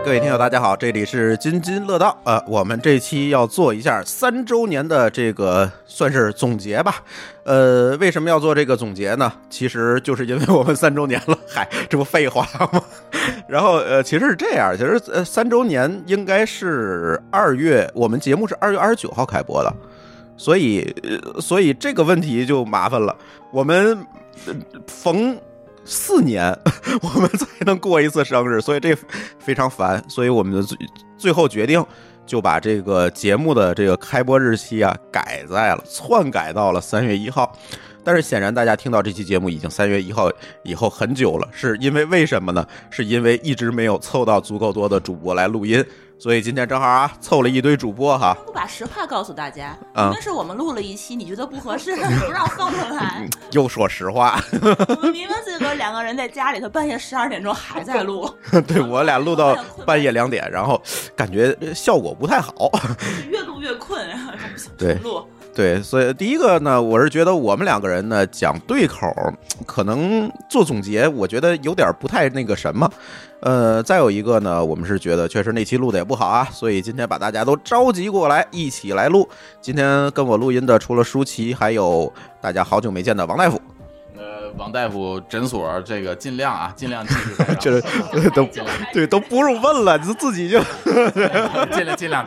各位听友大家好，这里是津津乐道。我们这期要做一下3周年的这个算是总结吧。为什么要做这个总结呢？其实就是因为我们3周年了。嗨，这不废话吗？然后其实是这样，其实3周年应该是2月，我们节目是2月29号开播的，所以这个问题就麻烦了。我们逢4年我们才能过一次生日，所以这非常烦，所以我们最后决定就把这个节目的这个开播日期啊篡改到了3月1号。但是显然大家听到这期节目已经3月1号以后很久了，是因为什么呢？是因为一直没有凑到足够多的主播来录音，所以今天正好啊凑了一堆主播哈。 不把实话告诉大家，那是我们录了一期，你觉得不合适，不让放出来。 又说实话， 我们明明自个儿2个人在家里头半夜12点钟还在录。 对，我俩录到半夜2点，然后感觉效果不太好， 越录越困，然后不行， 对录。 对，所以第一个呢，我是觉得我们2个人呢讲对口，可能做总结，我觉得有点不太那个什么。再有一个呢，我们是觉得确实那期录的也不好啊，所以今天把大家都召集过来一起来录。今天跟我录音的除了舒淇，还有大家好久没见的王大夫。 王大夫诊所这个尽量继续这都不用问了，你自己就尽量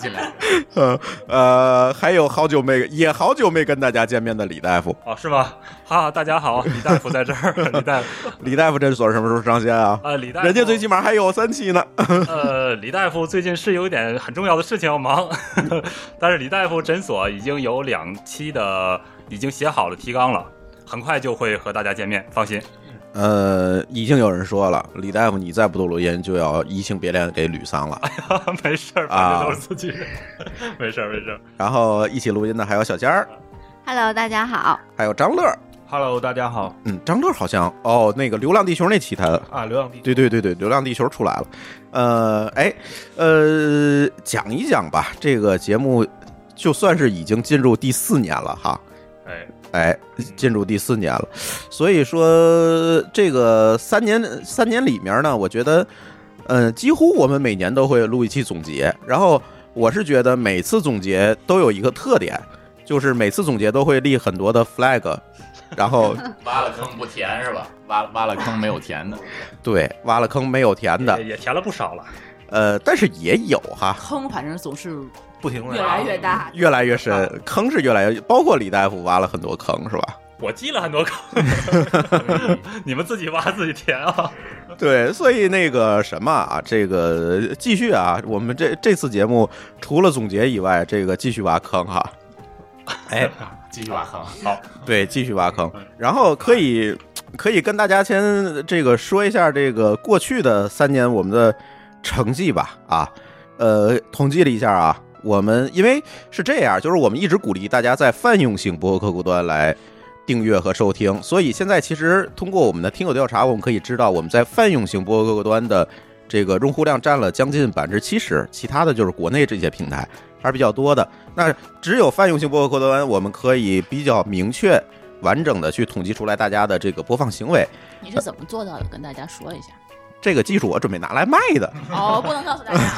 还有好久没跟大家见面的李大夫。 哦，是吗？好，大家好，李大夫在这儿。 李大夫诊所什么时候上线啊？ 李大夫， 人家最起码还有3期呢。 李大夫最近是有一点很重要的事情要忙，但是李大夫诊所已经有2期的已经写好了提纲了。很快就会和大家见面，放心。 已经有人说了，李大夫你再不多录音，就要移情别恋给吕桑了。 哎呀，没事儿，反正都是自己人，没事儿。 然后一起录音的还有小尖儿 ，Hello， 大家好。 还有张乐 ，Hello， 大家好。 张乐好像那个《流浪地球》那期他流浪地球， 对，《流浪地球》出来了。讲一讲吧，这个节目就算是已经进入第4年了哈。进入第4年了，所以说这个3年里面呢，我觉得，几乎我们每年都会录一期总结。然后我是觉得每次总结都有一个特点，就是每次总结都会立很多的 flag， 然后挖了坑不填是吧？挖了坑没有填的， 对，挖了坑没有填的， 也填了不少了。 但是也有哈， 坑反正总是不停越来越大， 越来越深，坑是越来越，包括李大夫挖了很多坑是吧？ 我积了很多坑，你们自己挖自己填啊。 对，所以那个什么啊，这个继续啊，我们这次节目除了总结以外，这个继续挖坑哈。 继续挖坑， 好，对，继续挖坑，然后可以跟大家先这个说一下这个过去的3年我们的成绩吧啊，统计了一下啊，我们因为是这样，就是我们一直鼓励大家在泛用型播客客户端来订阅和收听，所以现在其实通过我们的听友调查，我们可以知道我们在泛用型播客客户端的这个用户量占了将近70%，其他的就是国内这些平台还是比较多的。那只有泛用型播客客户端，我们可以比较明确完整的去统计出来大家的这个播放行为。 你是怎么做到的？跟大家说一下。 这个技术我准备拿来卖的。 不能告诉大家。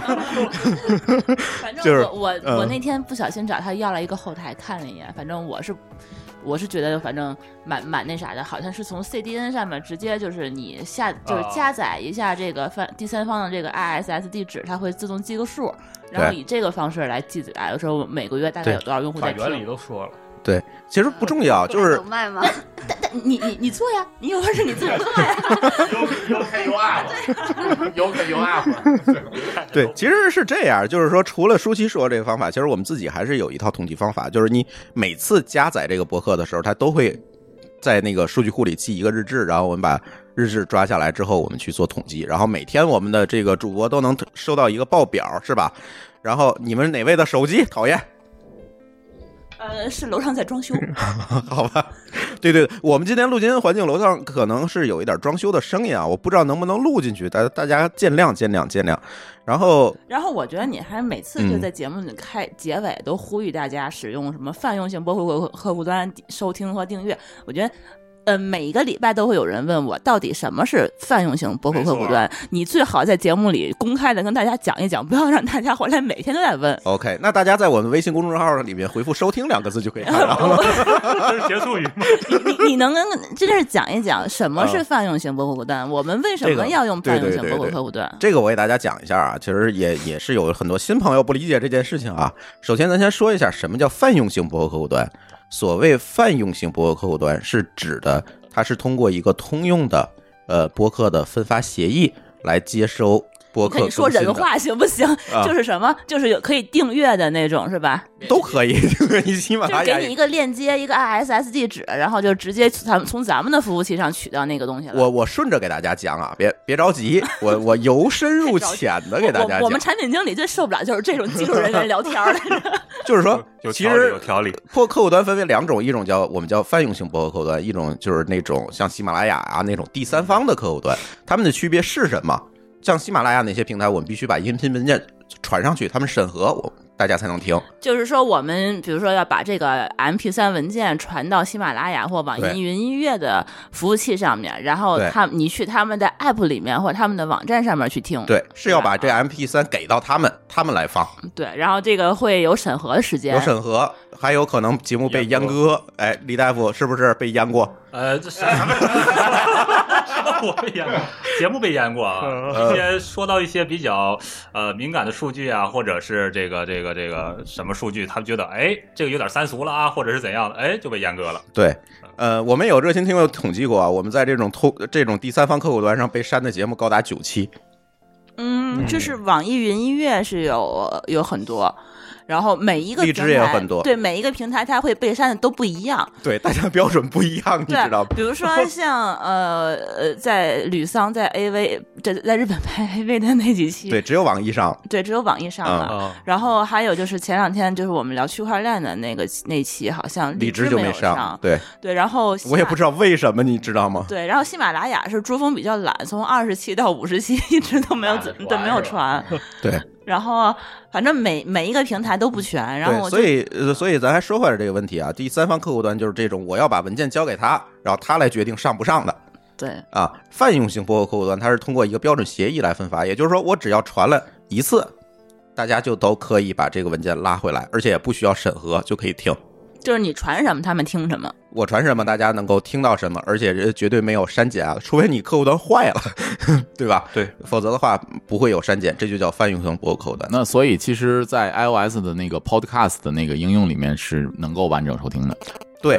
反正我那天不小心找他要了一个后台看了一眼，反正我是觉得反正蛮那啥的，好像是从 CDN 上面直接就是你就是加载一下这个第三方的这个 ISS 地址，它会自动记个数，然后以这个方式来记载，有时候每个月大概有多少用户在听。 把原理都说了。 对，其实不重要，就是有卖吗？ 但你做呀，你有本事你自己做呀。 有可 up。 对，其实是这样，就是说除了舒淇说这个方法，其实我们自己还是有一套统计方法，就是你每次加载这个博客的时候，它都会在那个数据库里记一个日志，然后我们把日志抓下来之后，我们去做统计，然后每天我们的这个主播都能收到一个报表，是吧？然后你们哪位的手机讨厌？ 是楼上在装修。 好吧，对，我们今天录音环境楼上可能是有一点装修的声音啊，我不知道能不能录进去，大家见谅。然后我觉得你还每次就在节目里结尾都呼吁大家使用什么泛用性播客客户端收听和订阅，我觉得每一个礼拜都会有人问我，到底什么是泛用型播客客户端？你最好在节目里公开的跟大家讲一讲，不要让大家回来每天都在问。 OK， 那大家在我们微信公众号里面回复"收听"2个字就可以看到了。 这是结束语吗？ 你能跟真的是讲一讲什么是泛用型播客客户端？我们为什么要用泛用型播客客户端？ 这个我给大家讲一下啊，其实也是有很多新朋友不理解这件事情啊。首先，咱先说一下什么叫泛用型播客客户端。所谓泛用型播客客户端，是指的它是通过一个通用的播客的分发协议来接收播客更新的。 你说人话行不行？就是什么，就是有可以订阅的那种，是吧？ 都可以，你起码就是给你一个链接，一个 RSS 地址，然后就直接从咱们的服务器上取到那个东西了。 我顺着给大家讲啊，别着急，我由深入浅的给大家讲。 我们产品经理最受不了就是这种技术人员聊天来着。 就是说，其实有条理。 播客客户端分为2种，一种叫我们叫泛用型播客客户端，一种就是那种像喜马拉雅啊那种第三方的客户端。它们的区别是什么？像喜马拉雅那些平台，我们必须把音频文件传上去，他们审核大家才能听。 就是说，我们比如说要把这个 MP3 文件传到喜马拉雅或网易云音乐的服务器上面，然后你去他们的 App 里面或者他们的网站上面去听。 对，是要把这 MP3 给到他们来放。 对，然后这个会有审核的时间， 有审核，还有可能节目被阉割。哎，李大夫是不是被阉过？ 这是我被淹过，节目被淹过啊。一些说到一些比较敏感的数据啊，或者是这个什么数据，他们觉得这个有点三俗了啊，或者是怎样的，就被阉割了。 对，我们有热心听友统计过啊，我们在这种第三方客户端上被删的节目高达9期。 就是网易云音乐是有很多。然后每一个荔枝也有很多， 对，每一个平台它会被删的都不一样， 对，大家标准不一样，你知道吗？ 比如说像在吕桑在 AV 在日本拍 AV 的那几期， 对，只有网易上， 对，只有网易上了。然后还有就是前2天就是我们聊区块链的那期，好像荔枝就没上，对。 然后我也不知道为什么，你知道吗？ 对，然后喜马拉雅是珠峰比较懒，从20期到50期一直都没有传， 对。 然后反正每一个平台都不全，然后所以咱还说回来这个问题啊，第三方客户端就是这种我要把文件交给他，然后他来决定上不上的。 对啊，泛用型播客客户端它是通过一个标准协议来分发，也就是说我只要传了一次，大家就都可以把这个文件拉回来，而且也不需要审核就可以听。 就是你传什么他们听什么， 我传什么大家能够听到什么，而且绝对没有删减啊，除非你客户端坏了对吧？ 对， 否则的话不会有删减，这就叫泛用型播客客户端。 那所以其实在 iOS 的那个 Podcast 的那个应用里面是能够完整收听的。 对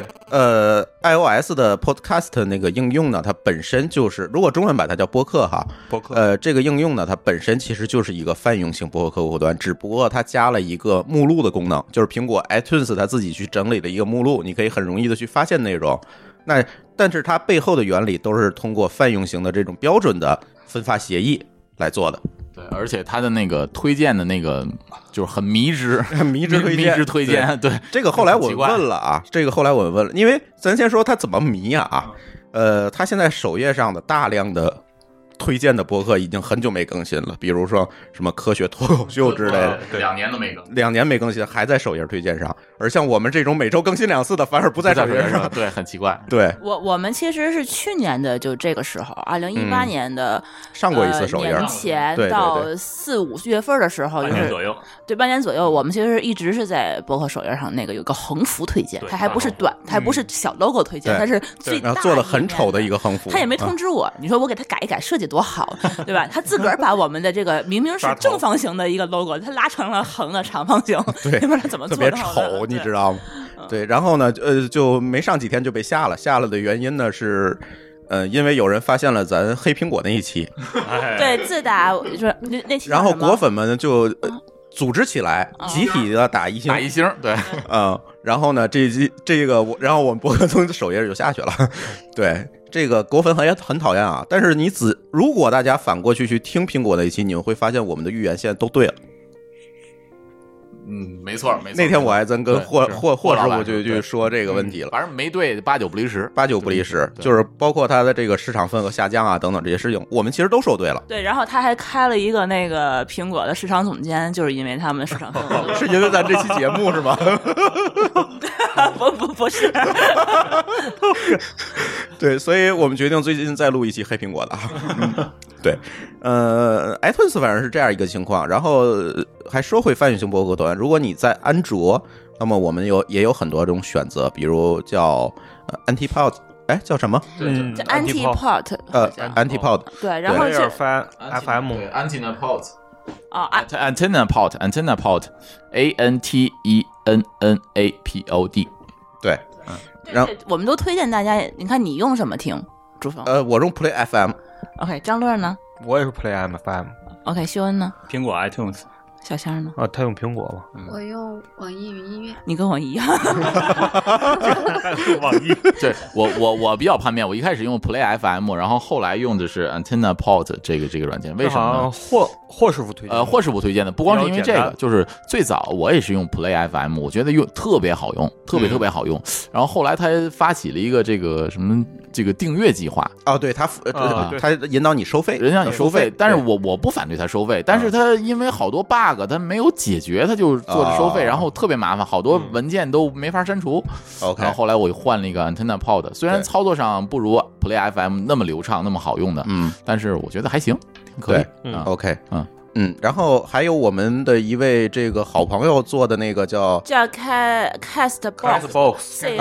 ，iOS 的 Podcast 那个应用呢，它本身就是，如果中文版它叫播客哈， 播客， 这个应用呢，它本身其实就是一个泛用型播客客户端，只不过它加了一个目录的功能，就是苹果 iTunes 它自己去整理的一个目录，你可以很容易的去发现内容。但是它背后的原理都是通过泛用型的这种标准的分发协议来做的。 对，而且它的那个推荐的那个就是很迷之推荐。对， 这个后来我问了啊，因为咱先说它怎么迷啊，它现在首页上的大量的推荐的播客已经很久没更新了，比如说什么科学脱口秀之类的 ，2年都没更 ，2年没更新，还在首页推荐上。而像我们这种每周更新2次的，反而不在首页上， 对，很奇怪。 对， 我们其实是去年的就这个时候，2018年的上过一次首页， 年前到4、5月份的时候，就是半年左右，我们其实一直是在博客首页上那个有个横幅推荐，它还不是短，它还不是小 logo 推荐，它是最大做的很丑的一个横幅， 他也没通知我，你说我给他改一改设计多好，对吧？他自个儿把我们的这个明明是正方形的一个 logo， 他拉成了横的长方形， 对， 不知道他怎么做的，特别丑，你知道吗？对，然后呢，就没上几天就被下了的原因呢是，因为有人发现了咱黑苹果那一期， 对，自打就是那期， 然后果粉们就组织起来，集体的打1星， 对， 然后呢，然后我们博客从首页就下去了，对，这个果粉很讨厌啊，但是如果大家反过去听苹果那一期，你们会发现我们的预言现在都对了。 没错。 那天我还真跟霍师傅就说这个问题了， 反正没对8、9不离十， 就是包括它的这个市场份额下降啊等等这些事情，我们其实都说对了。 对，然后他还开了一个那个苹果的市场总监，就是因为他们市场份额是因为咱这期节目是吗？ 不是对，所以我们决定最近再录一期黑苹果的对，iTunes 反正是这样一个情况。然后还说回泛用型播客端，如果你在安卓，那么我们也有很多种选择，比如叫Antipod， 叫什么？ 叫 Antipod， Antipod， 对，然后是 FM Antenna Pod。 Antenna Pod ANTENNAPOD。 对，然后我们都推荐大家，你看你用什么听？朱峰？ 我用 Play FM。OK， 张乐呢？ 我也是 Play FM。OK， 修恩呢？ 苹果 iTunes。 小香呢？ 他用苹果吧？ 我用网易云音乐。 你跟我一样。 网易。 对，我比较叛变，我一开始用 Play FM， 然后后来用的是 Antenna Pod 这个软件，为什么呢？ 霍师傅推荐。 霍师傅推荐的，不光是因为这个，就是最早我也是用 Play FM， 我觉得特别好用，特别好用。然后后来他发起了一个这个什么这个订阅计划。 对，他引导你收费， 引导你收费，但是我不反对他收费，但是他因为好多 bug。他没有解决，他就做着收费，然后特别麻烦，好多文件都没法删除。 OK， 然后后来我换了一个 Antenna Pod， 虽然操作上不如 Play FM 那么流畅、那么好用的，但是我觉得还行，可以。 OK，然后还有我们的一位这个好朋友做的那个叫 Castbox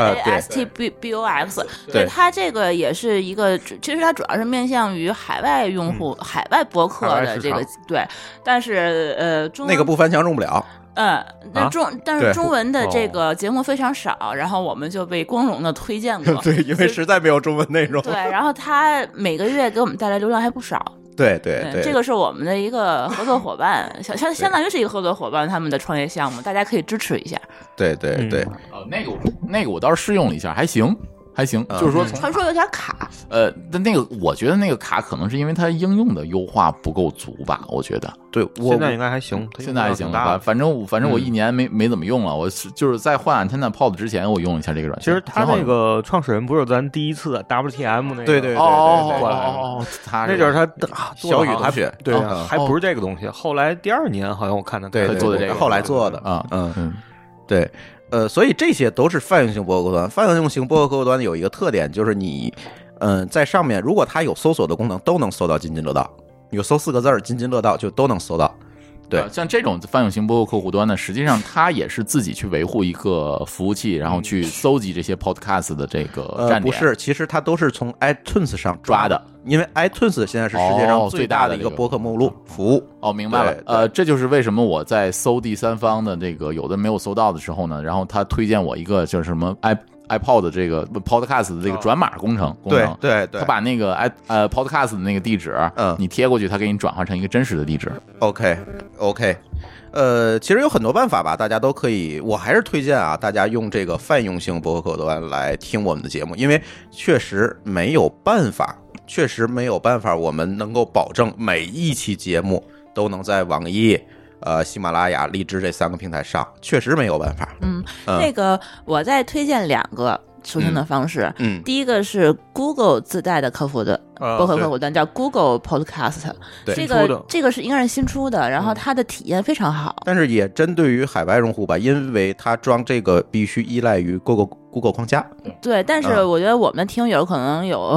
CASTBOX， 对，它这个也是一个，其实它主要是面向于海外用户、海外播客的这个对，但是中文那个不翻墙用不了。 但是中文的这个节目非常少，然后我们就被光荣的推荐过。 对，因为实在没有中文内容。 对，然后它每个月给我们带来流量还不少。 对， 这个是我们的一个合作伙伴，相当于是一个合作伙伴他们的创业项目，大家可以支持一下。 对。 那个我倒是试用了一下，还行。就是说传说有点卡。 但那个我觉得那个卡可能是因为它应用的优化不够足吧，我觉得。 对， 现在应该还行， 现在还行了。反正我一年没怎么用了，我就是在换 Antenna Pod 之前，我用了一下这个软件。 其实他那个创始人不是咱第一次 WTM 那个？ 对， 他那就是他小雨同学， 对，还不是这个东西。后来第2年好像我看他做的这个， 后来做的对。所以这些都是泛用型播客客户端。泛用型播客客户端有一个特点，就是你，在上面如果它有搜索的功能，都能搜到津津乐道。有搜4个字津津乐道就都能搜到。对， 像这种泛用型播客客户端呢，实际上它也是自己去维护一个服务器，然后去搜集这些 podcast 的这个站点。 不是，其实它都是从 iTunes 上抓的，因为 iTunes 现在是世界上最大的一个播客目录服务。 明白了。这就是为什么我在搜第三方的这个有的没有搜到的时候呢，然后他推荐我一个就是什么iPod 这个 podcast 的这个转码功能。 对， 他把那个podcast 的那个地址，你贴过去，他给你转换成一个真实的地址。 OK，其实有很多办法吧，大家都可以。我还是推荐大家用这个泛用型播客客户端来听我们的节目，因为确实没有办法，我们能够保证每一期节目都能在网易、喜马拉雅、荔枝这3个平台上，确实没有办法。 那个我再推荐2个收听的方式。第一个是 Google 自带的客户的播客客户端，叫 Google Podcast。这个是应该是新出的，然后它的体验非常好。 但是也针对于海外用户吧，因为它装这个必须依赖于 Google 框架。 对，但是我觉得我们的听友可能有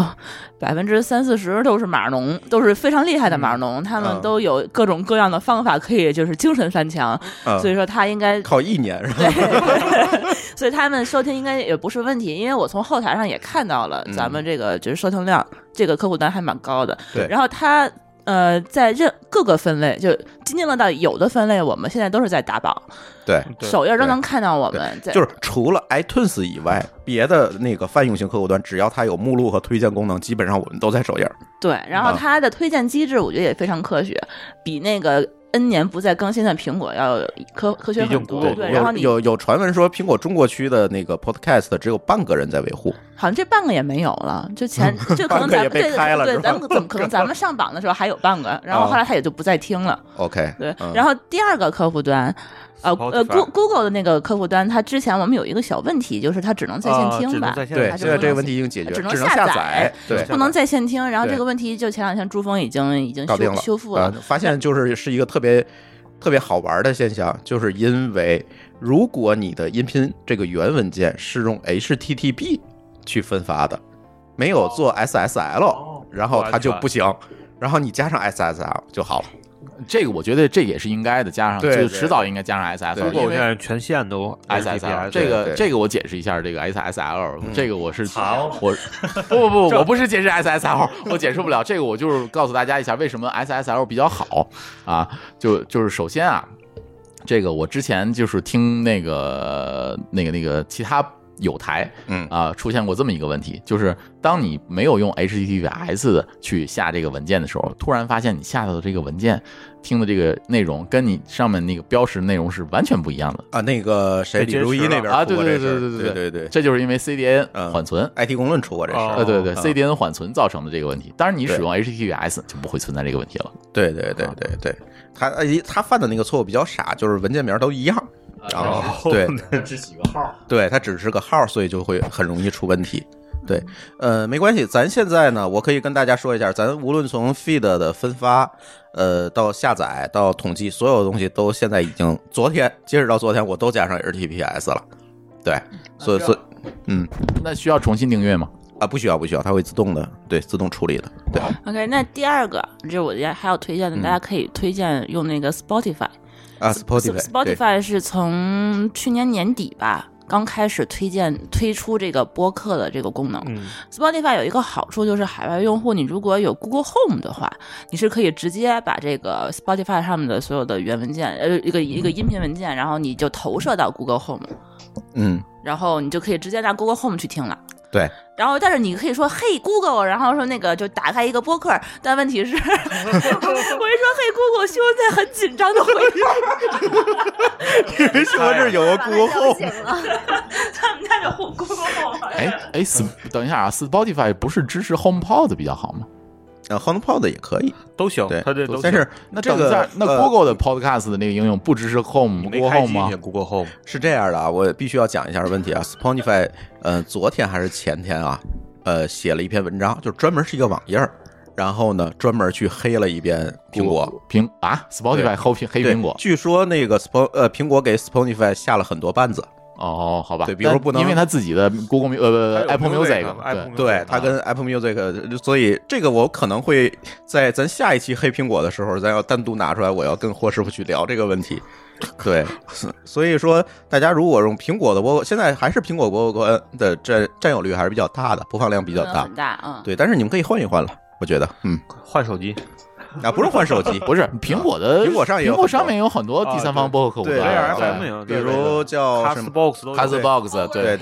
30-40%都是码农，都是非常厉害的码农，他们都有各种各样的方法可以就是精神翻墙，所以说他应该靠1年是吧？ 对，所以他们收听应该也不是问题，因为我从后台上也看到了咱们这个就是收听量，这个客户端还蛮高的。 对， 然后它在各个分类，就津津乐道有的分类，我们现在都是在打榜。 对， 首页都能看到我们。 就是除了 iTunes 以外，别的那个泛用型客户端，只要它有目录和推荐功能，基本上我们都在首页。 对，然后它的推荐机制，我觉得也非常科学，比那个N 年不再更新的苹果要科学很多。对，然后有传闻说，苹果中国区的那个 podcast 只有半个人在维护， 好像这半个也没有了，就可能咱们对，咱们可能咱们上榜的时候还有半个，然后后来他也就不再听了。 OK， 对，然后第2个客户端。Google 的那个客户端，它之前我们有一个小问题，就是它只能在线听吧？ 对，现在这个问题已经解决， 只能下载，对， 不能在线听。然后这个问题就前2天珠峰已经搞定了， 修复了。 发现是一个特别好玩的现象，就是因为如果你的音频这个原文件是用 HTTP 去分发的， 没有做 SSL，然后它就不行，然后你加上 SSL 就好了。 这个我觉得这也是应该的，加上对就迟早应该加上 SSL， 因为现在全线都 SSL。这个我解释一下，这个 SSL，这个我是我不是解释 SSL， 我解释不了。这个我就是告诉大家一下为什么 SSL 比较好啊，就是首先啊，这个我之前就是听那个其他有台出现过这么一个问题，就是当你没有用 HTTPS 的去下这个文件的时候，突然发现你下到的这个文件听的这个内容跟你上面那个标识内容是完全不一样的啊。那个谁李如一那边啊，对，这就是因为 CDN 缓存 ，IT 公论出过这事。 对，CDN 缓存造成的这个问题。当然你使用 HTTPS 就不会存在这个问题了。 对，他犯的那个错误比较傻，就是文件名都一样。然后对， 只几个号， 对，它只是个号，所以就会很容易出问题。对，没关系，咱现在呢，我可以跟大家说一下，咱无论从 feed 的分发，到下载到统计，所有的东西都现在已经截止到昨天，我都加上 HTTPS 了。对，所以那需要重新订阅吗？ 啊，不需要，它会自动处理的。对 ，OK， 那第二个就是我还有推荐的，大家可以推荐用那个 Spotify。Spotify 是从去年年底吧刚开始推出这个播客的这个功能。Spotify 有一个好处就是海外用户你如果有 Google Home 的话，你是可以直接把这个 Spotify 上面的所有的原文件一个音频文件，然后你就投射到 Google Home， 然后你就可以直接拿 Google Home 去听了。 对， 然后但是你可以说嘿 Google， 然后说那个就打开一个播客，但问题是我一说嘿 Google， 修文在很紧张的回你为什么这有个 Google Home？ 他们家有 Google Home。 等一下啊 ，Spotify 不是支持 HomePod 比较好吗 ？HomePod 也可以， 都行， 对， 它这都行。 但是那这个Google 的 Podcast 的那个应用不支持 Google Home 吗 ？Google Home 是这样的啊，我必须要讲一下问题啊。Spotify 昨天还是前天啊，写了一篇文章，就专门是一个网页，然后呢专门去黑了一遍苹果 Spotify 黑苹果。 据说那个苹果给 Spotify 下了很多绊子。 哦，好吧， 对，比如说不能， 因为他自己的 Apple Music， 对，他跟 Apple Music， 所以这个我可能会在咱下一期黑苹果的时候，咱要单独拿出来，我要跟霍师傅去聊这个问题。对，所以说大家如果用苹果的播，现在还是苹果播客的占有率还是比较大的，播放量比较大， 很大， 对，但是你们可以换一换了，我觉得， 换手机。 啊，不是换手机， 不是苹果上面有很多第三方播客客户端， 对，比如叫 Castbox， 对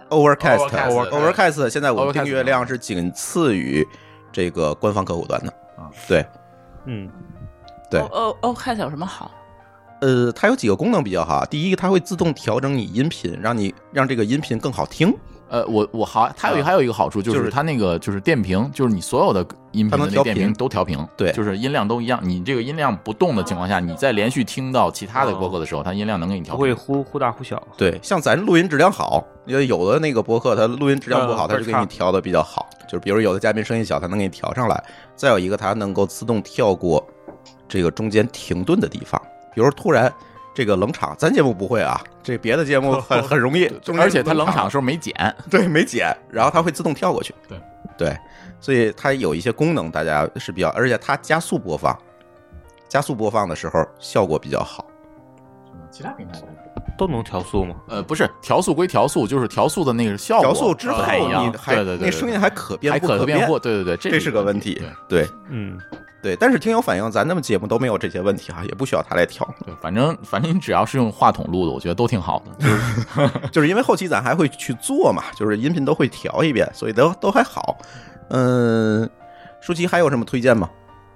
Overcast， 现在我们订阅量是仅次于这个官方客户端的，对，对。 Overcast 有什么好？ 它有几个功能比较好。第一个，它会自动调整你音频，让这个音频更好听。 它还有一个好处就是它那个就是电平，就是你所有的音频的那电平都调平， 对， 就是音量都一样。你这个音量不动的情况下，你在连续听到其他的播客的时候，它音量能给你调平， 不会忽大忽小。 对，像咱录音质量好，因为有的那个播客它录音质量不好，它就给你调的比较好。就是比如有的嘉宾声音小，它能给你调上来。再有一个，它能够自动跳过这个中间停顿的地方，比如突然。这个冷场，咱节目不会啊，这别的节目很容易， 而且它冷场的时候没剪， 对，没剪，然后它会自动跳过去，对，所以它有一些功能，大家是比较，而且它加速播放的时候效果比较好。 其他平台都能调速吗？ 不是，调速归调速，就是调速的那个效果， 调速之后你还对， 那声音还可变不可变，对， 这是个问题，对，对，但是听友反映咱们节目都没有这些问题也不需要他来调。 对，反正你只要是用话筒录的，我觉得都挺好的。 就是因为后期咱还会去做嘛，就是音频都会调一遍，所以都还好。舒淇还有什么推荐吗？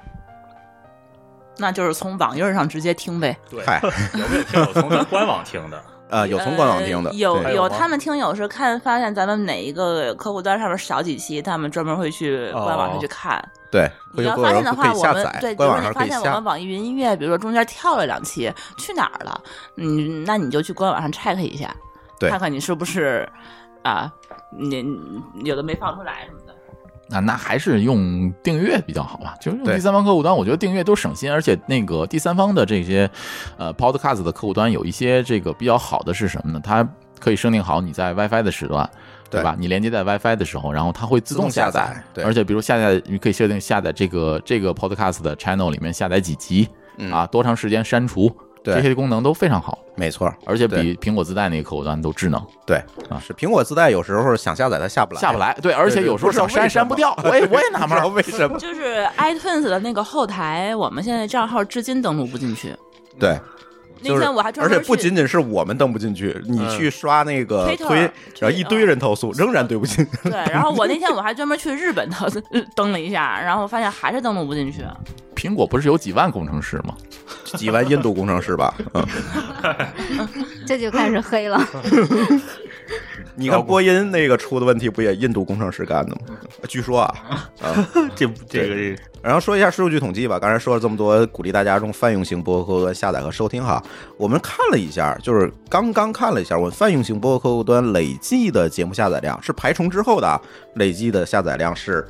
那就是从网页上直接听呗。 对，有没有听友从咱官网听的？ 有从官网听的， 有他们听友是发现咱们哪一个客户端上面少几期，他们专门会去官网上去看。 对， 你要发现的话，我们对， 官网上可以下。 发现我们网易云音乐，比如说中间跳了2期，去哪儿了？那你就去官网上 check 一下，看看你是不是你有的没放出来什么的。 那还是用订阅比较好吧，就是用第三方客户端，我觉得订阅都省心，而且那个第三方的这些podcast 的客户端有一些这个比较好的是什么呢？它可以设定好你在 WiFi 的时段对吧？你连接在 WiFi 的时候，然后它会自动下载， 对， 而且比如下载，你可以设定下载这个 Podcast 的 channel 里面下载几集啊，多长时间删除，这些功能都非常好。 没错， 而且比苹果自带那个客户端都智能。 对啊，是苹果自带有时候想下载它下不来。 对，而且有时候想删不掉。我也纳闷为什么。 就是 iTunes 的那个后台，我们现在账号至今登录不进去。 对。 那天我还专门而且不仅仅是我们登不进去，你去刷那个推，然后一堆人投诉，仍然对不进。 对，然后我那天我还专门去日本登了一下，然后发现还是登录不进去。 苹果不是有几万工程师吗？ 几万印度工程师吧？ 这就开始黑了。 你看播音那个出的问题，不也印度工程师干的吗？据说啊， 这个。 然后说一下数据统计吧。刚才说了这么多，鼓励大家用泛用型播客客户端下载和收听哈。我们看了一下，就是刚刚看了一下，我们泛用型播客客户端累计的节目下载量是排重之后的啊，累计的下载量是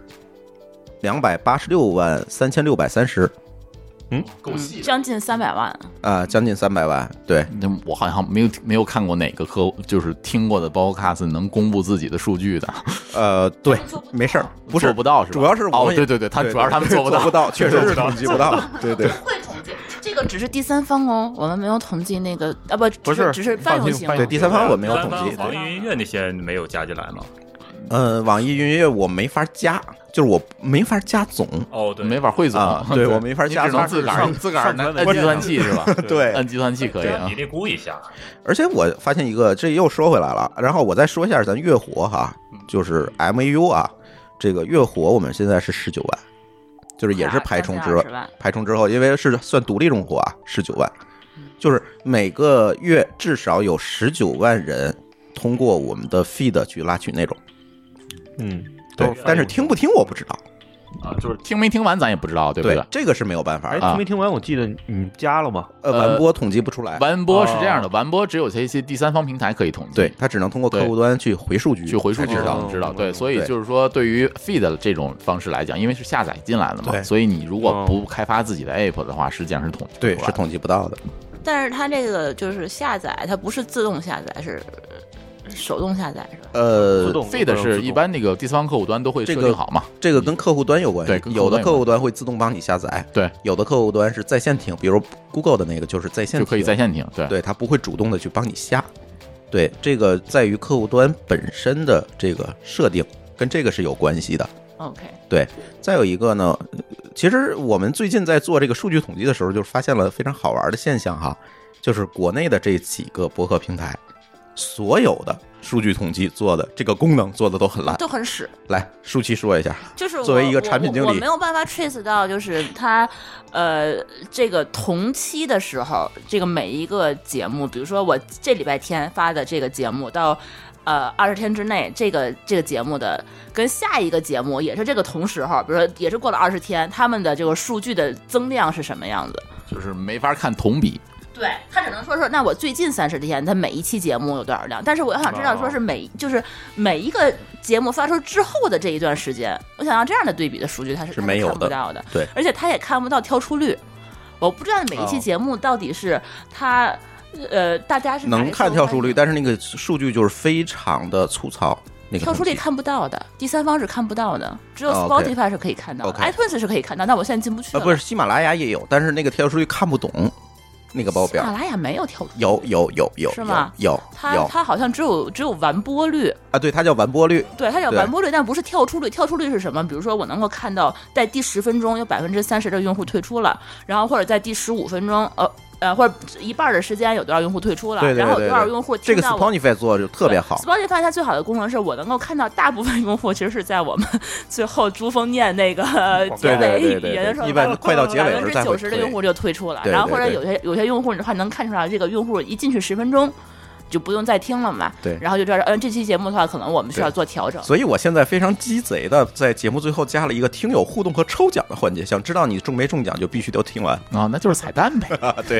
2863630。 够细， 将近300万啊，将近300万。对， 我好像没有看过哪个就是听过的 Podcast 能公布自己的数据的。 对，没事儿，不是做不到，是吧？ 主要是我们对，他主要是他们做不到， 确实是统计不到。对， 会统计，这个只是第三方哦，我们没有统计那个啊， 不是， 只是泛用型。 对，第三方我没有统计。 网易云音乐那些没有加进来吗？ 网易云音乐我没法加，就是我没法加总。 对， 没法汇总。 对，我没法加总， 自个儿摁计算器是吧？ 对， 摁计算器可以啊。 你得估一下。 而且我发现一个，这又说回来了，然后我再说一下咱月活哈，就是 MAU 啊，这个月活我们现在是19万，就是也是排充之后，因为是算独立用户啊，19万，就是每个月至少有19万人通过我们的 feed 去拉取内容。对，但是听不听我不知道啊，就是听没听完咱也不知道，对不对？ 这个是没有办法。 听没听完？我记得你加了吗？ 完播统计不出来。 完播是这样的，完播只有这些第三方平台可以统计， 对，它只能通过客户端去回数据， 知道。对，所以就是说，对于 feed 的这种方式来讲，因为是下载进来的嘛，所以你如果不开发自己的 app 的话，实际上是统计对，是统计不到的。 但是它这个就是下载，它不是自动下载，是手动下载是吧 ？feed 是一般那个第三方客户端都会设定好嘛。 这个跟客户端有关系， 对， 有的客户端会自动帮你下载， 对， 有的客户端是在线听，比如 Google 的那个就是在线听， 就可以在线听， 对，它不会主动的去帮你下。对，这个在于客户端本身的这个设定，跟这个是有关系的。 OK， 对，再有一个呢，其实我们最近在做这个数据统计的时候，就发现了非常好玩的现象哈，就是国内的这几个播客平台，所有的数据统计做的这个功能做的都很烂， 都很屎。 来，舒淇说一下， 就是作为一个产品经理， 我没有办法 trace 到，就是它这个同期的时候，这个每一个节目，比如说我这礼拜天发的这个节目到。20天之内，这个节目的跟下一个节目也是这个同时候，比如说也是过了20天，他们的这个数据的增量是什么样子？ 就是没法看同比。 对，他只能说那我最近30天，他每一期节目有多少量？但是我想知道，说是就是每一个节目发出之后的这一段时间，我想要这样的对比的数据，它是没有看不到的。 对， 而且他也看不到跳出率，我不知道每一期节目到底是他。大家是能看跳出率，但是那个数据就是非常的粗糙。那个跳出率看不到的，第三方是看不到的，只有 Spotify 是可以看到的，iTunes 是可以看到，但我现在进不去了。 不是，喜马拉雅也有，但是那个跳出率看不懂。那个报表， 喜马拉雅没有跳出， 有是吗？ 有， 它好像只有完播率啊，对，它叫完播率， 对，它叫完播率，但不是跳出率。跳出率是什么？比如说我能够看到在第10分钟有30%的用户退出了，然后或者在第15分钟或者一半的时间有多少用户退出了， 对， 然后有多少用户这个 Spotify 做的就特别好。 Spotify 它最好的功能是我能够看到大部分用户其实是在我们最后珠峰念那个结尾语言的时候， 一般快到结尾时 90%的用户就退出了，然后或者有些用户的话能看出来这个用户一进去10分钟。就不用再听了嘛， 对， 然后就知道，这期节目的话，可能我们需要做调整。 所以我现在非常鸡贼的在节目最后加了一个听友互动和抽奖的环节，想知道你中没中奖就必须都听完啊，那就是彩蛋呗。 对，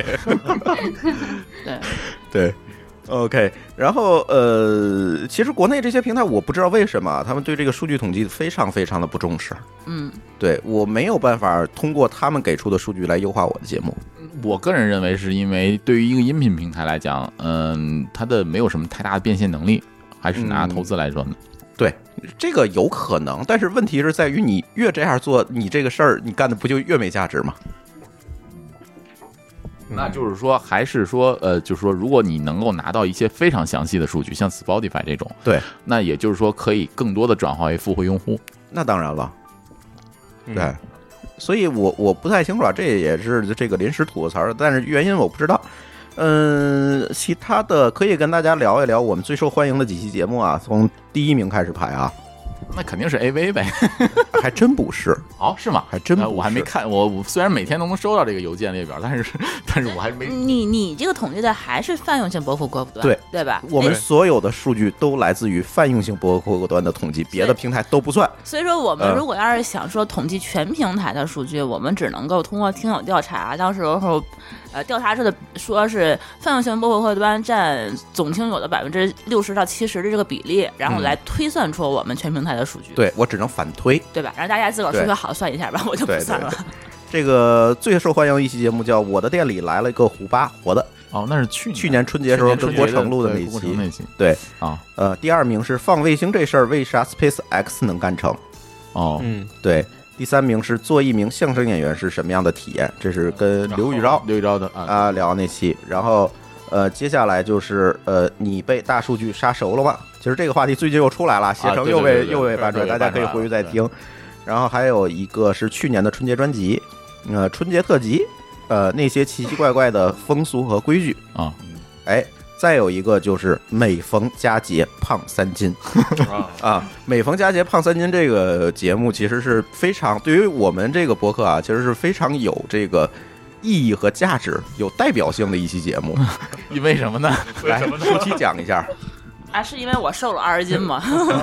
对。 OK， 然后其实国内这些平台我不知道为什么他们对这个数据统计非常非常的不重视。对，我没有办法通过他们给出的数据来优化我的节目。 我个人认为是因为对于一个音频平台来讲，它的没有什么太大的变现能力， 还是拿投资来说呢？ 对，这个有可能，但是问题是在于你越这样做，你这个事儿你干的不就越没价值吗？ 那就是说，还是说，就是说，如果你能够拿到一些非常详细的数据，像 Spotify 这种， 对， 那也就是说，可以更多的转化为付费用户。 那当然了，对，所以我不太清楚啊，这也是这个临时吐槽，但是原因我不知道。其他的可以跟大家聊一聊我们最受欢迎的几期节目啊，从第1名开始排啊。 那肯定是 AV 呗， 还真不是。 哦，是吗？ 还真不是， 我还没看。我虽然每天都能收到这个邮件列表，但是我还没。 你这个统计的还是泛用性播客客户端，对吧？ 我们所有的数据都来自于泛用性播客客户端的统计，别的平台都不算。 所以说，我们如果要是想说统计全平台的数据，我们只能够通过听友调查，当时调查说是泛用性播客客户端占总听友的60%到70%的这个比例，然后来推算出我们全平台的数据。 对，我只能反推， 对吧？让大家自个儿数学好算一下吧，我就不算了。 这个最受欢迎一期节目叫《我的店里来了一个虎巴活的》。 哦，那是去年春节时候跟郭成录的那期。对啊， 第2名是放卫星这事儿，为啥 SpaceX 能干成？ 哦， 对。第3名是做一名相声演员是什么样的体验，这是跟刘宇昭的聊那期。然后接下来就是你被大数据杀熟了吗？其实这个话题最近又出来了，携程又被搬出来，大家可以回去再听。然后还有一个是去年的春节专辑，春节特辑，那些奇奇怪怪的风俗和规矩啊， 再有一个就是每逢佳节胖3斤啊，每逢佳节胖3斤这个节目其实是非常对于我们这个博客啊，其实是非常有这个意义和价值、有代表性的一期节目。 为什么呢？ 来，舒淇讲一下。 啊，是因为我瘦了20斤吗？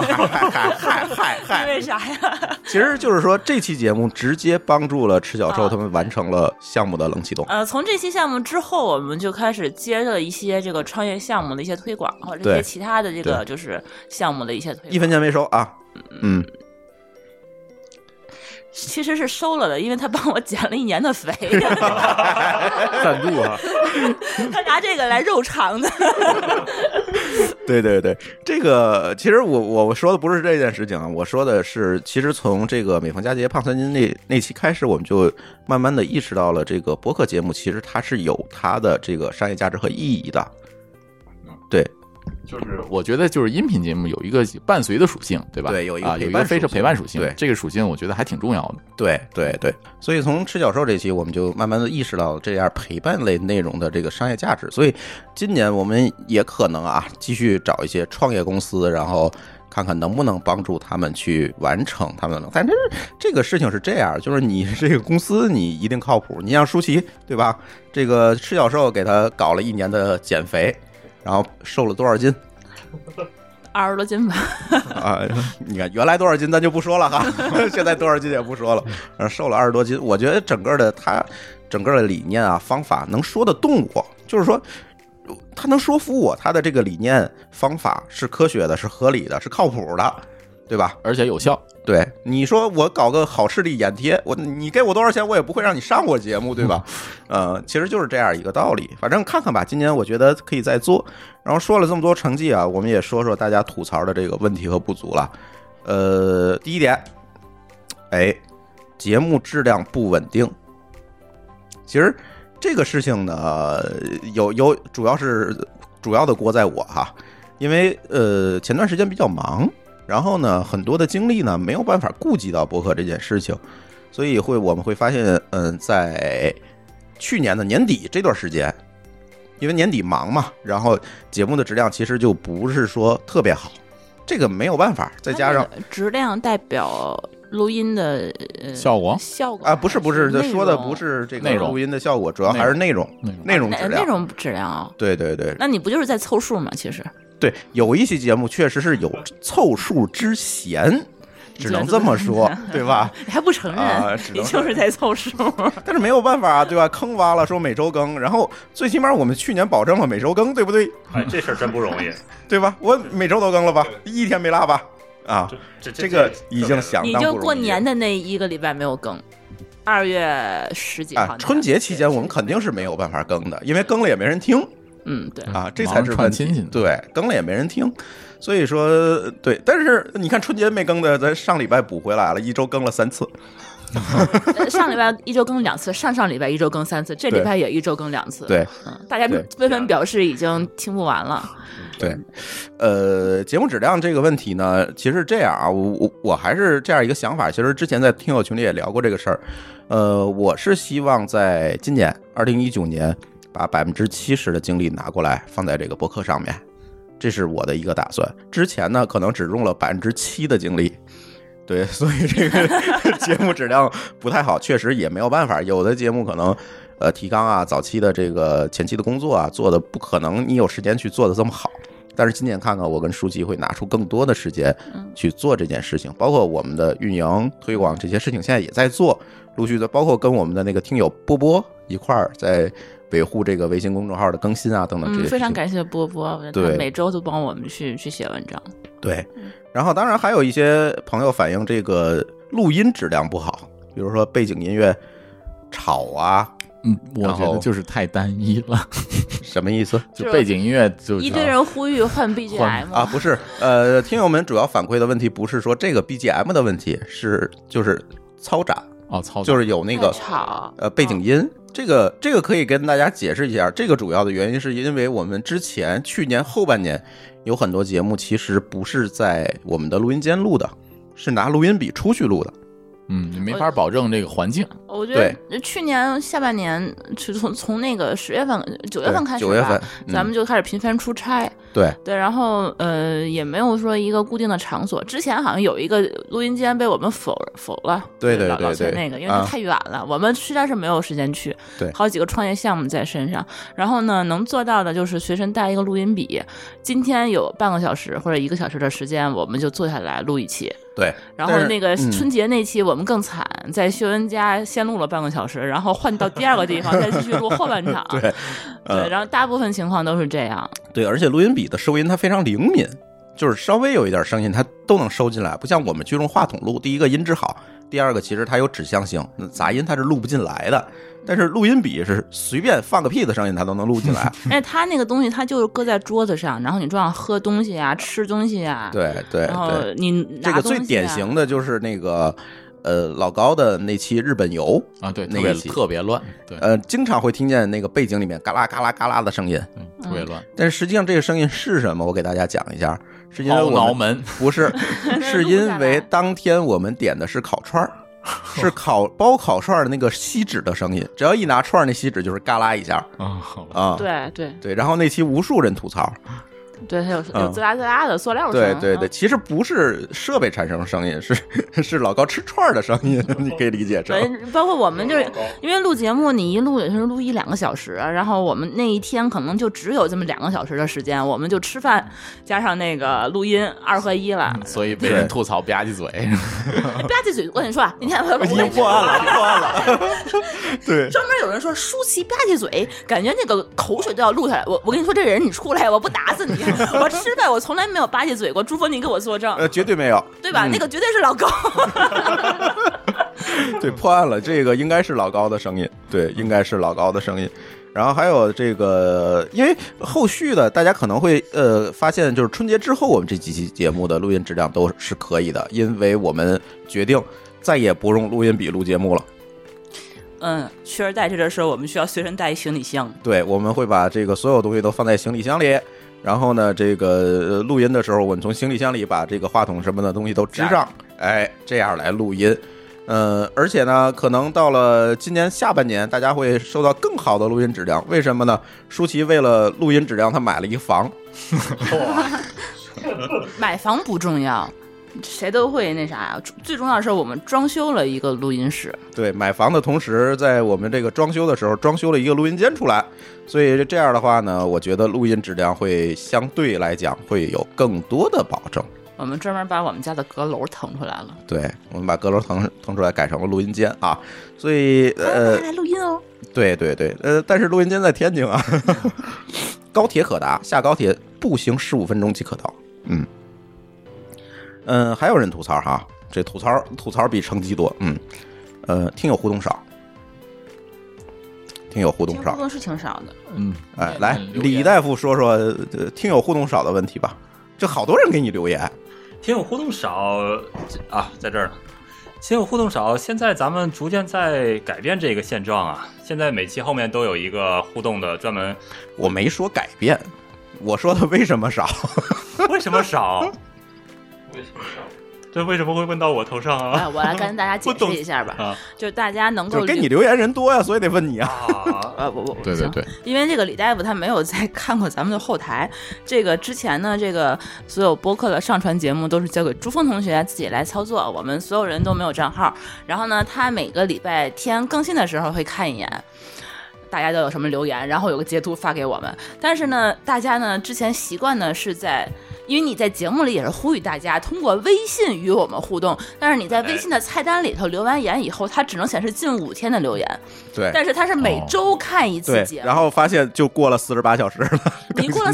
因为啥呀？ 其实就是说，这期节目直接帮助了赤脚兽他们完成了项目的冷启动。 从这期项目之后，我们就开始接着一些这个创业项目的一些推广，或者一些其他的这个就是项目的一些推广。 1分钱没收啊， 其实是收了的，因为他帮我减了1年的肥。 赞助啊！ 他拿这个来肉偿的。 对，这个其实我说的不是这件事情啊，我说的是，其实从这个每逢佳节胖3斤那期开始，我们就慢慢的意识到了，这个播客节目其实它是有它的这个商业价值和意义的。对。 就是我觉得就是音频节目有一个伴随的属性，对吧？ 对，有一个陪伴属性。 对， 这个属性我觉得还挺重要的。 对，所以从吃脚兽这期，我们就慢慢的意识到这样陪伴类内容的这个商业价值。所以今年我们也可能继续找一些创业公司，然后看看能不能帮助他们去完成他们的。但是这个事情是这样，就是你这个公司你一定靠谱。你像舒淇，对吧？这个吃脚兽给他搞了1年的减肥。然后瘦了多少斤 ？20多斤吧。 你看原来多少斤咱就不说了哈，现在多少斤也不说了。瘦了20多斤，我觉得整个的理念啊方法能说得动我，就是说他能说服我，他的这个理念方法是科学的，是合理的，是靠谱的，对吧？ 而且有效。 对，你说我搞个好视力眼贴，你给我多少钱，我也不会让你上我节目，对吧？其实就是这样一个道理。反正看看吧，今年我觉得可以再做。然后说了这么多成绩啊，我们也说说大家吐槽的这个问题和不足了。第一点，节目质量不稳定。其实这个事情呢，主要的锅在我哈，因为前段时间比较忙。然后呢，很多的精力呢没有办法顾及到播客这件事情，所以我们会发现，在去年的年底这段时间，因为年底忙嘛，然后节目的质量其实就不是说特别好，这个没有办法，再加上质量代表录音的效果啊，不是，说的不是这个录音的效果，主要还是内容质量， 内容质量啊， 对， 那你不就是在凑数吗？其实。 对，有一期节目确实是有凑数之嫌，只能这么说，对吧？ 你还不承认，你就是在凑数。 但是没有办法，对吧？坑挖了，说每周更，然后最起码我们去年保证了每周更，对不对？ 这事儿真不容易， 对吧？我每周都更了吧，1天没落吧？啊，这个已经相当不容易。 你就过年的那1个礼拜没有更。2月10几号， 春节期间我们肯定是没有办法更的，因为更了也没人听。 对啊，这才是问题。对，更了也没人听， 所以说对，但是你看春节没更的，咱上礼拜补回来了，一周更了3次。 上礼拜一周更2次，上礼拜一周更3次，这礼拜也一周更2次。 对， 大家纷纷表示已经听不完了。 对，节目质量这个问题呢，其实这样啊，我还是这样一个想法。其实之前在听友群里也聊过这个事儿。我是希望在今年2019年把70%的精力拿过来放在这个播客上面，这是我的一个打算。之前呢，可能只用了7%的精力。对，所以这个节目质量不太好，确实也没有办法。有的节目可能提纲啊，早期的这个前期的工作啊，做的不可能你有时间去做的这么好。但是今年看看，我跟舒淇会拿出更多的时间去做这件事情，包括我们的运营、推广这些事情，现在也在做，陆续的，包括跟我们的那个听友波波一块儿在维护这个微信公众号的更新啊，等等这些事情。 非常感谢波波，他每周都帮我们去写文章。 对，然后当然还有一些朋友反映这个录音质量不好，比如说背景音乐吵啊。 我觉得就是太单一了。 什么意思？ 就背景音乐就一堆人呼吁换 BGM 啊，不是，听友们主要反馈的问题不是说这个 BGM 的问题，就是嘈杂嘈杂， 就是有那个吵背景音。这个可以跟大家解释一下，这个主要的原因是因为我们去年后半年有很多节目其实不是在我们的录音间录的，是拿录音笔出去录的。 你没法保证这个环境。 我觉得去年下半年从那个10月份、9月份开始吧，9月份咱们就开始频繁出差。对，然后也没有说一个固定的场所。之前好像有一个录音间被我们否了。对，老钱那个，因为它太远了，我们实在是没有时间去。对，好几个创业项目在身上。然后呢，能做到的就是随身带一个录音笔。今天有半个小时或者1个小时的时间，我们就坐下来录一期。 对， 然后那个春节那期我们更惨，在秀恩家先录了半个小时，然后换到第2个地方再继续录后半场。对，然后大部分情况都是这样。对， 而且录音笔的收音它非常灵敏，就是稍微有一点声音它都能收进来，不像我们去用话筒录，第一个音质好，第二个其实它有指向性，杂音它是录不进来的。但是录音笔是随便放个屁的声音它都能录进来。 而且它那个东西它就是搁在桌子上，然后你桌上喝东西啊、吃东西啊。 对， 然后你拿这个最典型的就是那个老高的那期日本游啊，对， 那个特别乱。对， 经常会听见那个背景里面嘎啦嘎啦嘎啦的声音， 特别乱。 但是实际上这个声音是什么？我给大家讲一下，是因为挠门不是，是因为当天我们点的是烤串。是包烤串的那个锡纸的声音，只要一拿串，那锡纸就是嘎啦一下啊！对，然后那期无数人吐槽， 对，它有滋啦滋啦的塑料声。 对，其实不是设备产生声音，是老高吃串的声音，你可以理解成。 包括我们就是因为录节目，你一录也是录1-2个小时，然后我们那一天可能就只有这么2个小时的时间，我们就吃饭加上那个录音2合1了， 所以被人吐槽吧唧嘴。 吧唧嘴，我跟你说啊，那天我已经破案了。对， 专门有人说舒淇吧唧嘴，感觉那个口水都要录下来。我跟你说，这人你出来，我不打死你。我吃饭我从来没有吧唧嘴过，朱峰你给我作证。 绝对没有， 对吧？那个绝对是老高。 对，破案了，这个应该是老高的声音。对，应该是老高的声音。然后还有这个，因为后续的大家可能会发现，就是春节之后我们这几期节目的录音质量都是可以的，因为我们决定再也不用录音笔录节目了。 取而代之的时候，我们需要随身带一行李箱。 对，我们会把这个所有东西都放在行李箱里，然后呢，这个录音的时候，我们从行李箱里把这个话筒什么的东西都支上，这样来录音。而且呢，可能到了今年下半年，大家会收到更好的录音质量。为什么呢？舒淇为了录音质量，她买了一个房。 买房不重要，谁都会那啥呀。最重要的是，我们装修了一个录音室。对，买房的同时，在我们这个装修的时候，装修了一个录音间出来。所以这样的话呢，我觉得录音质量会相对来讲会有更多的保证。我们专门把我们家的阁楼腾出来了。对，我们把阁楼腾出来，改成了录音间啊。所以来录音哦。对，但是录音间在天津啊，高铁可达，下高铁步行15分钟即可到。还有人吐槽哈，这吐槽比成绩多。听友互动少，听友互动少，是挺少的。来，李大夫说说听友互动少的问题吧。 就好多人给你留言。 听友互动少啊，在这儿。亲友互动少，现在咱们逐渐在改变这个现状啊。现在每期后面都有一个互动的专门。 我没说改变，我说的为什么少？ 为什么少？为什么少？这为什么会问到我头上啊？ 我来跟大家解释一下吧，就是大家能够就给你留言人多呀，所以得问你啊。 对对对， 因为这个李大夫他没有在看过咱们的后台，这个之前呢，这个所有播客的上传节目都是交给朱峰同学自己来操作，我们所有人都没有账号。然后呢，他每个礼拜天更新的时候会看一眼。大家都有什么留言，然后有个截图发给我们。但是呢，大家呢之前习惯呢是在，因为你在节目里也是呼吁大家通过微信与我们互动，但是你在微信的菜单里头留完言以后，它只能显示近5天的留言。 对， 但是它是每周看一次节目， 然后发现就过了48小时了。 你过了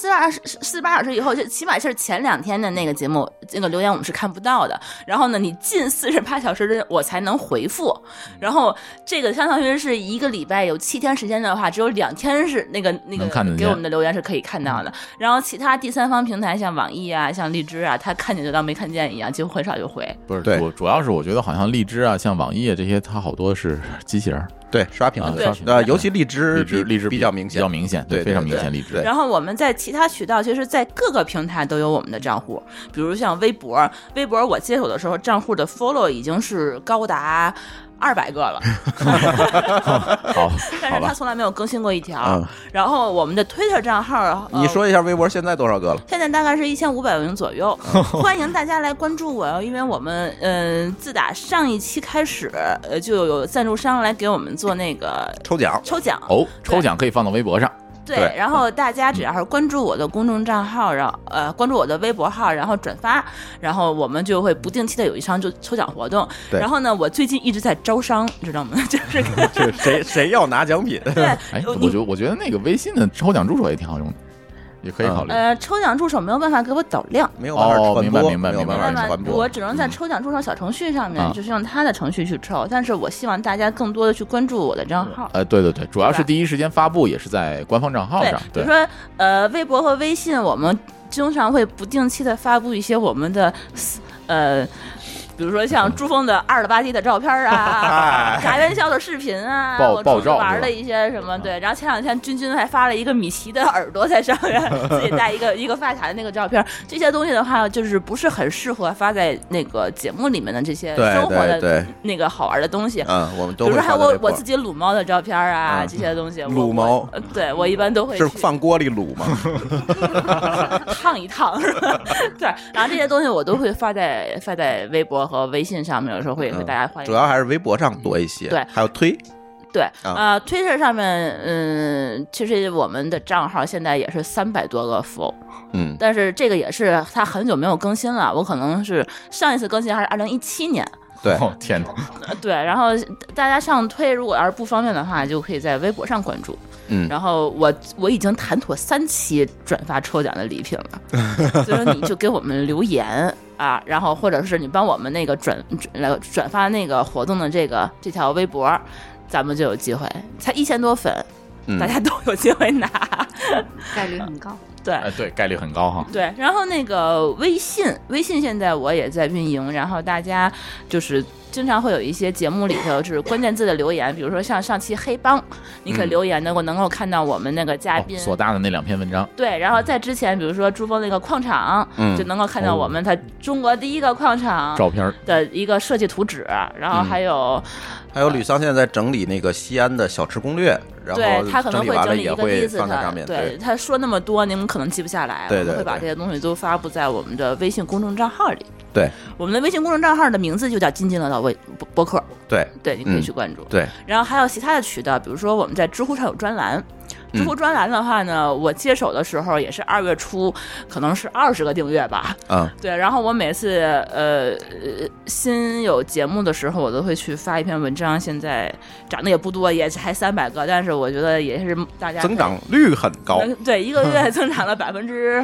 48小时以后，就起码是前2天的那个节目那个留言我们是看不到的。然后呢，你近48小时我才能回复。然后这个相当于是一个礼拜有7天时间的话，只有2天是那个给我们的留言是可以看到的。然后其他第三方平台像网易啊、像荔枝啊，他看见就当没看见一样，几乎很少就回。 不是，对，主要是我觉得好像荔枝啊、像网易啊这些，它好多是机器人。 对，刷屏尤其荔枝比较明显， 对，非常明显荔枝。 然后我们在其他渠道，其实在各个平台都有我们的账户，比如像微博我接手的时候，账户的 follow 已经是高达200个了。 好， 但是他从来没有更新过一条。然后我们的 Twitter 账号， 你说一下微博现在多少个了？ 现在大概是1500名左右。欢迎大家来关注我哟，因为我们自打上一期开始，就有赞助商来给我们做那个抽奖哦，抽奖可以放到微博上。 对，然后大家只要是关注我的公众账号，然后关注我的微博号，然后转发，然后我们就会不定期的有一场抽奖活动。然后呢，我最近一直在招商，知道吗？ 就是谁要拿奖品？ 对， 哎，我觉得那个微信的抽奖助手也挺好用的。也可以考虑。 抽奖助手没有办法给我导量， 没有办法传播， 明白。 我只能在抽奖助手小程序上面，就是用他的程序去抽。但是我希望大家更多的去关注我的账号。 对，主要是第一时间发布，也是在官方账号上。 对，比如说微博和微信，我们经常会不定期的发布一些我们的比如说像珠峰的二了吧唧的照片啊，炸元宵的视频啊，我出去玩的一些什么，对。然后前2天君还发了一个米奇的耳朵在上面，自己戴一个发卡的那个照片。这些东西的话，就是不是很适合发在那个节目里面的这些生活的那个好玩的东西。 我们都比如说还有我自己撸猫的照片啊，这些东西。 撸猫， 对我一般都会是放锅里撸吗？ 烫一烫，对。然后这些东西我都会发在微博和微信上面，有时候会和大家欢迎。 主要还是微博上多一些， 对， 还有推。 对Twitter 上面，其实我们的账号现在也是300多个 follow，但是这个也是它很久没有更新了，我可能是上一次更新还是2017年。 对， 天哪！ 对，然后大家上推，如果要是不方便的话，就可以在微博上关注。然后我已经谈妥3期转发抽奖的礼品了，所以说你就给我们留言啊，然后或者是你帮我们那个转发那个活动的这条微博，咱们就有机会。才1000多粉，大家都有机会拿， 概率很高。 对，概率很高哈。 对，然后那个微信现在我也在运营，然后大家就是经常会有一些节目里头就是关键字的留言，比如说像上期黑帮，你可以留言能够看到我们那个嘉宾所搭的那2篇文章。 对，然后在之前比如说珠峰那个矿场，就能够看到我们它中国第一个矿场照片的一个设计图纸，然后还有吕桑现在在整理那个西安的小吃攻略，然后对他可能会整理一个 list， 放在上面。对，他说那么多，你们可能记不下来。 对， 我们会把这些东西都发布在我们的微信公众账号里。 对， 我们的微信公众账号的名字就叫津津乐道播客。 对， 你可以去关注。 对， 然后还有其他的渠道，比如说我们在知乎上有专栏。知乎专栏的话呢，我接手的时候也是2月初，可能是20个订阅吧。对。然后我每次新有节目的时候，我都会去发一篇文章。现在涨得也不多，也才300个，但是我觉得也是大家增长率很高。 对，一个月增长了2000%。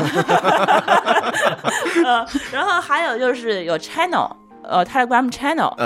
2000。 然后还有就是有 channel。Telegram channel，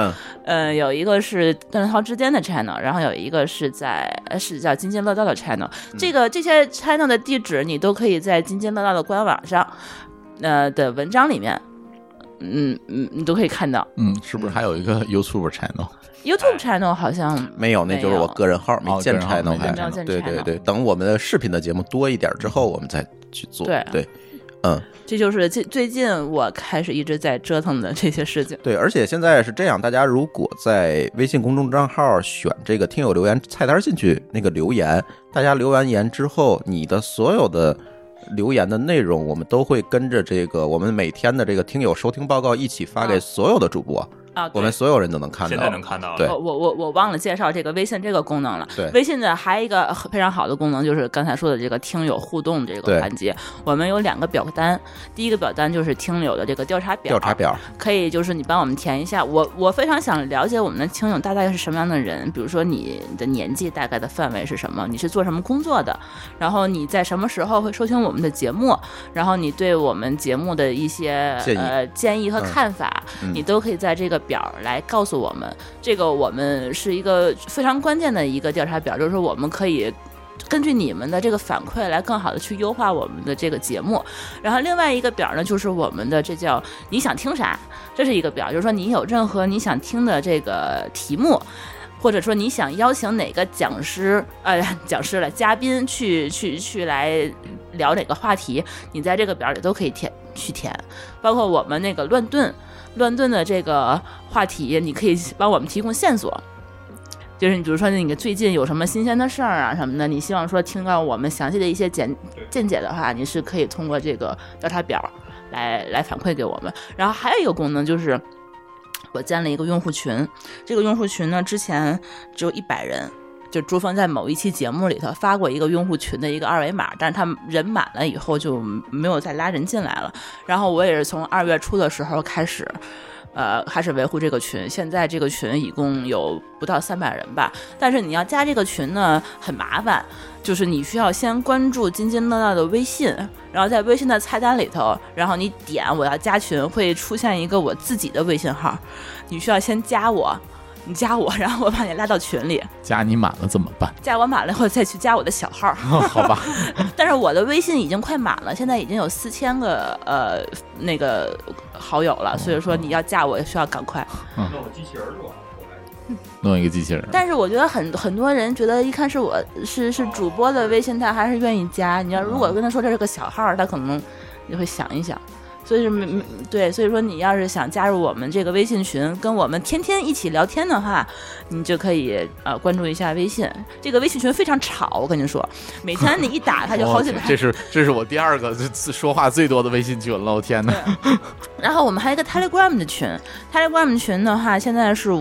有一个是段涛之间的 channel， 然后有一个是叫津津乐道的 channel。这些 channel 的地址你都可以在津津乐道的官网上，的文章里面，你都可以看到。 是不是还有一个 YouTube channel？YouTube channel 好像没有，那就是我个人号，没建 channel。 对对对，等我们的视频的节目多一点之后，我们再去做。对。 这就是最近我开始一直在折腾的这些事情。 对，而且现在是这样，大家如果在微信公众账号选这个听友留言菜单进去那个留言，大家留完言之后，你的所有的留言的内容，我们都会跟着这个我们每天的这个听友收听报告一起发给所有的主播。我们所有人都能看到， 现在能看到了。 对， 我忘了介绍这个微信这个功能了。 对， 微信的还有一个非常好的功能，就是刚才说的这个听友互动这个环节。我们有2个表单，第一个表单就是听友的这个调查表，可以就是你帮我们填一下。我非常想了解我们的听友大概是什么样的人，比如说你的年纪大概的范围是什么，你是做什么工作的，然后你在什么时候会收听我们的节目，然后你对我们节目的一些建议和看法，你都可以在这个表来告诉我们。这个我们是一个非常关键的一个调查表，就是说我们可以根据你们的这个反馈来更好的去优化我们的这个节目。然后另外一个表呢，就是我们的这叫你想听啥，这是一个表，就是说你有任何你想听的这个题目，或者说你想邀请哪个嘉宾去来聊哪个话题，你在这个表里都可以填，包括我们那个乱炖的这个话题，你可以帮我们提供线索。就是你比如说你最近有什么新鲜的事儿啊什么的，你希望说听到我们详细的一些见解的话，你是可以通过这个调查表来反馈给我们。然后还有一个功能就是我建了一个用户群，这个用户群呢之前只有100人，就朱峰在某一期节目里头发过一个用户群的一个2维码，但是他人满了以后就没有再拉人进来了。然后我也是从2月初的时候开始维护这个群，现在这个群一共有不到300人吧。但是你要加这个群呢很麻烦，就是你需要先关注津津乐道的微信，然后在微信的菜单里头，然后你点我要加群，会出现一个我自己的微信号，你需要先加我，然后我把你拉到群里。 加你满了怎么办？ 加我满了以后再去加我的小号。 好吧。 但是我的微信已经快满了，现在已经有4000个那个好友了，所以说你要加我需要赶快。 弄个机器人就完了。 弄一个机器人。 但是我觉得很多人觉得一看是我是主播的微信，他还是愿意加。你要如果跟他说这是个小号，他可能你会想一想。所以说你要是想加入我们这个微信群，跟我们天天一起聊天的话，你就可以关注一下微信。这个微信群非常吵，我跟你说，每天你一打开就好几百。 这是我第2个说话最多的微信群了，我天哪！ 然后我们还有一个 Telegram 的群，Telegram 群的话现在是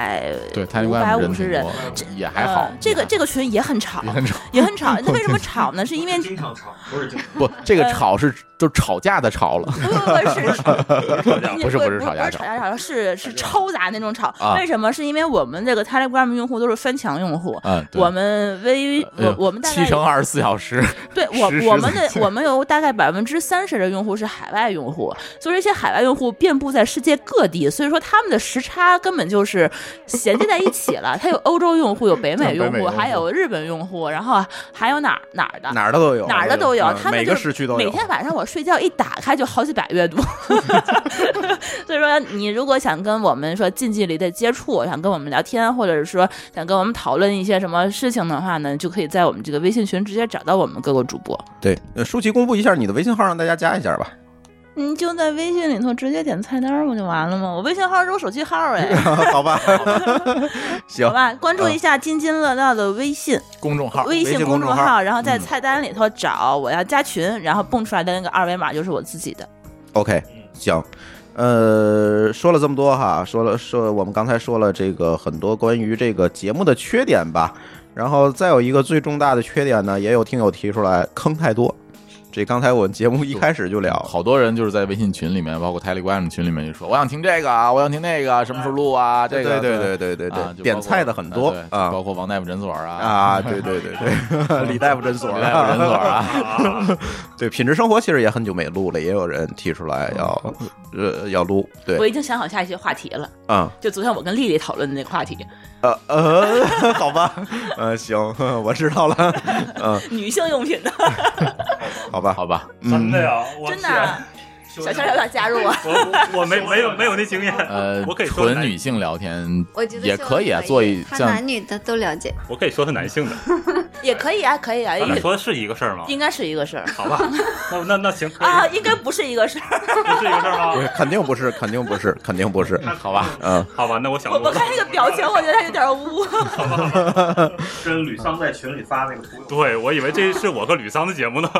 550人， 也还好。 这个群也很吵，也很吵。那为什么吵呢？是因为经常吵，不是经常不，这个吵是就吵架的吵了。不是吵架吵， 是抽杂那种吵。为什么？是因为我们这个 Telegram 用户都是翻墙用户，我们我们大概 7×24小时。 对，我们有大概30%的用户是海外用户，所以这些海外用户遍布在世界各地，所以说他们的时差根本就是衔接在一起了。他有欧洲用户，有北美用户，还有日本用户，然后还有哪儿的都有， 他们每个时区都有。 每天晚上我睡觉一打开就好几百阅读。所以说你如果想跟我们说近距离的接触，想跟我们聊天，或者是说想跟我们讨论一些什么事情的话呢，就可以在我们这个微信群直接找到我们各个主播。 对，舒淇公布一下你的微信号，让大家加一下吧。 你就在微信里头直接点菜单不就完了吗？我微信号是我手机号哎。 好吧。行， 好吧，关注一下津津乐道的微信公众号， 微信公众号，然后在菜单里头找我要加群，然后蹦出来的那个2维码就是我自己的。 OK， 行。说了这么多哈，说我们刚才说了这个很多关于这个节目的缺点吧，然后再有一个最重大的缺点呢，也有听友提出来，坑太多。 这刚才我们节目一开始就聊， 好多人就是在微信群里面，包括 Telegram 群里面就说，我想听这个啊，我想听那个，什么时候录啊？这个对，点菜的很多啊，包括王大夫诊所对，李大夫诊所对，品质生活其实也很久没录了，也有人提出来要录。对， 我已经想好下一期话题了。就昨天我跟丽丽讨论的那个话题。 好吧，行，我知道了。 女性用品的。 好吧， 真的呀， 真的。小仙要不要加入啊？ 我没有那经验。我可以说纯女性聊天， 我觉得也可以啊，做一他男女的都了解。 我可以说是男性的， 也可以啊，可以啊。 咱俩说的是一个事儿吗？ 应该是一个事儿。 好吧，那行啊，应该不是一个事儿。 不是一个事儿吗？ 肯定不是。 好吧， 好吧，那我想我看那个表情，我觉得他有点污。 好吧， 跟吕桑在群里发那个图。 对，我以为这是我和吕桑的节目呢。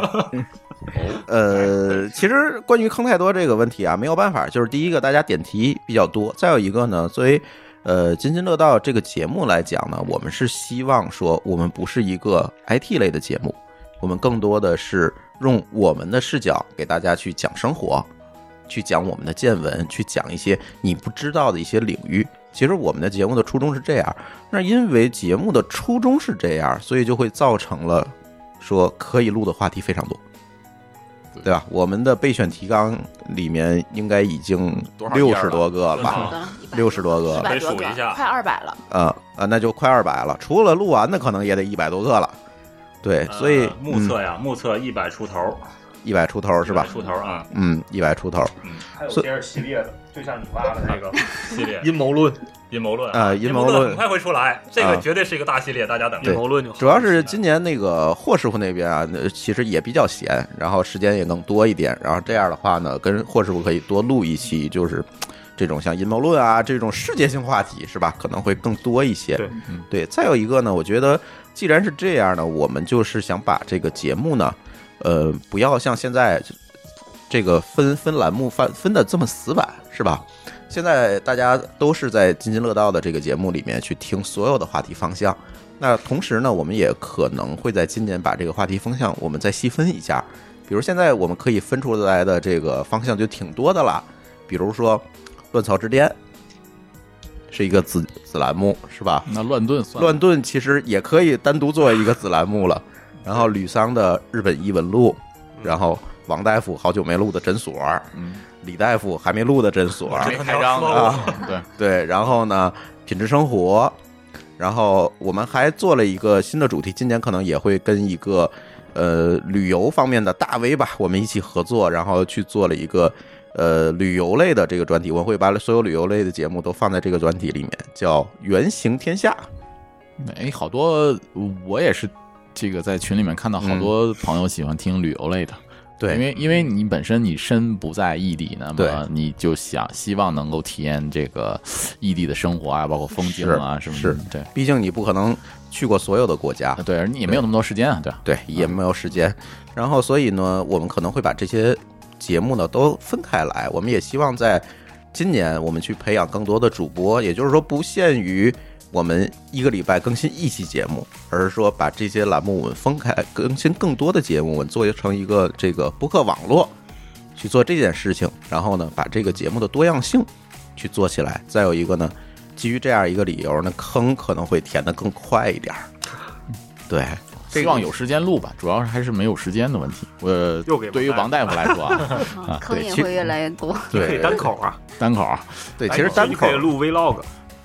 其实关于坑太多这个问题啊，没有办法，就是第一个大家点题比较多，再有一个呢，作为津津乐道这个节目来讲呢，我们是希望说我们不是一个 IT 类的节目，我们更多的是用我们的视角给大家去讲生活，去讲我们的见闻，去讲一些你不知道的一些领域。其实我们的节目的初衷是这样，那因为节目的初衷是这样，所以就会造成了说可以录的话题非常多，对吧？我们的备选提纲里面应该已经60多个了吧，60多个， 可以数一下， 快200了。 那就快200了。除了录完的，可能也得100多个了。对，所以目测100出头 ，100出头是吧？ 100出头啊 ，100出头。 还有些是系列的，就像你挖的那个系列阴谋论啊，阴谋论很快会出来，这个绝对是一个大系列，大家等着。 阴谋论就主要是今年那个霍师傅那边啊，其实也比较闲，然后时间也更多一点，然后这样的话呢，跟霍师傅可以多录一期，就是这种像阴谋论啊这种世界性话题是吧？可能会更多一些。对，再有一个呢，我觉得既然是这样呢，我们就是想把这个节目呢，不要像现在这个分栏目分的这么死板，是吧？现在大家都是在津津乐道的这个节目里面去听所有的话题方向，那同时呢，我们也可能会在今年把这个话题方向我们再细分一下，比如现在我们可以分出来的这个方向就挺多的了，比如说乱草之巅是一个子栏目，是吧？ 那乱炖其实也可以单独作为一个子栏目了。然后吕桑的日本异闻录，然后王大夫好久没录的诊所，李大夫还没录的诊所， 没开张啊，对，然后呢，品质生活，然后我们还做了一个新的主题，今年可能也会跟一个旅游方面的大 V 吧，我们一起合作，然后去做了一个旅游类的这个专题，我会把所有旅游类的节目都放在这个专题里面，叫原型天下。 好多我也是这个在群里面看到好多朋友喜欢听旅游类的。对，因为你本身你身不在异地，那么你就希望能够体验这个异地的生活啊，包括风景啊什么的。是，对， 毕竟你不可能去过所有的国家， 对，而你也没有那么多时间啊， 对，也没有时间。然后，所以呢，我们可能会把这些节目呢都分开来。我们也希望在今年我们去培养更多的主播，也就是说不限于我们一个礼拜更新一期节目，而是说把这些栏目我们分开更新更多的节目，我们做成一个这个播客网络去做这件事情，然后呢把这个节目的多样性去做起来。再有一个呢，基于这样一个理由呢，坑可能会填得更快一点。对， 希望有时间录吧，主要还是没有时间的问题。对于王大夫来说啊， 坑也会越来越多。 对， 可以单口啊， 对，其实单口可以录 vlog。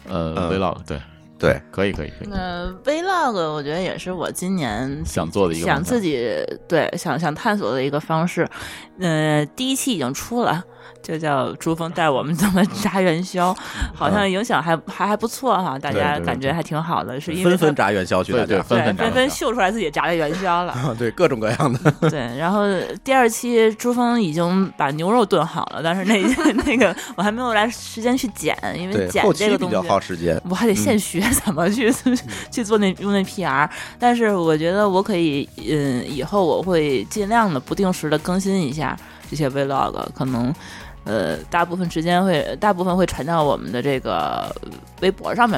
vlog 对，可以。 vlog 我觉得也是我今年想做的一个， 想自己想探索的一个方式。第一期已经出了，就叫朱峰带我们怎么炸元宵，好像影响还不错哈，大家感觉还挺好的，是因为纷纷炸元宵去， 对，纷纷秀出来自己炸的元宵了， 对，各种各样的。 对，然后第二期朱峰已经把牛肉炖好了，但是那个我还没有来时间去剪，因为剪这个东西比较耗时间， 我还得现学怎么去做用那 PR。但是我觉得我可以，以后我会尽量的不定时的更新一下这些 vlog， 可能。大部分会传到我们的这个微博上面吧，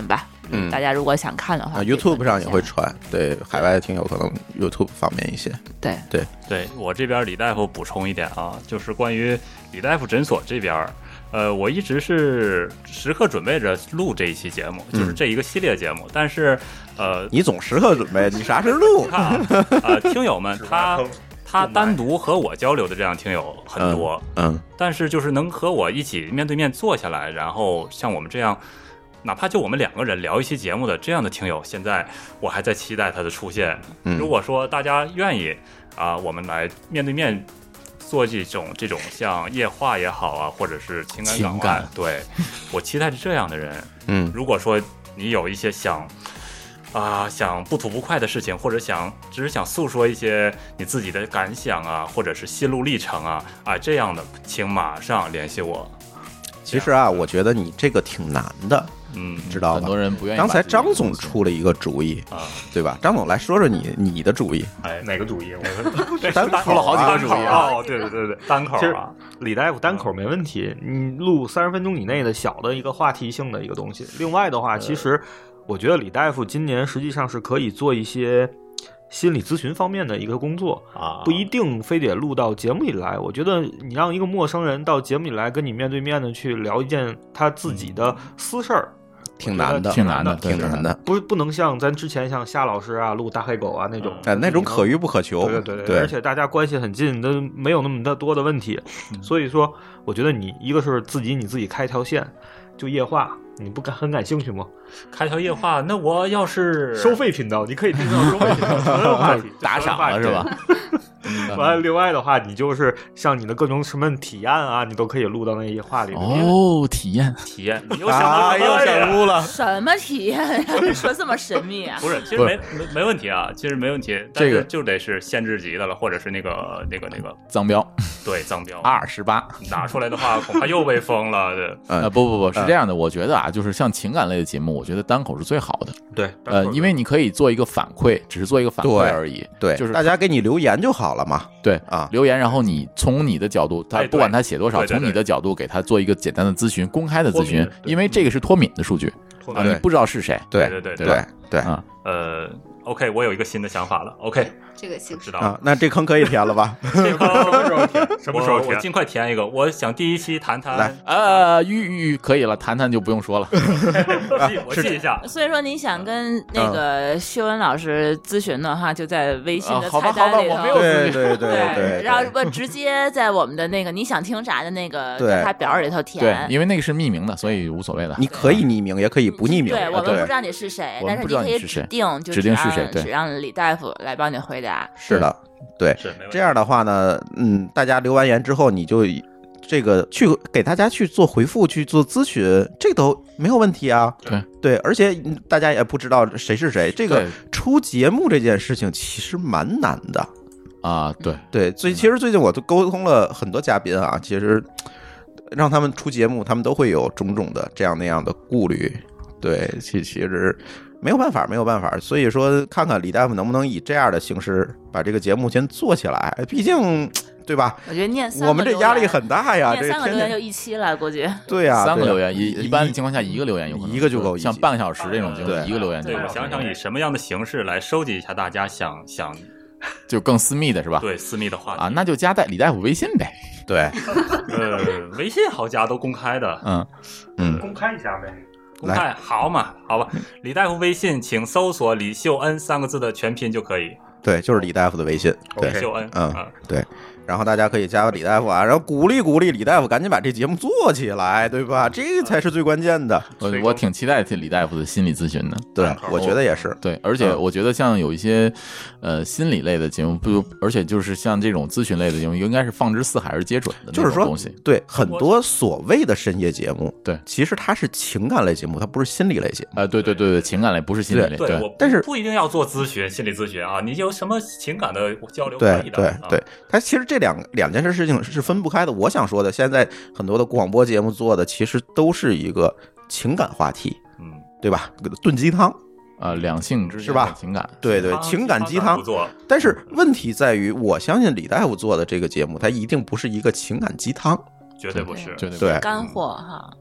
大家如果想看的话 ，YouTube 上也会传。对，海外的听友可能 YouTube 方便一些。 对， 我这边李大夫补充一点啊，就是关于李大夫诊所这边。我一直是时刻准备着录这一期节目，就是这一个系列节目。但是， 你总时刻准备，你啥时候录？ 听友们他单独和我交流的这样听友很多，但是就是能和我一起面对面坐下来，然后像我们这样，哪怕就我们2个人聊一期节目的这样的听友，现在我还在期待他的出现。如果说大家愿意我们来面对面。做这种像夜话也好啊，或者是情感港湾，对，我期待着这样的人。如果说你有一些想不吐不快的事情，或者只是想诉说一些你自己的感想啊，或者是心路历程啊这样的，请马上联系我。 其实我觉得你这个挺难的。知道吧？ 很多人不愿意。 刚才张总出了一个主意对吧？张总来说说你的主意。 哪个主意？ 单口出了好几个主意哦，对， 单口其实李大夫单口没问题，你录30分钟以内的小的一个话题性的一个东西。另外的话，其实我觉得李大夫今年实际上是可以做一些心理咨询方面的一个工作不一定非得录到节目里来。我觉得你让一个陌生人到节目里来跟你面对面的去聊一件他自己的私事儿。 挺难的， 挺难的， 不能像咱之前像夏老师录大黑狗那种， 那种可遇不可求。 对，而且大家关系很近，都没有那么多的问题。所以说，我觉得你一个是你自己开一条线，就夜话，你不很感兴趣吗？ 开条夜话，那我要是收费频道，你可以听到收费频道所有话题， 打赏了是吧？ 完了，另外的话，你就是像你的各种什么体验你都可以录到那些话里。 体验， 你又想录了什么体验呀？你说这么神秘啊？ 不是，其实没问题其实没问题。这个就得是限制级的了，或者是那个脏标， 对，脏标 28 拿出来的话，恐怕又被封了。 不，是这样的。我觉得就是像情感类的节目，我觉得单口是最好的。 对， 因为你可以做一个反馈，只是做一个反馈而已。 对， 就是大家给你留言就好了嘛。 对留言，然后你从你的角度，他不管他写多少，从你的角度给他做一个简单的咨询，公开的咨询，因为这个是脱敏的数据你不知道是谁。 对 OK， 我有一个新的想法了。OK， 这个行知道了那这坑可以填了吧？ 这坑什么时候填？ 我尽快填一个。我想第一期谈可以了，谈就不用说了。 我记一下。 所以说，你想跟那个秀恩老师咨询的话，就在微信的菜单里头。 我没有对， 然后直接在我们的那个你想听啥的那个他表里头填。 对，因为那个是匿名的，所以无所谓的。 你可以匿名，也可以不匿名。 对，我们不知道你是谁，但是你可以指定是谁，只让李大夫来帮你回答。 是的，对，这样的话呢，大家留完言之后，你就这个去给大家去做回复，去做咨询，这都没有问题啊。对，而且大家也不知道谁是谁，这个出节目这件事情其实蛮难的对，其实最近我都沟通了很多嘉宾其实让他们出节目，他们都会有种种的这样那样的顾虑。对，其实没有办法，所以说看看李大夫能不能以这样的形式把这个节目先做起来，毕竟对吧？ 我觉得念我们这压力很大呀， 念3个留言就1期了，估计。 对呀 ，3个留言一般的情况下1个留言有可能一个就够， 像半个小时这种情况1个留言就够。 我想想以什么样的形式来收集一下大家想就更私密的是吧？ 对，私密的话题那就加李大夫微信呗。 对， 微信好加都公开的， 公开一下呗。 公开好吧，李大夫微信请搜索李秀恩3个字的全拼就可以。 对，就是李大夫的微信。对， 秀恩。 对。然后大家可以加李大夫然后鼓励李大夫赶紧把这节目做起来，对吧？这才是最关键的。 我挺期待李大夫的心理咨询的。 对，我觉得也是。 对，而且我觉得像有一些心理类的节目，而且就是像这种咨询类的节目，应该是放之四海而皆准的那种东西。 对，很多所谓的深夜节目， 对， 其实它是情感类节目，它不是心理类节目。 对，情感类不是心理类。 对， 但是不一定要做咨询、心理咨询你有什么情感的交流可以的。 对，它其实这两件事情是分不开的。我想说的，现在很多的广播节目做的其实都是一个情感话题，对吧？炖鸡汤两性之间是吧？ 情感， 对，情感鸡汤。但是问题在于，我相信李大夫做的这个节目，它一定不是一个情感鸡汤。 绝对不是， 对， 干货哈。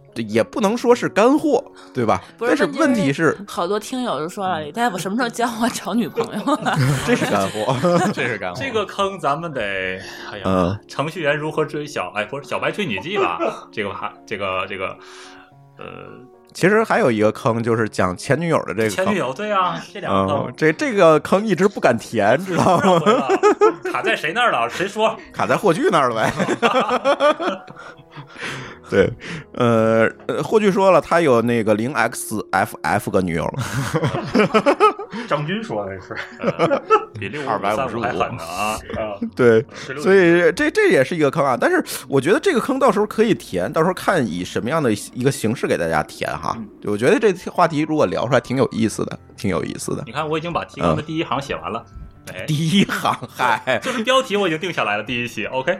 也不能说是干货，对吧？但是问题是， 好多听友就说了，李大夫什么时候教我找女朋友了？ 这是干货， 这是干货。 这个坑咱们得，哎呀，程序员如何追不是小白追女记吧？这个， 其实还有一个坑，就是讲前女友的这个坑。 前女友，对啊，这两个坑， 这个坑一直不敢填，知道吗？ 卡在谁那儿了？谁说？ 卡在霍炬那儿了呗。对，霍炬说了，他有那个0xFF 个女友了。 张军说的是， 比655还狠呢啊！ 对，所以这也是一个坑啊。但是我觉得这个坑到时候可以填，到时候看以什么样的一个形式给大家填哈。我觉得这话题如果聊出来挺有意思的，挺有意思的。 你看，我已经把提纲的第一行写完了。 第一行，嗨， 就是标题我已经定下来了，第一期 OK。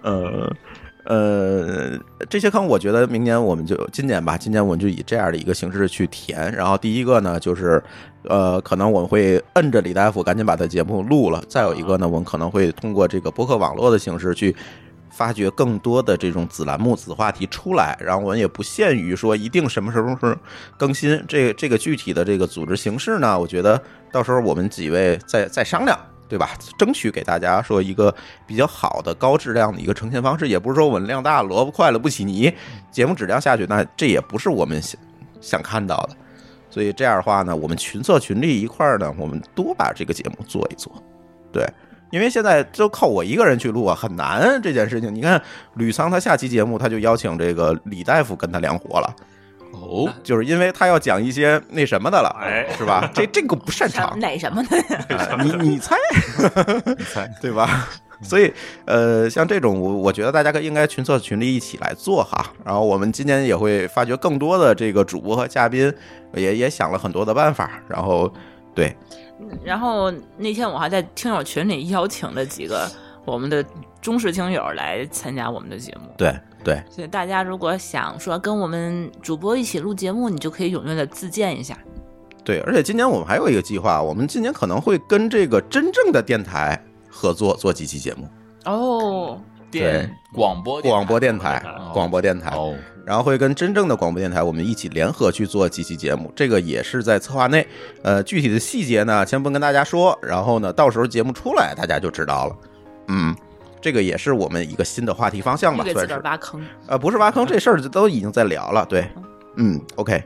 这些坑我觉得明年我们就今年我们就以这样的一个形式去填。然后第一个呢，就是可能我们会摁着李大夫赶紧把他节目录了。再有一个呢，我们可能会通过这个播客网络的形式去发掘更多的这种子栏目、子话题出来。然后我们也不限于说一定什么时候更新，这个具体的这个组织形式呢，我觉得到时候我们几位再商量。对吧？争取给大家说一个比较好的高质量的一个呈现方式，也不是说我们量大萝卜快了不起泥，节目质量下去，那这也不是我们想看到的。所以这样的话呢，我们群策群力一块儿呢，我们多把这个节目做一做。对，因为现在就靠我一个人去录啊，很难这件事情。你看吕桑他下期节目他就邀请这个李大夫跟他量活了。哦，就是因为他要讲一些那什么的了，是吧？这个不擅长， 哪什么的？ 你猜，你猜，对吧？所以像这种我觉得大家应该群策群力一起来做哈。然后我们今年也会发掘更多的这个主播和嘉宾，也想了很多的办法。然后对， 然后那天我还在听友群里邀请了几个我们的忠实听友来参加我们的节目。 对， 所以大家如果想说跟我们主播一起录节目，你就可以踊跃的自荐一下。 对，而且今年我们还有一个计划，我们今年可能会跟这个真正的电台合作做几期节目。 哦， 对，广播电台，哦，然后会跟真正的广播电台我们一起联合去做几期节目，这个也是在策划内。具体的细节呢，先不跟大家说，然后呢，到时候节目出来大家就知道了。这个也是我们一个新的话题方向吧，算是挖坑。 不是挖坑，这事儿都已经在聊了。对，OK，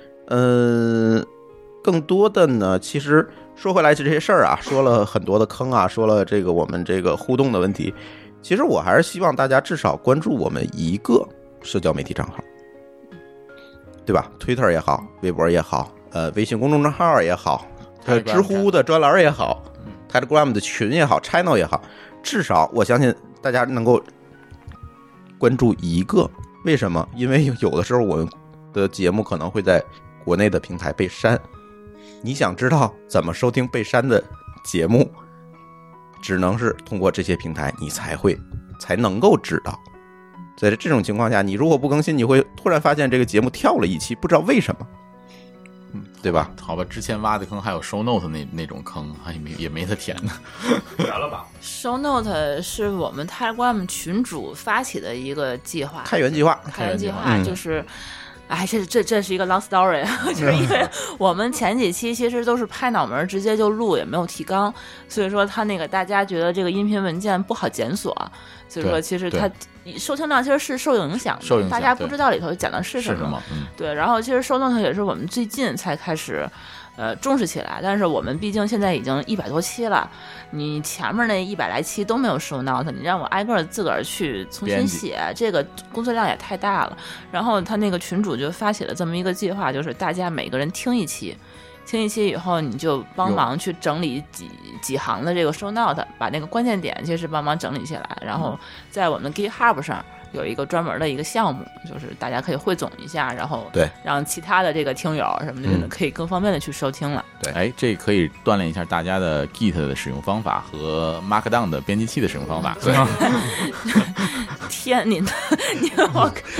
更多的呢，其实说回来这些事儿啊，说了很多的坑啊，说了这个我们这个互动的问题。其实我还是希望大家至少关注我们一个社交媒体账号，对吧 ？Twitter 也好，微博也好，微信公众账号也好，知乎的专栏也好，Telegram 的群也好 ，Channel 也好。至少我相信大家能够关注一个，为什么？因为有的时候我们的节目可能会在国内的平台被删，你想知道怎么收听被删的节目，只能是通过这些平台你才能够知道。在这种情况下，你如果不更新，你会突然发现这个节目跳了一期，不知道为什么。对吧？ 好吧，之前挖的坑还有 show note 那种坑，也没得填呢， 填了吧 ？show note 是我们 Telegram 群主发起的一个计划， 开源计划， 就是，这是一个 long story， 就是因为我们前几期其实都是拍脑门直接就录，也没有提纲，所以说他那个大家觉得这个音频文件不好检索，所以说其实它收听量其实是受影响的，大家不知道里头讲的是什么。对，然后其实show note也是我们最近才开始重视起来，但是我们毕竟现在已经100多期了，你前面那100来期都没有show note，你让我挨个自个儿去重新写，这个工作量也太大了。然后他那个群主就发起了这么一个计划，就是大家每个人听一期以后，你就帮忙去整理几行的这个show note，把那个关键点其实帮忙整理起来，然后在我们 GitHub 上有一个专门的一个项目，就是大家可以汇总一下，然后让其他的这个听友什么的可以更方便的去收听了。 对，这可以锻炼一下大家的 Git 的使用方法和 Markdown 的编辑器的使用方法。 天，你我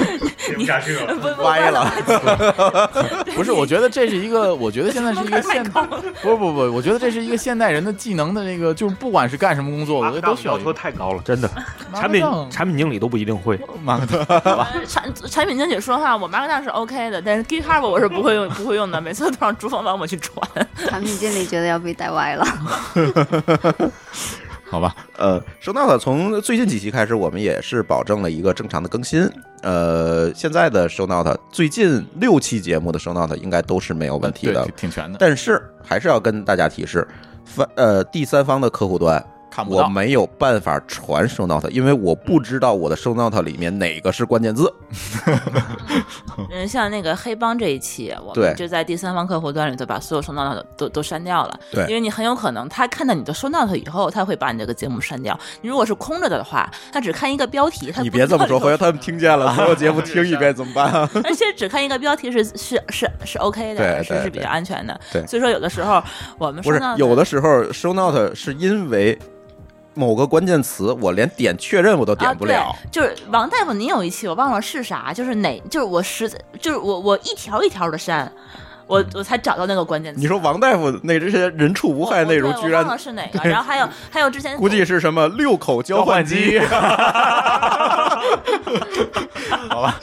听不下去了， 歪了。 不是，我觉得这是一个，我觉得现在是一个不，我觉得这是一个现代人的技能的这个，就是不管是干什么工作，我觉得都需要要求太高了，真的。产品经理都不一定会。 马克档， 产品经理说话，我马克档是 OK 的，但是 GitHub 我是不会用的，每次都让朱峰帮我去传。 产品经理觉得要被带歪了。 好吧， 收纳从最近几期开始，我们也是保证了一个正常的更新。现在的收纳最近6期节目的收纳应该都是没有问题的， 挺全的。 但是还是要跟大家提示，第三方的客户端看不到， 我没有办法传收纳，因为我不知道我的收纳里面哪个是关键字。 像那个黑帮这一期，我们就在第三方客户端里头把所有收纳都删掉了。 对， 因为你很有可能他看到你的收纳以后，他会把你这个节目删掉。你如果是空着的话，他只看一个标题，他你别这么说，回头他们听见了，所有节目听一遍怎么办啊？ 而且只看一个标题是 OK 的，是比较安全的。 对， 所以说有的时候我们不是有的时候收纳是因为某个关键词我连点确认我都点不了， 就是王大夫您有一期我忘了是啥，就是我一条一条的删，我才找到那个关键词。 你说王大夫那这些人畜无害内容居然我忘了是哪个，然后还有之前估计是什么6口交换机。 好吧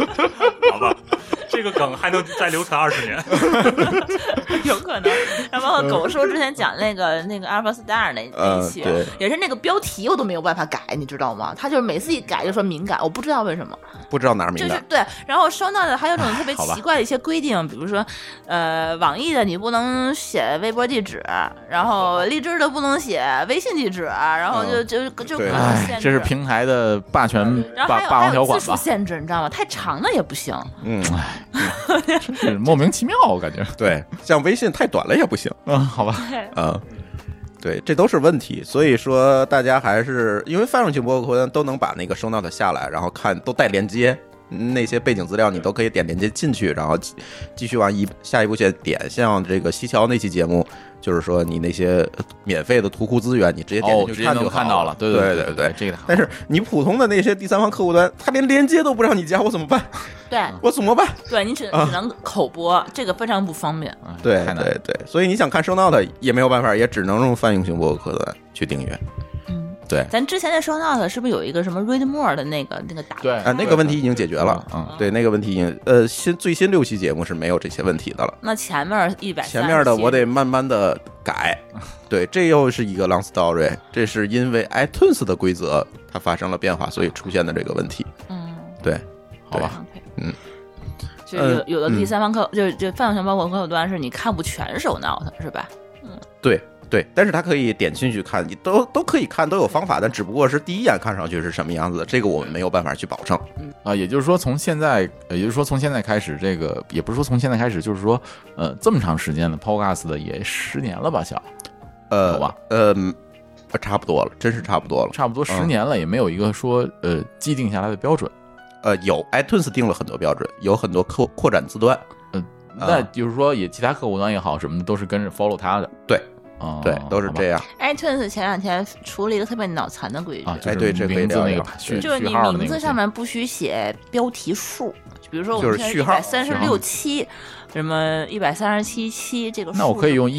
这个梗还能再流传20年。 有可能。然后包括狗叔之前讲那个 Alpha Star 那一期，也是那个标题我都没有办法改，你知道吗？他就是每次一改就说敏感，我不知道为什么， 不知道哪儿敏感。 就是对，然后收纳的还有种特别奇怪的一些规定，比如说网易的你不能写微博地址，然后荔枝的不能写微信地址，然后就各种限制。 这是平台的霸权霸王条款吧？ 字数限制你知道吗？太长的也不行。 是莫名其妙，我感觉。 对，像微信太短了也不行。 好吧。 对，这都是问题。所以说，大家还是因为泛用型博客都能把那个收纳下来，然后看都带连接，那些背景资料你都可以点连接进去，然后继续往下一步线点。像这个西桥那期节目，就是说你那些免费的图库资源，你直接点进去看就看到了。对，这个。 但是你普通的那些第三方客户端，他连连接都不让你加，我怎么办？ 对， 我怎么办？ 对你只能口播，这个非常不方便。 对，所以你想看收纳也没有办法，也只能用泛用型博客端去订阅。对， 咱之前的收纳是不是有一个什么 read more 的那个打？ 对， 那个问题已经解决了。对，那个问题已经最新6期节目是没有这些问题的了。 那前面前面的我得慢慢的改。对，这又是一个 long story， 这是因为 iTunes 的规则它发生了变化，所以出现的这个问题。对，好吧。 就有的第三方就泛用型包括客户端是你看不全收纳的，是吧？ 对，但是它可以点进去看，你都可以看，都有方法，但只不过是第一眼看上去是什么样子的，这个我们没有办法去保证。 也就是说从现在开始，这个也不是说从现在开始，就是说这么长时间的 Podcast 的也10年了吧，小好吧， 差不多了，真是差不多了， 差不多10年了，也没有一个说既定下来的标准。 有 iTunes 定了很多标准，有很多扩展字段， 那就是说也其他客户端也好什么的都是跟着 follow 它的。 对，都是这样。 iTunes 前2天出了一个特别脑残的规矩， 对，这可以聊聊。 就是你名字上面不许写标题数，比如说我们序号 136期，什么137期这个数， 那我可以用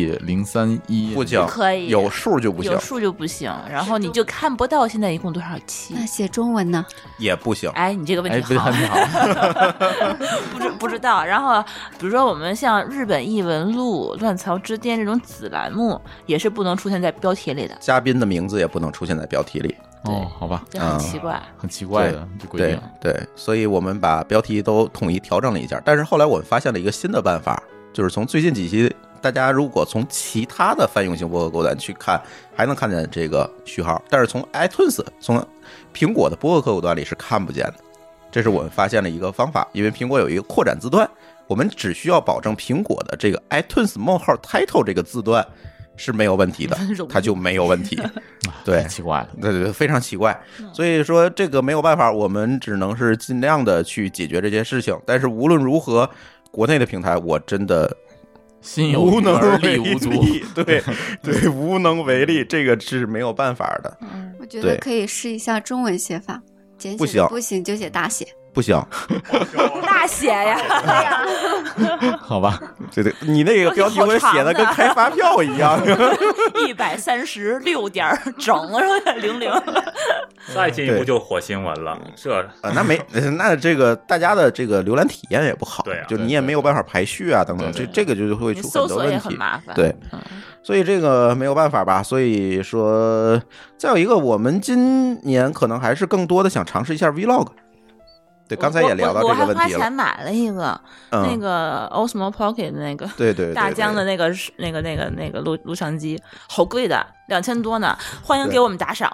EP031， 不行， 可以有数就不行， 有数就不行，然后你就看不到现在一共多少期。 那写中文呢？ 也不行。 哎，你这个问题好，不知道。然后比如说我们像日本异闻录、乱曹之巅这种子栏目，也是不能出现在标题里的， 嘉宾的名字也不能出现在标题里。 好吧， 这很奇怪， 很奇怪的这规定。 对，所以我们把标题都统一调整了一下。但是后来我们发现了一个新的办法，就是从最近几期，大家如果从其他的泛用型播客客户端去看，还能看见这个序号，但是从 iTunes 从苹果的播客客户端里是看不见的。这是我们发现了一个方法，因为苹果有一个扩展字段，我们只需要保证苹果的这个 iTunes 冒号 title 这个字段是没有问题的，它就没有问题。对， 奇怪了， 对，非常奇怪。所以说这个没有办法，我们只能是尽量的去解决这件事情。但是无论如何，国内的平台我真的心有余而力无足。 对，无能为力，这个是没有办法的。 我觉得可以试一下中文写法，简写不行就写大写。 不行， 大写呀！ 好吧， 对，你那个标题我写的跟开发票一样 ，136点整00。 再进一步就火星文了，这那这个大家的这个浏览体验也不好， 对啊， 就你也没有办法排序啊等等，这个就会出很多问题，搜索也很麻烦。 对，所以这个没有办法吧。所以说，再有一个，我们今年可能还是更多的想尝试一下 Vlog。对，刚才也聊到这个问题了。 我还花钱买了一个那个 Osmo Pocket 那个， 对大疆的那个录像机，好贵的，2000多呢。欢迎给我们打赏。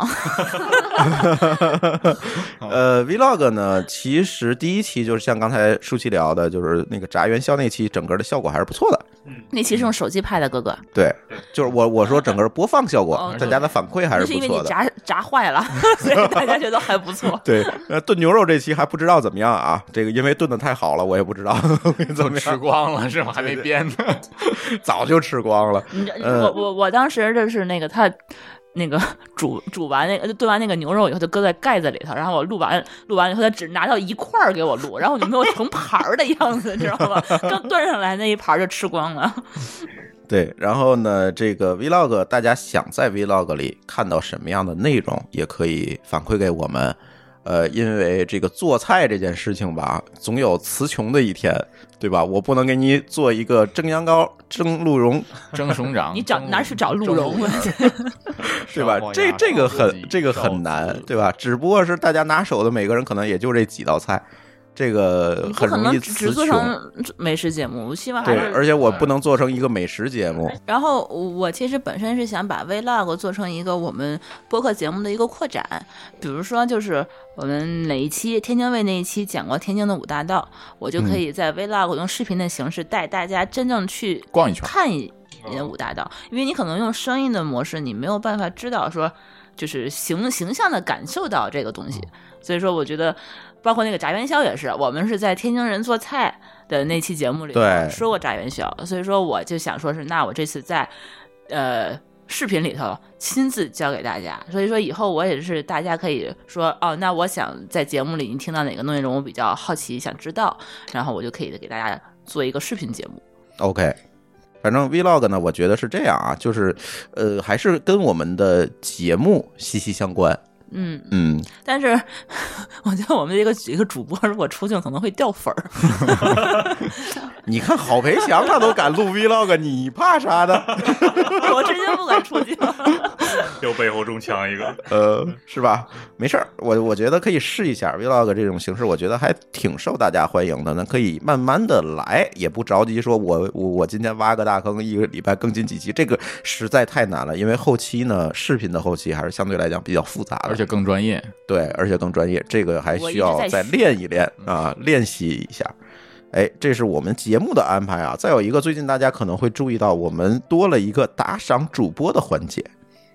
Vlog 呢，其实第一期就是像刚才舒淇聊的，就是那个炸元宵那期，整个的效果还是不错的。 那期是用手机拍的，哥哥。 对，就是我说整个播放效果，大家的反馈还是不错的。 是因为你炸坏了，所以大家觉得还不错。 对，炖牛肉这期还不知道怎么样啊？这个因为炖的太好了，我也不知道怎么样。 吃光了是吗？还没编呢， 早就吃光了。 我当时就是那个他。那个煮完那个炖完那个牛肉以后，就搁在盖子里头，然后我录完以后，他只拿到一块儿给我录，然后就没有成盘儿的样子，你知道吗？刚端上来那一盘就吃光了。 对，然后呢，这个 Vlog 大家想在 Vlog 里看到什么样的内容，也可以反馈给我们。因为这个做菜这件事情吧，总有词穷的一天，对吧？我不能给你做一个蒸羊羔、蒸鹿茸、 蒸熊掌， 你哪去找鹿茸啊？ 对吧？这个很难，对吧？只不过是大家拿手的，每个人可能也就这几道菜。这个很容易词穷， 只做成美食节目，我希望还是对，而且我不能做成一个美食节目。 然后我其实本身是想把 Vlog 做成一个我们播客节目的一个扩展，比如说就是我们哪一期天津卫那一期讲过天津的五大道，我就可以在 Vlog 用视频的形式带大家真正去逛一圈看五大道，因为你可能用声音的模式，你没有办法知道说就是形象的感受到这个东西，所以说我觉得。包括那个炸元宵也是，我们是在天津人做菜的那期节目里说过炸元宵，所以说我就想说是，那我这次在视频里头亲自教给大家，所以说以后我也是大家可以说哦，那我想在节目里你听到哪个内容我比较好奇想知道，然后我就可以给大家做一个视频节目。 OK， 反正 Vlog 呢，我觉得是这样啊，就是还是跟我们的节目息息相关。但是我觉得我们这个一个主播如果出镜可能会掉粉儿。你看郝培强他都敢录 Vlog， 你怕啥的？ 我直接不敢出镜。 又背后中枪一个， 是吧？没事儿，我觉得可以试一下 Vlog 这种形式，我觉得还挺受大家欢迎的。那可以慢慢的来，也不着急说我今天挖个大坑，一个礼拜更新几期，这个实在太难了。因为后期呢，视频的后期还是相对来讲比较复杂的， 而且更专业。 对，而且更专业，这个还需要再练一练啊，练习一下。哎，这是我们节目的安排啊。再有一个，最近大家可能会注意到，我们多了一个打赏主播的环节。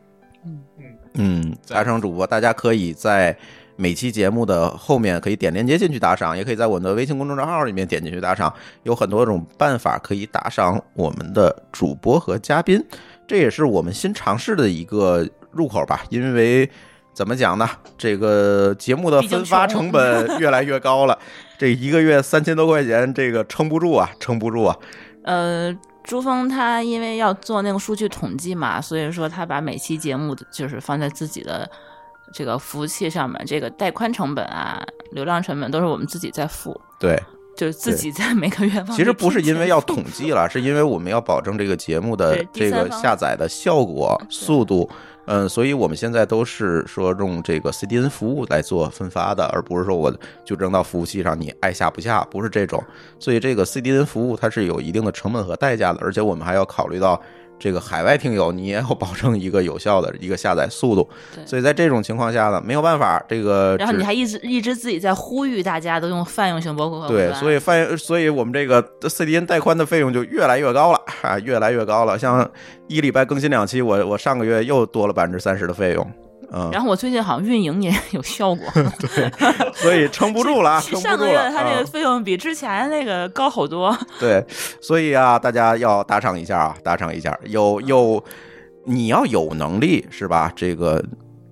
打赏主播，大家可以在每期节目的后面可以点链接进去打赏，也可以在我们的微信公众账号里面点进去打赏，有很多种办法可以打赏我们的主播和嘉宾。这也是我们新尝试的一个入口吧，因为怎么讲呢？这个节目的分发成本越来越高了，这一个月3000多块钱，这个撑不住啊，撑不住啊。 朱峰他因为要做那个数据统计嘛，所以说他把每期节目就是放在自己的这个服务器上面，这个带宽成本啊、流量成本都是我们自己在付。对。就是自己在每个月放。 其实不是因为要统计了，是因为我们要保证这个节目的这个下载的效果、速度。所以我们现在都是说用这个 CDN 服务来做分发的，而不是说我就扔到服务器上你爱下不下，不是这种。所以这个 CDN 服务它是有一定的成本和代价的，而且我们还要考虑到这个海外听友，你也要保证一个有效的一个下载速度。所以在这种情况下呢，没有办法，这个然后你还一直自己在呼吁大家都用泛用型播客。 对，所以我们这个 CDN 带宽的费用就越来越高了啊，越来越高了。像一礼拜更新2期，我上个月又多了30%的费用。 然后我最近好像运营也有效果。 对，所以撑不住了，撑不住了。 上个月他那个费用比之前那个高好多。 对，所以啊，大家要打赏一下啊，打赏一下。你要有能力是吧？这个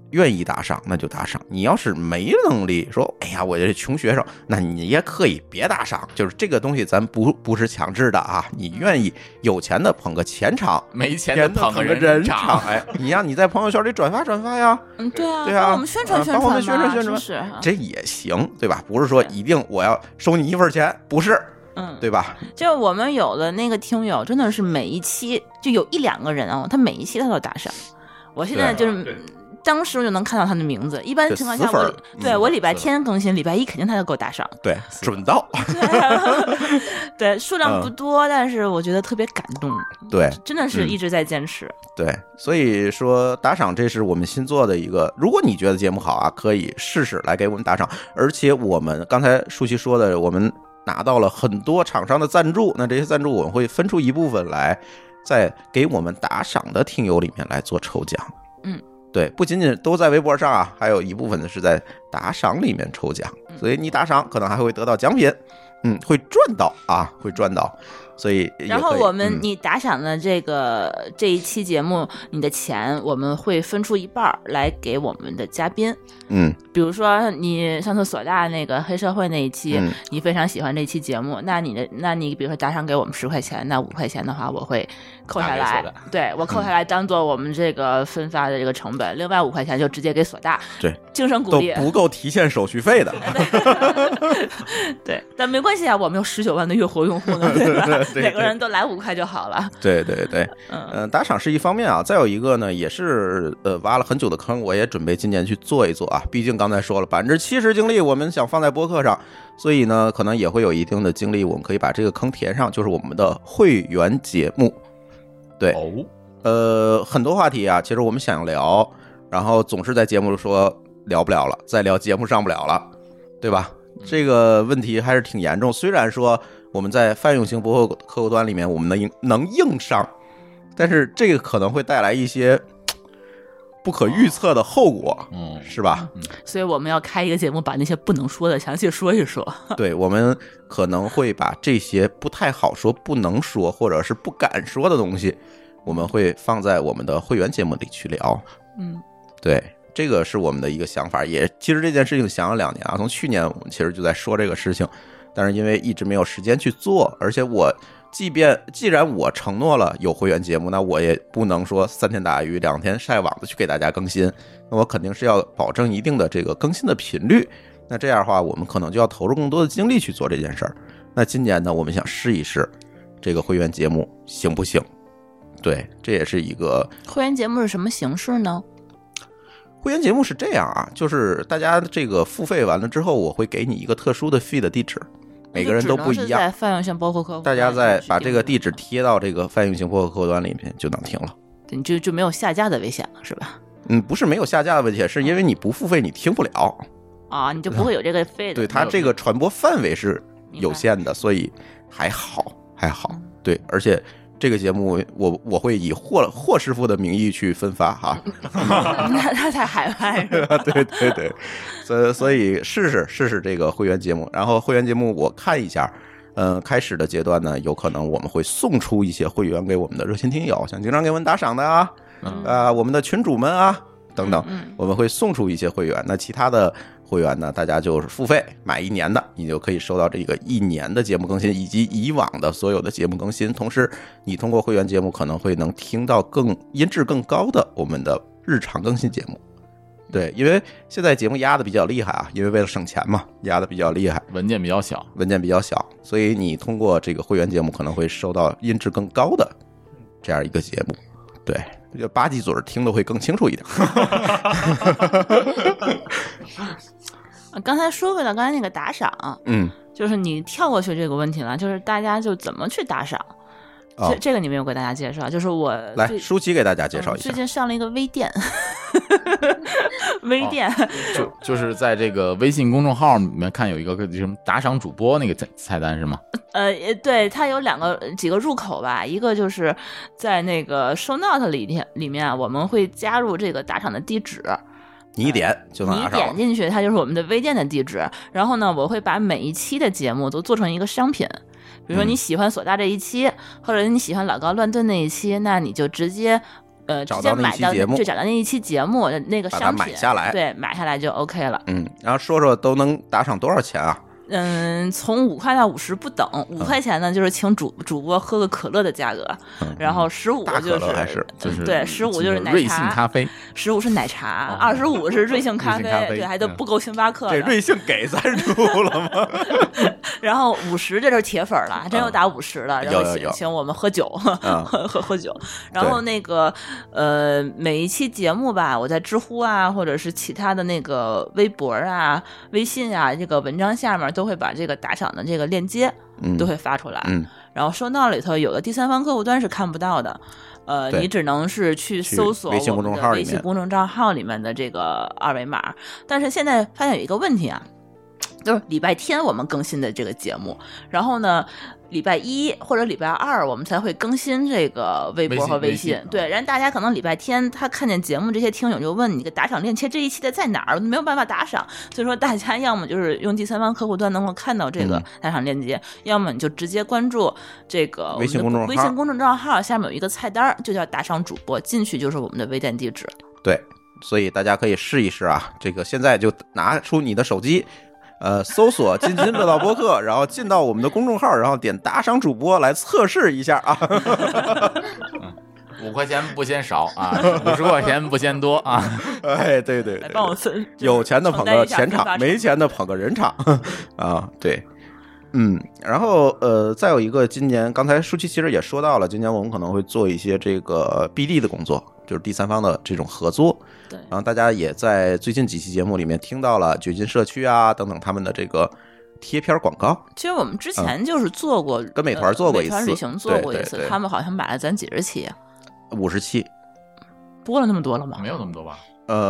愿意打赏那就打赏，你要是没能力说哎呀我这穷学生，那你也可以别打赏，就是这个东西咱不是强制的啊，你愿意有钱的捧个钱场， 没钱的捧个人场， 哎，你让你在朋友圈里转发呀， 对啊， 对啊， 帮我们宣传帮我们宣传是这也行，对吧？不是说一定我要收你1分钱，不是。对吧？ 就我们有的那个听友，真的是每一期就有1、2个人他每一期他都打赏。我现在就是当时就能看到他的名字。一般情况下我礼拜天更新，礼拜一肯定他就给我打赏。 对，准到。 对，数量不多，但是我觉得特别感动。 对， 真的是一直在坚持。 对，所以说打赏这是我们新做的一个，如果你觉得节目好啊，可以试试来给我们打赏。而且我们刚才舒淇说的，我们拿到了很多厂商的赞助，那这些赞助我们会分出一部分来在给我们打赏的听友里面来做抽奖。对，不仅仅都在微博上啊，还有一部分是在打赏里面抽奖，所以你打赏可能还会得到奖品，会赚到啊，会赚到。所以然后我们你打赏的这一期节目，你的钱我们会分出一半来给我们的嘉宾。比如说你上次索大那个黑社会那一期，你非常喜欢这期节目，那你比如说打赏给我们10块钱，那5块钱的话我会扣下来，对，我扣下来当做我们这个分发的这个成本，另外5块钱就直接给索大， 对， 精神鼓励都不够提现手续费的。 对，但没关系啊，我们有19万的月活用户呢，对吧？每个人都来5块就好了。 对对对，打赏是一方面啊，再有一个呢，也是挖了很久的坑，我也准备今年去做一做啊。毕竟刚才说了，70%精力我们想放在播客上，所以呢，可能也会有一定的精力，我们可以把这个坑填上，就是我们的会员节目。对，很多话题啊，其实我们想聊，然后总是在节目说聊不了了，再聊节目上不了了，对吧？这个问题还是挺严重。虽然说我们在泛用型播客客户端里面我们能硬上，但是这个可能会带来一些不可预测的后果，是吧？ 所以我们要开一个节目，把那些不能说的详细说一说。 对，我们可能会把这些不太好说、不能说或者是不敢说的东西，我们会放在我们的会员节目里去聊。对，这个是我们的一个想法。也其实这件事情想了2年啊，从去年我们其实就在说这个事情，但是因为一直没有时间去做，而且我既然我承诺了有会员节目，那我也不能说3天打鱼2天晒网子去给大家更新，那我肯定是要保证一定的这个更新的频率。那这样的话，我们可能就要投入更多的精力去做这件事儿。那今年呢，我们想试一试这个会员节目行不行？对，这也是一个会员节目是什么形式呢？ 会员节目是这样啊，就是大家这个付费完了之后，我会给你一个特殊的 feed 地址。每个人都不一样， 在泛用型播客客户端， 大家再把这个地址贴到这个泛用型播客客户端里面就能听了。 你就没有下架的危险了，是吧？ 不是没有下架的危险，是因为你不付费你听不了啊，你就不会有这个费的。 对，它这个传播范围是有限的，所以还好。对，而且这个节目我会以霍师傅的名义去分发哈。 那他在海外是吧？ 对对对，所以试试这个会员节目，然后会员节目我看一下，开始的阶段呢，有可能我们会送出一些会员给我们的热心听友，像经常给我们打赏的啊，我们的群主们啊等等，我们会送出一些会员。那其他的会员呢，大家就是付费买1年的，你就可以收到这个1年的节目更新以及以往的所有的节目更新。同时，你通过会员节目可能会能听到音质更高的我们的日常更新节目。对，因为现在节目压的比较厉害啊，因为为了省钱嘛，压的比较厉害， 文件比较小， 所以你通过这个会员节目可能会收到音质更高的这样一个节目。对，就吧唧嘴听的会更清楚一点。 刚才说回到刚才那个打赏，就是你跳过去这个问题了，就是大家就怎么去打赏。这个你没有给大家介绍，就是我来舒淇给大家介绍一下。 最近上了一个微店，微店就是在这个微信公众号里面看有一个什么打赏主播那个菜单是吗？ 对，它有几个入口吧，一个就是在那个 show note 里面我们会加入这个打赏的地址。 你一点就能打赏，你点进去它就是我们的微店的地址。然后呢，我会把每一期的节目都做成一个商品，比如说你喜欢索大这一期，或者你喜欢老高乱炖那一期，那你就直接找到那直接买到期节目， 就找到那一期节目的那个把它商品， 买下来， 对，买下来就 OK 了。 然后说说都能打赏多少钱啊？ 从5块到50不等，5块钱呢就是请主播喝个可乐的价格，然后15 大可就是乐还是对，15就是奶瑞幸茶， 咖啡， 15是奶茶，25是瑞幸咖啡， 瑞幸咖啡对，还都不够星巴克的。 这瑞幸给赞助了吗？ 然后50这就是铁粉了，还真有打50了，然后有请我们喝酒，喝酒。然后那个每一期节目吧，我在知乎啊，或者是其他的那个微博啊、微信啊，这个文章下面都会把这个打赏的这个链接都会发出来。然后收到里头有的第三方客户端是看不到的。你只能是去搜索微信公众号微信公众账号里面的这个二维码。但是现在发现有一个问题啊，就是礼拜天我们更新的这个节目，然后呢礼拜1或者礼拜2我们才会更新这个微博和微信。对，然后大家可能礼拜天他看见节目，这些听友就问你个打赏链接这一期的在哪儿，没有办法打赏，所以说大家要么就是用第三方客户端能够看到这个打赏链接，要么你就直接关注这个微信公众账号下面有一个菜单就叫打赏主播，进去就是我们的微店地址。 对，所以大家可以试一试啊，这个现在就拿出你的手机搜索津津乐道播客，然后进到我们的公众号，然后点打赏主播来测试一下啊。 5块钱不嫌少啊，50块钱不嫌多啊。 哎，对， 来帮我分， 有钱的捧个钱场，没钱的捧个人场啊。对，然后再有一个，今年刚才舒淇其实也说到了，今年我们可能会做一些这个 BD 的工作，就是第三方的这种合作。 对， 然后大家也在最近几期节目里面听到了掘金社区啊等等他们的这个贴片广告。 其实我们之前就是做过， 跟美团做过一次， 美团旅行做过一次， 对， 他们好像买了咱几十期 ，50期， 播了那么多了吗？ 没有那么多吧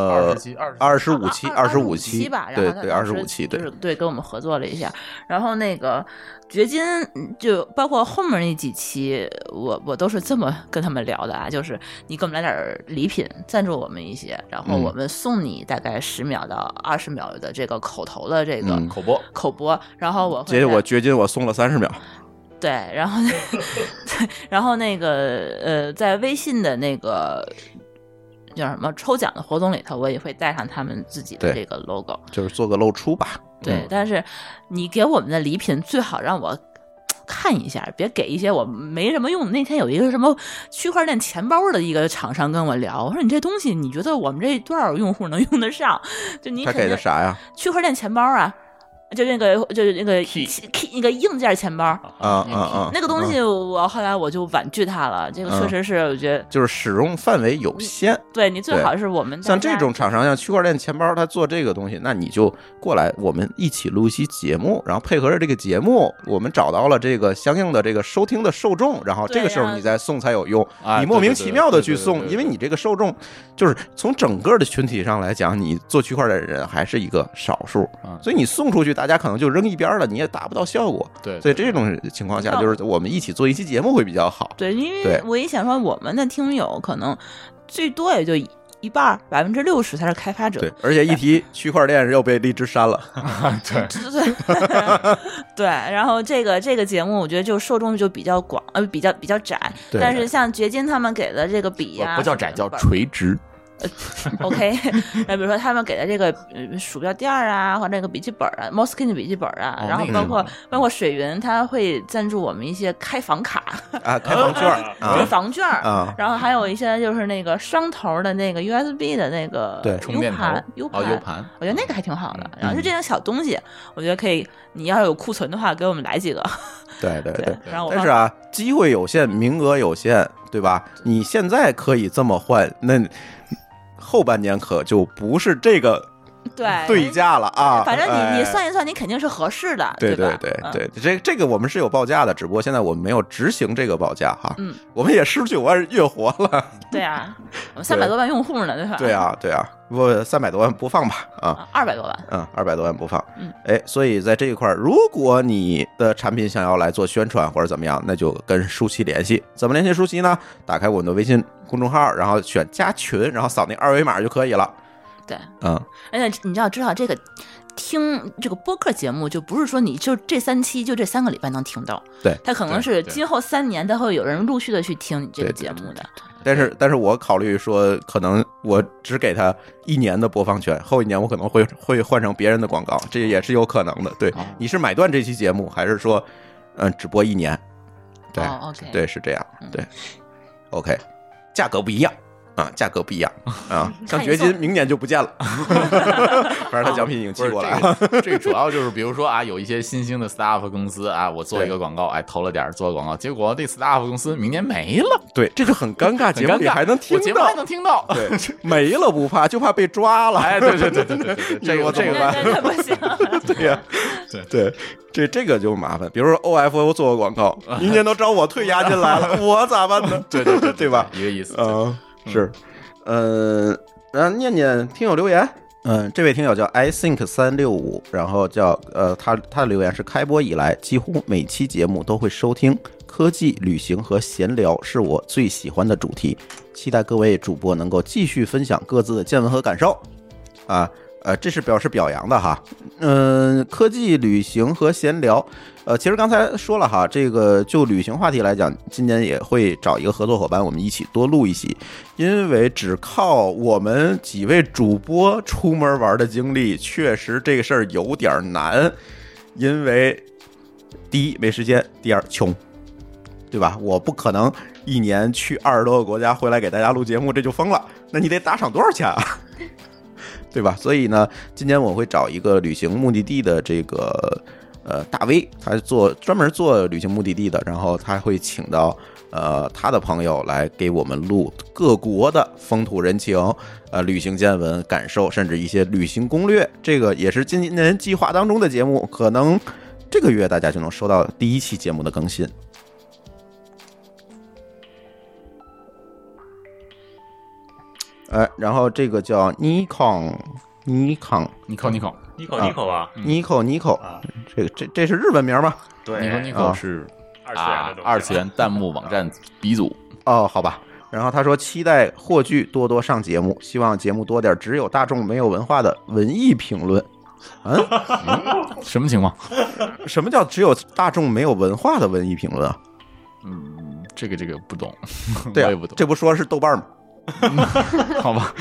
？25期吧， 对，25期， 对，跟我们合作了一下。然后那个掘金就包括后面那几期，我都是这么跟他们聊的啊，就是你给我们来点礼品，赞助我们一些，然后我们送你大概10秒到20秒的这个口头的这个口播，然后我掘金我送了30秒。 对，然后那个在微信的那个叫什么抽奖的活动里头，我也会带上他们自己的这个 logo， 就是做个露出吧。 对，但是你给我们的礼品最好让我看一下，别给一些我没什么用的。那天有一个什么区块链钱包的一个厂商跟我聊，我说你这东西你觉得我们这多少用户能用得上？就你他给的啥呀？ 区块链钱包啊。就是那个 key 那个硬件钱包那个东西我后来我就婉拒它了。这个确实是我觉得就是使用范围有限。 对，你最好是我们像这种厂商，像区块链钱包，他做这个东西，那你就过来，我们一起录一期节目，然后配合着这个节目，我们找到了这个相应的这个收听的受众，然后这个时候你再送才有用。你莫名其妙的去送，因为你这个受众就是从整个的群体上来讲，你做区块链的人还是一个少数，所以你送出去，大家可能就扔一边了，你也达不到效果。 对， 所以这种情况下，就是我们一起做一期节目会比较好。 对，因为我一想说，我们的听友可能最多也就一半，60%才是开发者。 对，而且一提区块链又被荔枝删了。 对，然后这个节目，我觉得就受众就比较广，比较窄。但是像掘金他们给的这个笔呀， 不叫窄，叫垂直。 OK， 比如说他们给的这个鼠标垫啊，或者那个笔记本啊 ，Moleskine 的笔记本啊，然后包括水云，他会赞助我们一些开房卡啊，开房券， 开房券啊，然后还有一些就是那个双头的那个 USB 的那个 U 盘， 我觉得那个还挺好的。然后就这种小东西，我觉得可以，你要有库存的话，给我们来几个。 对，然后但是啊，机会有限，名额有限，对吧？你现在可以这么换，那后半年可就不是这个对价了啊。 反正你算一算，你肯定是合适的， 对吧？ 对，这个我们是有报价的，只不过现在我们没有执行这个报价哈。我们也19万月活了。 对啊，我们300多万用户呢，对吧？ 对啊，不300多万播放吧啊 ，200多万 ，200多万播放。所以在这一块，如果你的产品想要来做宣传或者怎么样，那就跟舒淇联系。怎么联系舒淇呢？打开我们的微信公众号，然后选加群，然后扫那2维码就可以了。 对，而且你知道这个听这个播客节目，就不是说你就这3期就这3个礼拜能听到， 对， 它可能是今后3年它会有人陆续的去听你这个节目的。 但是我考虑说，可能我只给他1年的播放权，后1年我可能会换成别人的广告，这也是有可能的。对，你是买断这期节目，还是说只播1年？对、 OK， 对，是这样。对、OK， 价格不一样。价格不一样啊，像掘金明年就不见了，反正他奖品已经寄过来了。 这个主要就是，比如说啊，有一些新兴的 staff 公司啊，我做一个广告，哎，投了点做广告，结果这 staff 公司明年没了， 对，这就很尴尬，节目里还能听到， 节目还能听到， 对，没了不怕，就怕被抓了。 哎，对，这个不行， 对呀，对，这个就麻烦。比如说 OFO 做个广告，明年都找我退押金来了，我咋办呢？对吧？ 一个意思。 是，然后念念听友留言，这位听友叫 I think 365，然后叫他的留言是开播以来几乎每期节目都会收听，科技、旅行和闲聊是我最喜欢的主题，期待各位主播能够继续分享各自的见闻和感受啊。这是表示表扬的哈，科技、旅行和闲聊，其实刚才说了哈，这个就旅行话题来讲，今年也会找一个合作伙伴，我们一起多录一期，因为只靠我们几位主播出门玩的经历，确实这个事儿有点难，因为第一没时间，第二穷，对吧？我不可能1年去20多个国家回来给大家录节目，这就疯了，那你得打赏多少钱啊？对吧？所以呢，今年我会找一个旅行目的地的这个大 V， 他专门做旅行目的地的，然后他会请到他的朋友来给我们录各国的风土人情、旅行见闻、感受，甚至一些旅行攻略。这个也是今年计划当中的节目，可能这个月大家就能收到第1期节目的更新。然后这个叫尼康啊，Nico 啊，这是日本名吗？ 对 ，Nico 是二次元弹幕网站鼻祖。 哦，好吧。然后他说期待霍炬多多上节目，希望节目多点只有大众没有文化的文艺评论。 什么情况？ 什么叫只有大众没有文化的文艺评论啊？ 这个不懂， 对、 我也不懂。 这不说是豆瓣吗？ 好吧，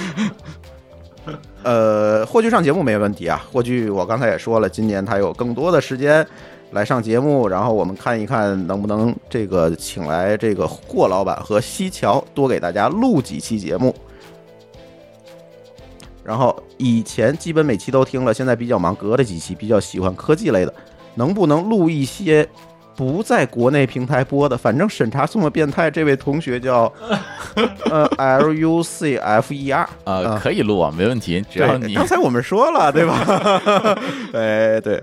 霍炬上节目没问题啊。霍炬我刚才也说了，今年他有更多的时间来上节目，然后我们看一看能不能这个请来这个霍老板和西桥多给大家录几期节目。然后以前基本每期都听了，现在比较忙，隔了几期比较喜欢科技类的，能不能录一些不在国内平台播的？反正审查这么变态，这位同学叫LUCFER 可以录啊，没问题，只要你刚才我们说了对吧？哎，对。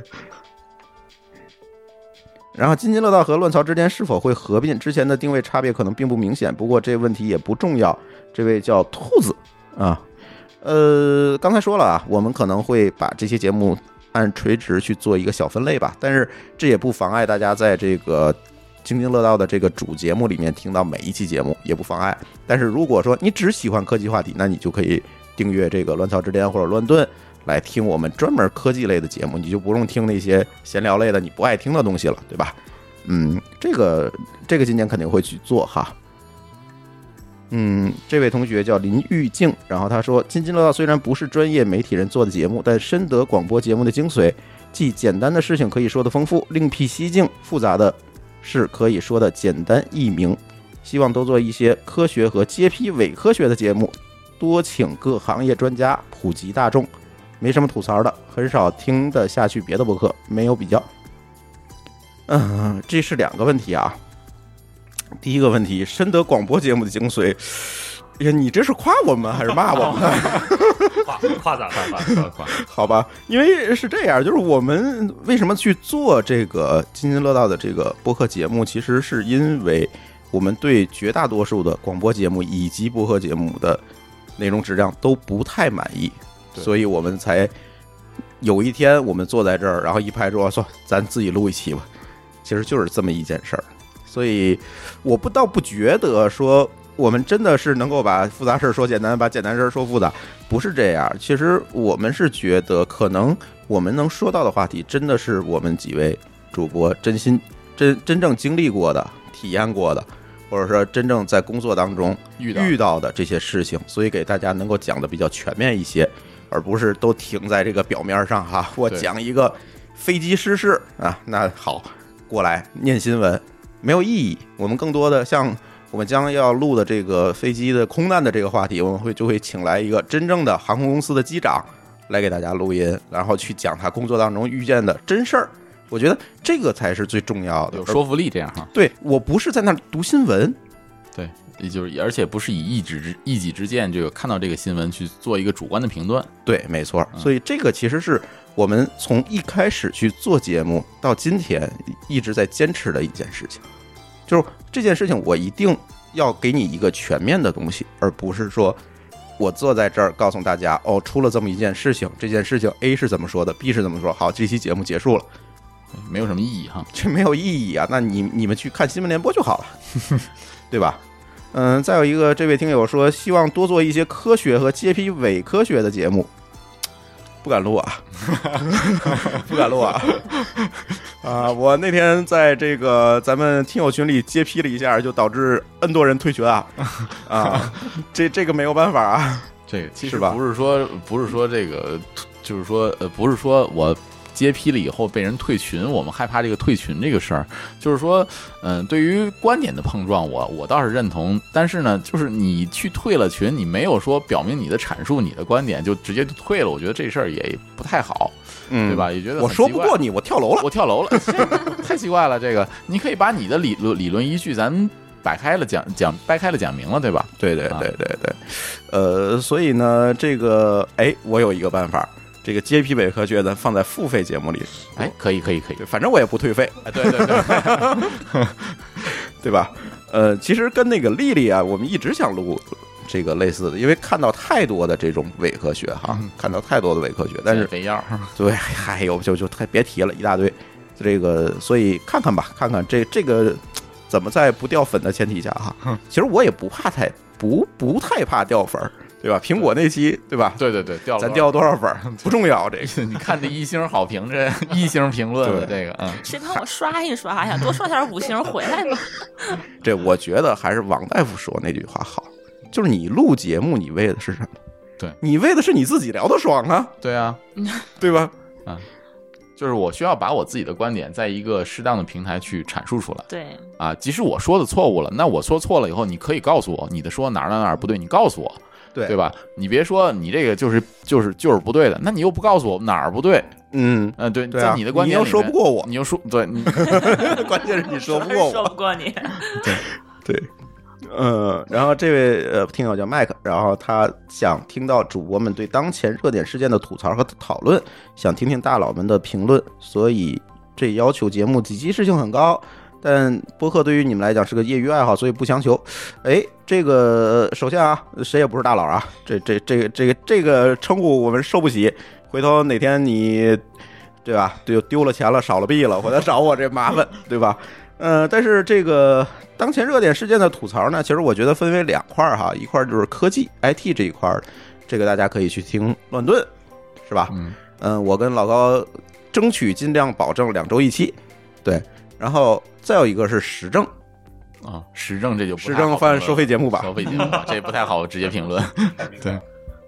然后津津乐道和乱曹之间是否会合并？之前的定位差别可能并不明显，不过这问题也不重要。这位叫兔子啊，刚才说了啊，我们可能会把这些节目按垂直去做一个小分类吧，但是这也不妨碍大家在这个津津乐道的这个主节目里面听到每一期节目，也不妨碍。但是如果说你只喜欢科技话题，那你就可以订阅这个乱曹之间或者乱炖来听我们专门科技类的节目，你就不用听那些闲聊类的你不爱听的东西了，对吧？这个今年肯定会去做哈。这位同学叫林玉静，然后他说津津乐道虽然不是专业媒体人做的节目，但深得广播节目的精髓，既简单的事情可以说的丰富，另辟蹊径，复杂的事可以说的简单易明，希望多做一些科学和揭批伪科学的节目，多请各行业专家普及大众，没什么吐槽的，很少听得下去别的播客，没有比较。这是2个问题啊。第一个问题，深得广播节目的精髓，呀，你这是夸我们还是骂我们？ 夸咱们，夸。 好吧，因为是这样，就是我们为什么去做这个津津乐道的这个播客节目，其实是因为我们对绝大多数的广播节目以及播客节目的内容质量都不太满意，所以我们才有一天我们坐在这儿，然后一拍桌说咱自己录一期吧，其实就是这么一件事儿。所以我倒不觉得说我们真的是能够把复杂事说简单，把简单事说复杂，不是这样。其实我们是觉得可能我们能说到的话题真的是，我们几位主播真正经历过的、体验过的，所以我们才有这样的一个或者说真正在工作当中遇到的这些事情，所以给大家能够讲的比较全面一些，而不是都停在这个表面上哈。我讲一个飞机失事啊，那好，过来念新闻没有意义。我们更多的像我们将要录的这个飞机的空难的这个话题，我们就会请来一个真正的航空公司的机长来给大家录音，然后去讲他工作当中遇见的真事儿。我觉得这个才是最重要的， 有说服力，这样哈。 对，我不是在那读新闻， 对，也就是而且不是以一己之见，这个看到这个新闻去做一个主观的评断。 对，没错。所以这个其实是我们从一开始去做节目到今天一直在坚持的一件事情，就是这件事情我一定要给你一个全面的东西，而不是说我坐在这儿告诉大家哦，出了这么一件事情，这件事情 A 是怎么说的 ，B 是怎么说，好，这期节目结束了。 没有什么意义哈， 这没有意义啊！那你们去看新闻联播就好了，对吧？再有一个，这位听友说希望多做一些科学和揭批伪科学的节目，不敢录啊，不敢录啊！啊，我那天在这个咱们听友群里揭批了一下，就导致 N 多人退群啊！啊，这个没有办法啊， 这个其实不是说这个，就是说不是说我揭批了以后被人退群，我们害怕这个退群这个事儿，就是说，对于观点的碰撞，我倒是认同，但是呢，就是你去退了群，你没有说表明你的阐述你的观点，就直接就退了，我觉得这事儿也不太好，对吧？也觉得我说不过你，我跳楼了， 太奇怪了。这个你可以把你的理论依据咱们掰开了讲明了，对吧？ 对，所以呢，这个我有一个办法。这个揭批伪科学的放在付费节目里， 可以， 反正我也不退费， 对， 对吧？其实跟那个丽丽啊，我们一直想录这个类似的，因为看到太多的这种伪科学哈，看到太多的伪科学，但是肥药， 对，还有就太别提了，一大堆，这个所以看看吧，看看这个怎么在不掉粉的前提下哈，其实我也不太怕掉粉。对吧？苹果那期，对吧？ 对， 咱掉多少粉不重要，这个你看这1星好评，这1星评论的这个， 谁帮我刷一刷呀？多刷点5星回来吧。 这我觉得还是王大夫说那句话好，就是你录节目，你为的是什么？ 对， 你为的是你自己聊得爽啊， 对啊， 对吧？ 就是我需要把我自己的观点在一个适当的平台去阐述出来。 对啊，即使我说的错误了，那我说错了以后，你可以告诉我你的说哪儿不对，你告诉我。对吧？你别说你这个就是不对的，那你又不告诉我哪儿不对？对，在你的观点里面， 你又说不过我， 你又说对， 关键是你说不过我， 说不过你。 对，然后这位听友叫麦克，然后他想听到主播们对当前热点事件的吐槽和讨论，想听听大佬们的评论，所以这要求节目即时性很高。但播客对于你们来讲是个业余爱好，所以不强求。这个首先啊，谁也不是大佬啊，这个称呼我们受不起。回头哪天你对吧，丢了钱了，少了币了，回来找我这麻烦，对吧？但是这个当前热点事件的吐槽呢，其实我觉得分为2块哈，一块就是科技 IT 这一块的，这个大家可以去听乱炖，是吧？我跟老高争取尽量保证2周1期，对，然后再有一个是时政啊，时政这就不太好， 时政犯收费节目吧， 收费节目吧，这不太好直接评论。对。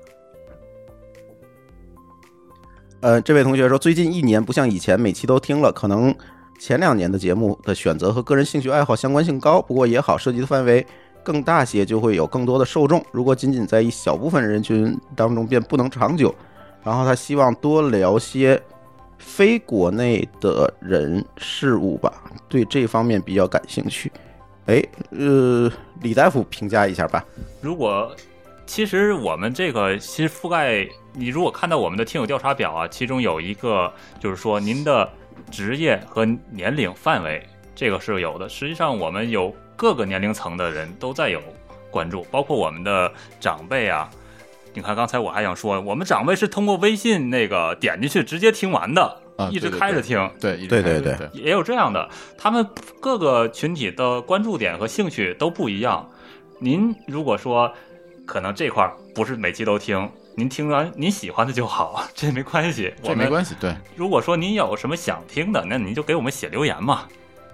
这位同学说，最近1年不像以前每期都听了，可能前2年的节目的选择和个人兴趣爱好相关性高，不过也好，涉及的范围更大些，就会有更多的受众。如果仅仅在一小部分人群当中，便不能长久。然后他希望多聊些非国内的人事物吧，对这方面比较感兴趣。李大夫评价一下吧。 其实我们这个其实覆盖，你如果看到我们的听友调查表啊，其中有一个就是说您的职业和年龄范围，这个是有的。实际上我们有各个年龄层的人都在有关注，包括我们的长辈啊。你看刚才我还想说，我们长辈是通过微信那个点进去直接听完的，一直开着听。 对， 也有这样的，他们各个群体的关注点和兴趣都不一样。您如果说可能这块不是每期都听，您听完您喜欢的就好，这没关系， 这没关系。对， 如果说您有什么想听的，那您就给我们写留言嘛，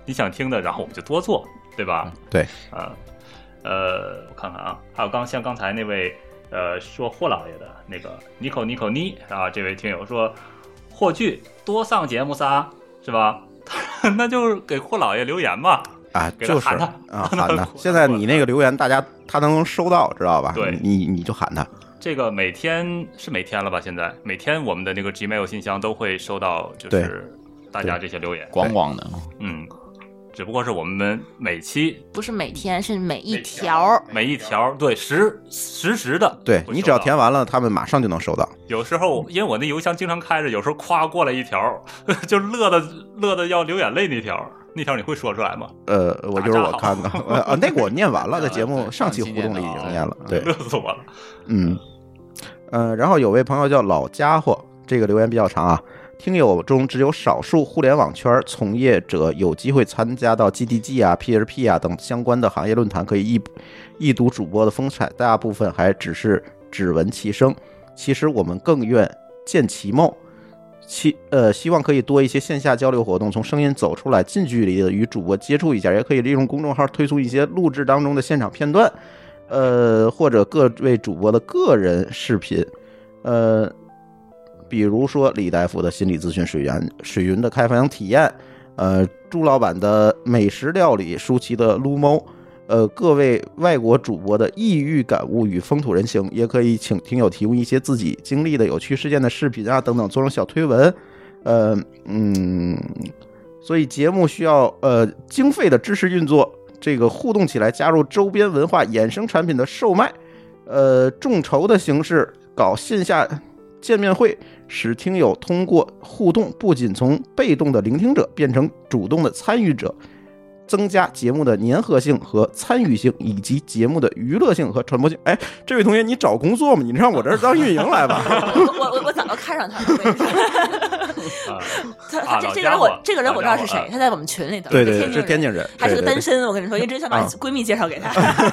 你想听的，然后我们就多做，对吧？ 对， 我看看啊，还有刚才那位说霍老爷的那个Nico 妮啊，这位听友说霍炬多上节目仨是吧？那就是给霍老爷留言嘛。 啊，就是啊，喊他。现在你那个留言，他能收到，知道吧？ 对， 你就喊他。 这个每天了吧？现在每天我们的那个 Gmail 信箱都会收到，就是大家这些留言， 咣咣的。 只不过是我们每期不是每天，是每一条， 对，实时的。 对，你只要填完了，他们马上就能收到。 有时候因为我那邮箱经常开着，有时候夸过来一条，就乐的要流眼泪那条你会说出来吗？ 我看看，那个我念完了，在节目上期互动里已经念了，对， 乐死我了。然后有位朋友叫老家伙，这个留言比较长啊。听友中只有少数互联网圈从业者有机会参加到 GDG 啊、PHP 啊等相关的行业论坛，可以一睹主播的风采，大部分还只是只闻其声。其实我们更愿见其貌，希望可以多一些线下交流活动，从声音走出来，近距离的与主播接触一下，也可以利用公众号推出一些录制当中的现场片段，或者各位主播的个人视频，比如说李大夫的心理咨询水云的开房体验，朱老板的美食料理，舒淇的撸猫，各位外国主播的异域感悟与风土人情，也可以请听友提供一些自己经历的有趣事件的视频啊等等，做成小推文。所以节目需要经费的支持运作，这个互动起来，加入周边文化衍生产品的售卖，众筹的形式搞线下见面会，使听友通过互动不仅从被动的聆听者变成主动的参与者，增加节目的粘合性和参与性，以及节目的娱乐性和传播性。哎，这位同学，你找工作吗？你让我这儿当运营来吧。 我早就看上他了。这个人我知道是谁，他在我们群里头。 对，是天津人， 还是个单身。我跟你说，一直想把闺蜜介绍给他。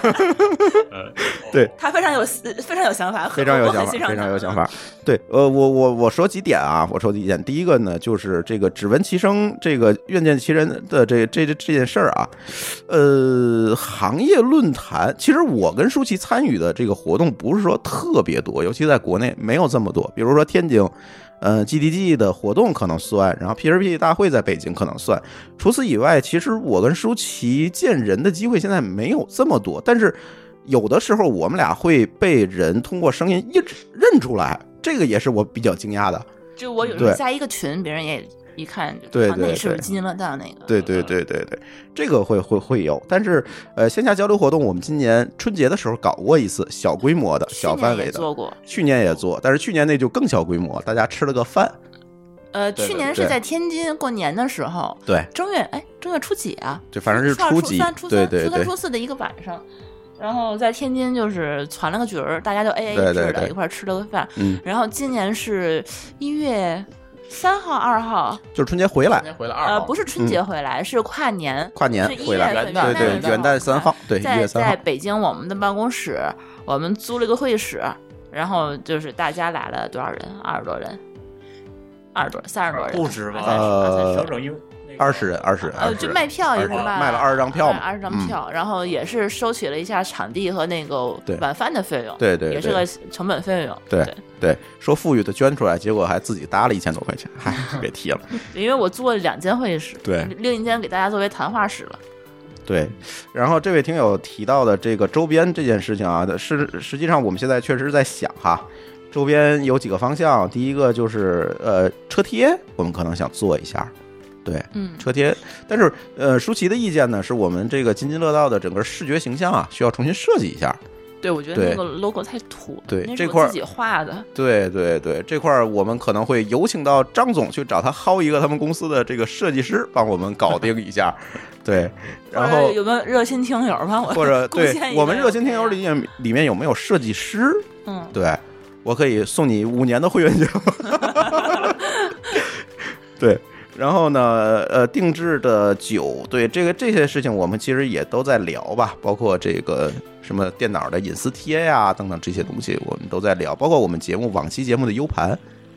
对， 他非常有想法， 非常有想法。对，我说几点啊，第一个呢，就是这个只闻其声，这个愿见其人的这件事儿啊，行业论坛，其实我跟舒淇参与的这个活动不是说特别多，尤其在国内没有这么多。比如说天津，GDG 的活动可能算，然后 PHP 大会在北京可能算。除此以外，其实我跟舒淇见人的机会现在没有这么多，但是有的时候我们俩会被人通过声音认出来，这个也是我比较惊讶的。 就我有时候加一个群，别人也一看就对， 那是不是津津乐道那个？ 对，这个会有。但是线下交流活动，我们今年春节的时候搞过一次小规模的小范围的， 做过， 去年也做，但是去年那就更小规模，大家吃了个饭。 去年是在天津过年的时候， 对， 正月初几啊？ 对，反正是初几，对， 初四的一个晚上。然后在天津就是攒了个局儿，大家就 AA 制的一块吃了个饭。然后今年是1月3号、2号， 就是春节回来 2号， 不是春节回来，是跨年回来，对，元旦3号，对，1月3号， 在北京我们的办公室，我们租了个会议室，然后就是大家来了多少人？20多人，30多人， 不止吧 ？20人， 就卖票也是卖了20张票嘛 ，20张票，然后也是收取了一下场地和那个晚饭的费用， 对， 也是个成本费用， 对，说富裕的捐出来，结果还自己搭了1000多块钱，嗨，别提了。 因为我租了2间会议室， 对， 另一间给大家作为谈话室了。 对，然后这位听友提到的这个周边这件事情啊，实际上我们现在确实在想哈，周边有几个方向，第一个就是车贴，我们可能想做一下。对，车贴，但是舒淇的意见呢，是我们这个津津乐道的整个视觉形象啊，需要重新设计一下。 对，我觉得那个 logo 太土， 对， 这块自己画的。 对，这块我们可能会有请到张总去找他薅一个他们公司的这个设计师，帮我们搞定一下。对，然后有没有热心听友帮我？ 或者对我们热心听友里面有没有设计师？对，我可以送你5年的会员金。对。然后呢，定制的酒，对这些事情，我们其实也都在聊吧，包括这个什么电脑的隐私贴呀等等这些东西，我们都在聊，包括我们往期节目的 U 盘，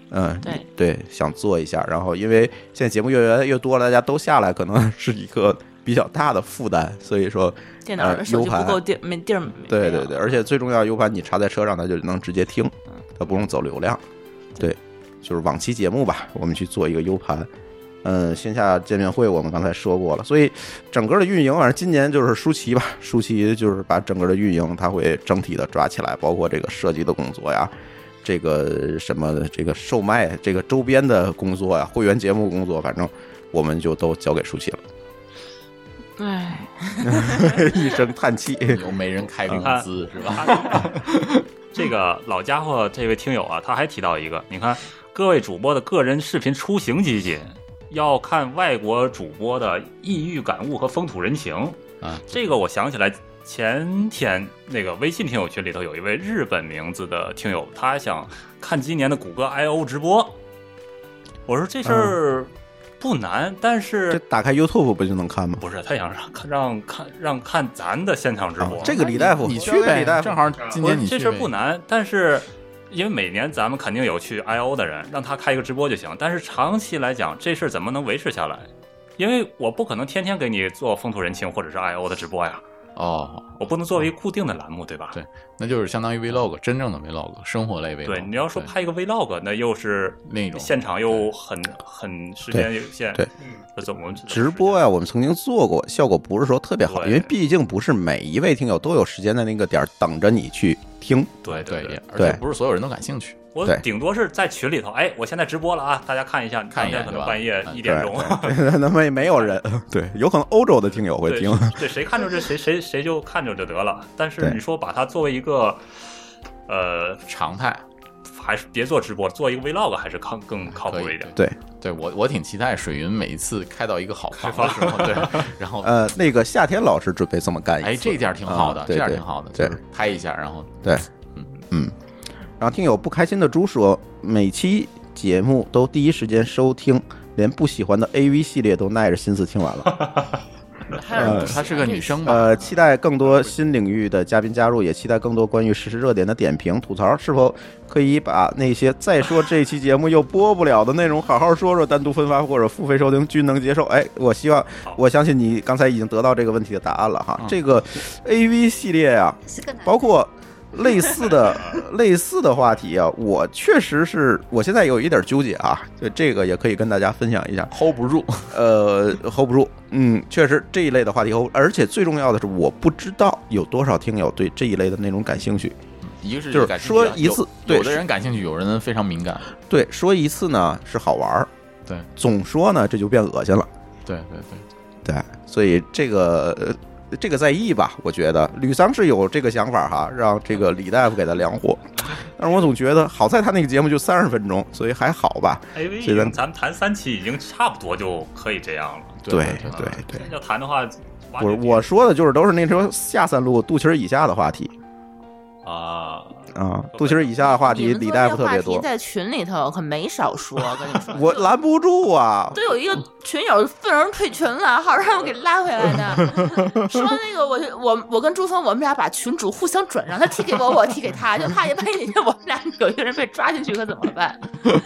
对，想做一下。然后因为现在节目越来越多了，大家都下来，可能是一个比较大的负担，所以说电脑手机不够地儿。 对，而且最重要 U 盘你插在车上，它就能直接听，它不用走流量。对，就是往期节目吧，我们去做一个 U 盘。线下见面会我们刚才说过了，所以整个的运营，反正今年就是舒淇吧，舒淇就是把整个的运营，它会整体的抓起来，包括这个设计的工作呀，这个什么这个售卖这个周边的工作呀，会员节目工作，反正我们就都交给舒淇了。 唉， 一声叹气， 有没人开工资是吧？ 这个老家伙，这位听友啊，他还提到一个，你看各位主播的个人视频出行集锦。要看外国主播的异域感悟和风土人情啊， 这个我想起来，前天那个微信听友群里头有一位日本名字的听友，他想看今年的谷歌 I/O 直播。我说这事儿不难，但是这打开 YouTube 不就能看吗？ 不是，他想让看咱的现场直播。 这个李大夫， 你去呗，正好今年你去呗。 这事儿不难，但是。因为每年咱们肯定有去 I/O 的人，让他开一个直播就行。但是长期来讲，这事儿怎么能维持下来？因为我不可能天天给你做风土人情或者是 I/O 的直播呀。 哦， 我不能作为固定的栏目，对吧？ 对，那就是相当于 Vlog， 真正的 Vlog， 生活类 Vlog。 对，你要说拍一个 Vlog， 那又是另一种， 现场又很时间有限。 对， 怎么直播呀？我们曾经做过，效果不是说特别好，因为毕竟不是每一位听友都有时间在那个点等着你去听。 对， 而且不是所有人都感兴趣。 我顶多是在群里头，哎，我现在直播了啊，大家看一下， 看一下， 可能半夜1点钟， 那没有人，对，有可能欧洲的听友会听， 对，谁看着这谁就看着就得了。但是你说把它作为一个常态， 还是别做直播，做一个 Vlog 还是更靠谱一点。 对，我挺期待水云每一次开到一个好房的时候，对，然后那个夏天老师准备这么干一次， 哎，这点挺好的，这点挺好的，就是拍一下，然后对，然后听友不开心的猪说，每期节目都第一时间收听，连不喜欢的 AV 系列都耐着心思听完了。 她是个女生吧？ 期待更多新领域的嘉宾加入，也期待更多关于时事热点的点评吐槽。是否可以把那些再说这期节目又播不了的内容好好说说，单独分发或者付费收听均能接受？哎，我相信你刚才已经得到这个问题的答案了哈。这个 AV 系列啊，包括类似的话题啊，我确实是我现在有一点纠结啊，就这个也可以跟大家分享一下。 hold 不住 ，hold 不住，确实这一类的话题 hold， 而且最重要的是，我不知道有多少听友对这一类的内容感兴趣。 一个是就是说一次， 有的人感兴趣，有人非常敏感。 对，说一次呢是好玩， 对， 总说呢这就变恶心了。 对， 所以这个在意吧，我觉得吕桑是有这个想法哈，让这个李大夫给他量货，但是我总觉得好在他那个节目就30分钟，所以还好吧。 所以咱们谈3期已经差不多就可以这样了。 对， 要谈的话， 我说的就是都是那时候下3路肚脐以下的话题啊， 肚脐以下的话题，李大夫特别多。 在群里头可没少说，跟你说， 我拦不住啊。 都有一个群友愤而退群了，好让我给拉回来的。说那个我跟朱峰，我们俩把群主互相转让，他踢给我，我踢给他，就怕一万一我们俩有一个人被抓进去可怎么办？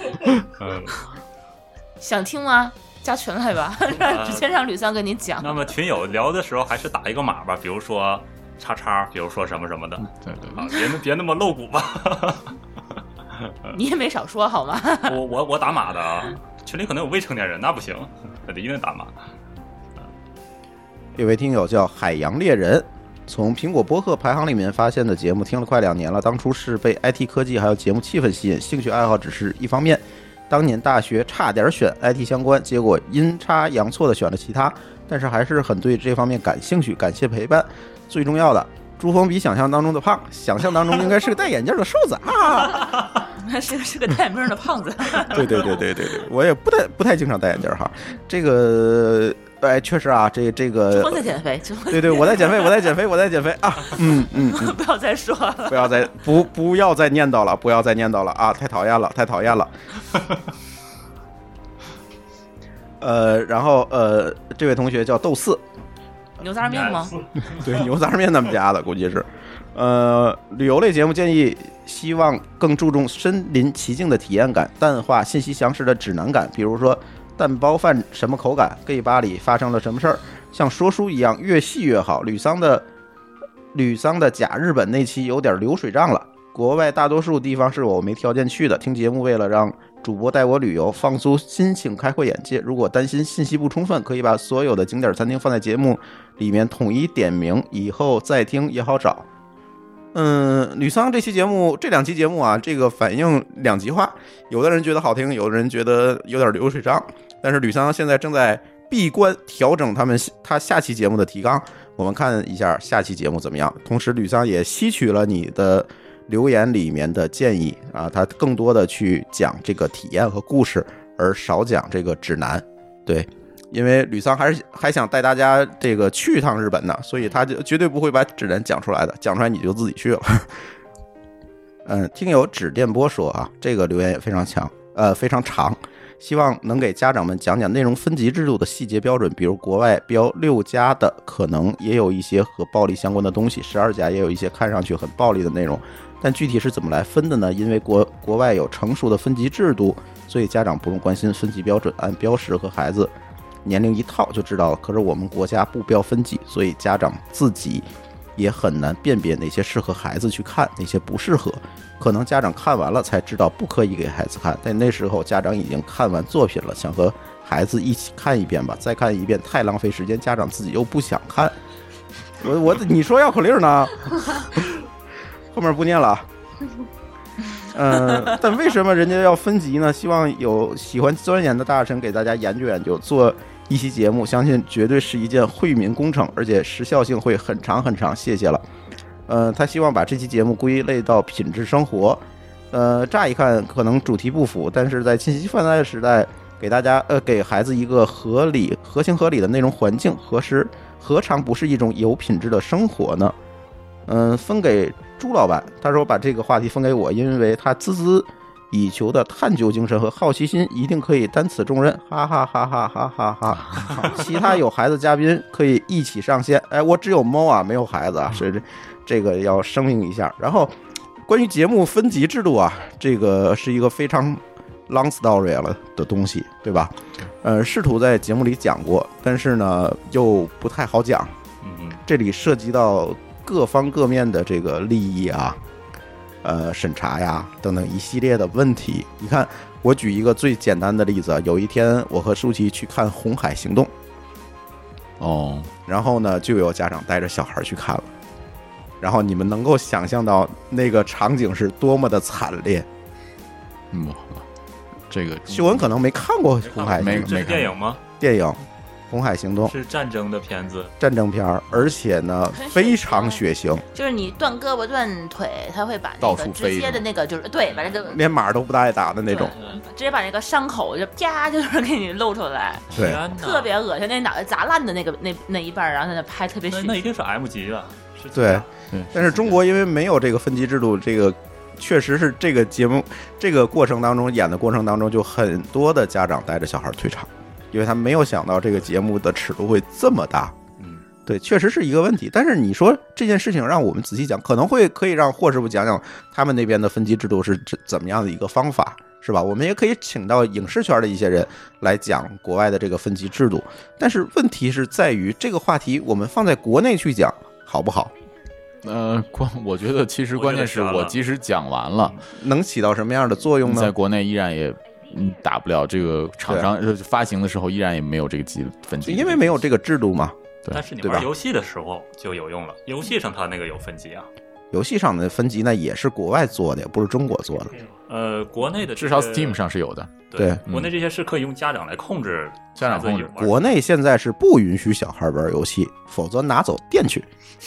想听吗？加群来吧，直接让吕桑跟你讲。 那么群友聊的时候还是打一个码吧，比如说。叉，比如说什么什么的， 对， 别那么露骨吧。 你也没少说好吗？ 我打码的啊，群里可能有未成年人，那不行，那得一定打码。 有位听友叫海洋猎人，从苹果播客排行里面发现的节目，听了快2年了。当初是被 IT 科技还有节目气氛吸引，兴趣爱好只是一方面。当年大学差点选 IT 相关，结果阴差阳错的选了其他，但是还是很对这方面感兴趣。感谢陪伴。最重要的，朱峰比想象当中的胖，想象当中应该是个戴眼镜的瘦子啊， 是个戴眼镜的胖子。 对，我也不太经常戴眼镜哈。这个，哎，确实啊，这个。 朱峰在减肥， 对，我在减肥啊， 不要再说了， 不要再念叨了啊，太讨厌了。然后这位同学叫豆四。 牛杂面吗？ 对，牛杂面他们家的估计是。旅游类节目建议希望更注重身临其境的体验感，淡化信息详实的指南感。比如说蛋包饭什么口感 ，gay 吧里发生了什么事儿，像说书一样越细越好。吕桑的假日本那期有点流水账了。国外大多数地方是我没条件去的，听节目为了让主播带我旅游，放松心情，开阔眼界。如果担心信息不充分，可以把所有的景点餐厅放在节目里面统一点名，以后再听也好找。吕桑这两期节目啊，这个反应两极化，有的人觉得好听，有的人觉得有点流水账。但是吕桑现在正在闭关调整他下期节目的提纲，我们看一下下期节目怎么样。同时，吕桑也吸取了你的留言里面的建议啊，他更多的去讲这个体验和故事，而少讲这个指南。对，因为吕桑还想带大家这个去一趟日本呢，所以他就绝对不会把指南讲出来的，讲出来你就自己去了。听友指电波说啊，这个留言也非常长，希望能给家长们讲讲内容分级制度的细节标准，比如国外标6+的可能也有一些和暴力相关的东西，12+也有一些看上去很暴力的内容，但具体是怎么来分的呢？因为国外有成熟的分级制度，所以家长不用关心分级标准，按标识和孩子年龄一套就知道了。可是我们国家不标分级，所以家长自己也很难辨别哪些适合孩子去看，哪些不适合。可能家长看完了才知道不可以给孩子看，但那时候家长已经看完作品了，想和孩子一起看一遍吧，再看一遍太浪费时间，家长自己又不想看。你说绕口令呢？后面不念了。但为什么人家要分级呢？希望有喜欢钻研的大神给大家研究研究，做一期节目，相信绝对是一件惠民工程，而且时效性会很长很长。谢谢了。他希望把这期节目归类到品质生活。乍一看可能主题不符，但是在信息泛滥的时代，给孩子一个合情合理的内容环境，何尝不是一种有品质的生活呢？分给朱老板，他说把这个话题分给我，因为他孜孜以求的探究精神和好奇心一定可以担此重任，哈哈哈哈哈哈哈哈！其他有孩子嘉宾可以一起上线。我只有猫啊，没有孩子啊，所以这个要声明一下。然后关于节目分级制度啊，这个是一个非常 long story 了的东西，对吧？试图在节目里讲过，但是呢又不太好讲。这里涉及到各方各面的这个利益啊。审查呀等等一系列的问题。你看，我举一个最简单的例子，有一天我和舒淇去看《红海行动》，然后呢就有家长带着小孩去看了，然后你们能够想象到那个场景是多么的惨烈。 这个秀文可能没看过《红海行动》， 这是电影吗？ 电影。红海行动是战争的片子， 战争片，而且呢非常血腥， 就是你断胳膊断腿，他会把那个直接的那个就是对，把那个连码都不带打的那种， 直接把那个伤口就啪就是给你露出来， 对， 特别恶心，那脑袋砸烂的那一半，然后在那拍特别血腥， 那一定是 M 级吧？ 对，但是中国因为没有这个分级制度，这个确实是这个节目这个过程当中演的过程当中，就很多的家长带着小孩退场。因为他没有想到这个节目的尺度会这么大，对，确实是一个问题。但是你说这件事情让我们仔细讲，可以让霍师傅讲讲他们那边的分级制度是怎么样的一个方法，是吧？我们也可以请到影视圈的一些人来讲国外的这个分级制度。但是问题是在于这个话题我们放在国内去讲好不好？ 我觉得其实关键是我即使讲完了， 能起到什么样的作用呢？ 在国内依然也。打不了这个厂商发行的时候，依然也没有这个分级， 因为没有这个制度嘛。 但是你玩游戏的时候就有用了，游戏上它那个有分级啊。 游戏上的分级那也是国外做的，也不是中国做的。 国内的至少 Steam 上是有的。 对， 国内这些是可以用家长来控制， 家长控制。 国内现在是不允许小孩玩游戏，否则拿走电去。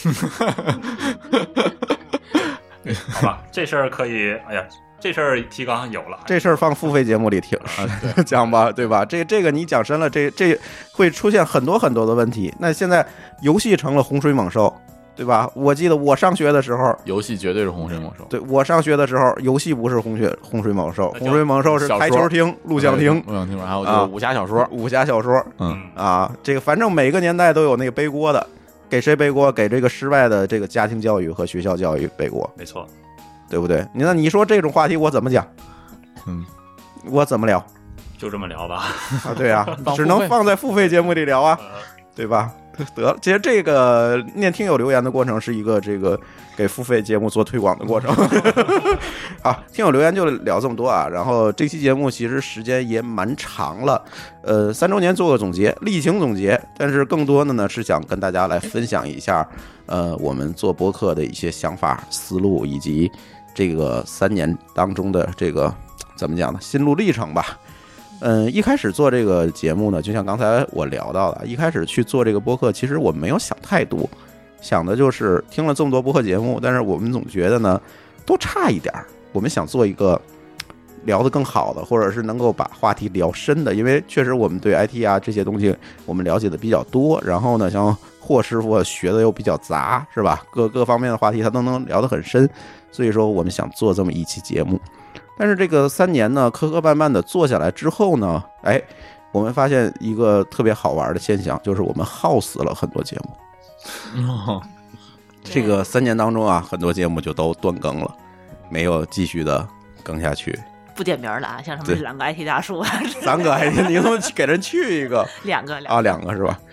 好吧，这事儿可以。哎呀。这事儿提纲有了， 这事儿放付费节目里听讲吧，对吧？这个你讲深了，这会出现很多很多的问题。那现在游戏成了洪水猛兽，对吧？我记得我上学的时候， 游戏绝对是洪水猛兽。 对，我上学的时候，游戏不是洪水猛兽，洪水猛兽是台球厅、录像厅， 还有就是武侠小说， 这个反正每个年代都有那个背锅的，给谁背锅？给这个失败的这个家庭教育和学校教育背锅。 没错。 对不对？那你说这种话题我怎么讲？我怎么聊？ 就这么聊吧。 啊，对啊，只能放在付费节目里聊啊，对吧？得了，其实这个念听友留言的过程是一个这个给付费节目做推广的过程。好，听友留言就聊这么多啊。然后这期节目其实时间也蛮长了，3周年做个总结，例行总结。但是更多的呢是想跟大家来分享一下，我们做播客的一些想法、思路，以及这个3年当中的这个怎么讲呢，心路历程吧。一开始做这个节目呢，就像刚才我聊到的，一开始去做这个播客，其实我没有想太多，想的就是听了这么多播客节目，但是我们总觉得呢都差一点，我们想做一个聊得更好的，或者是能够把话题聊深的，因为确实我们对 IT 啊这些东西我们了解的比较多，然后呢像霍师傅学的又比较杂，是吧？各方面的话题他都能聊得很深，所以说我们想做这么一期节目。但是这个3年呢，磕磕绊绊的做下来之后呢，我们发现一个特别好玩的现象，就是我们耗死了很多节目。这个3年当中啊，很多节目就都断更了，没有继续的更下去。 不点名了啊，像什么2个 IT 大叔啊 ，3个 IT， 你怎么给人去一个 ？2个啊，2个是吧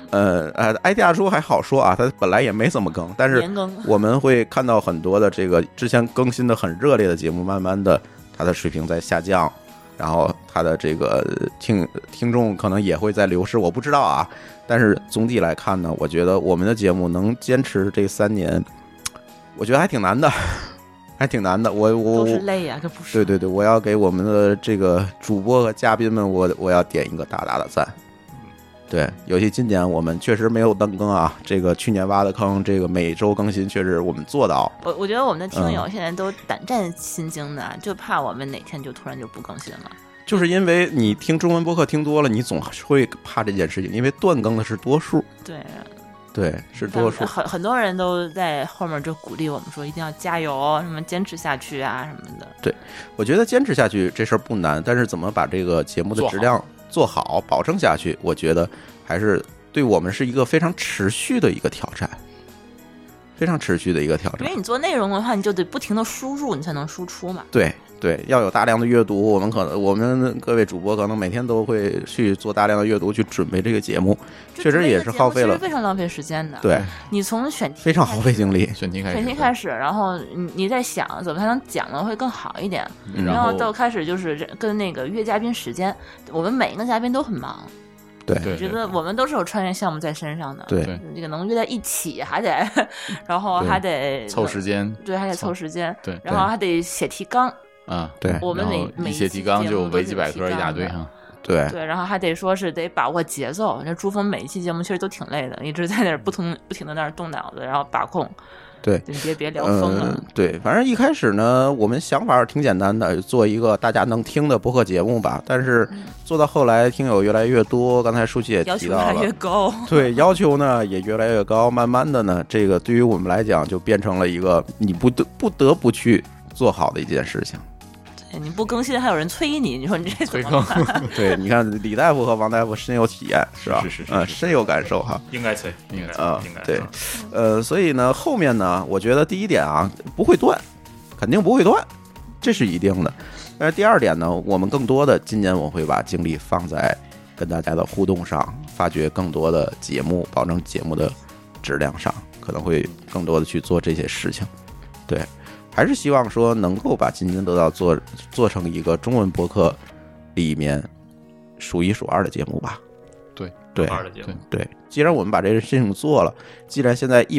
？IT 大叔还好说啊，他本来也没怎么更，但是我们会看到很多的这个之前更新的很热烈的节目，慢慢的它的水平在下降，然后它的这个听众可能也会在流失，我不知道啊。但是总体来看呢，我觉得我们的节目能坚持这3年，我觉得还挺难的。还挺难的，我都是累呀，这不是？ 对，我要给我们的这个主播和嘉宾们，我要点一个大大的赞。对，尤其今年我们确实没有断更啊，这个去年挖的坑，这个每周更新确实我们做到。 我觉得我们的听友现在都胆战心惊的，就怕我们哪天就突然就不更新了。 就是因为你听中文播客听多了，你总会怕这件事情，因为断更的是多数。对，是多数。 很多人都在后面就鼓励我们说，一定要加油，什么坚持下去啊什么的。 对，我觉得坚持下去这事儿不难，但是怎么把这个节目的质量做好，保证下去，我觉得还是对我们是一个非常持续的一个挑战。非常持续的一个挑战， 因为你做内容的话，你就得不停的输入，你才能输出嘛。 对，要有大量的阅读。我们各位主播可能每天都会去做大量的阅读，去准备这个节目，确实也是耗费了， 非常浪费时间的。 对， 你从选题非常耗费精力， 选题开始，然后你在想怎么才能讲的会更好一点，然后到开始就是跟那个约嘉宾时间，我们每一个嘉宾都很忙。 对， 我觉得我们都是有穿越项目在身上的。 对， 这个能约在一起，还得，然后还得凑时间， 对，还得凑时间， 对， 然后还得写提纲啊， 对， 我们每写提纲就维基百科一大堆哈， 对， 然后还得说是得把握节奏。那朱峰每一期节目其实都挺累的，一直在那儿不停的在那儿动脑子，然后把控。 对， 你别聊疯了。 对，反正一开始呢，我们想法挺简单的，做一个大家能听的播客节目吧。但是做到后来，听友越来越多，刚才书记也提到了， 要求越来越高。 对，要求呢也越来越高。慢慢的呢，这个对于我们来讲，就变成了一个你不得不去做好的一件事情。 你不更新还有人催你，你说你这催更？ 对，你看李大夫和王大夫深有体验，是吧？ 是， 深有感受哈。 应该催，应该对，所以呢，后面呢，我觉得第一点啊，不会断，肯定不会断，这是一定的。但是第二点呢，我们更多的今年我会把精力放在跟大家的互动上，发掘更多的节目，保证节目的质量上，可能会更多的去做这些事情。对。还是希望说能够把津津乐道做成一个中文播客里面数一数二的节目吧。对，既然我们把这个事情做了，既然现在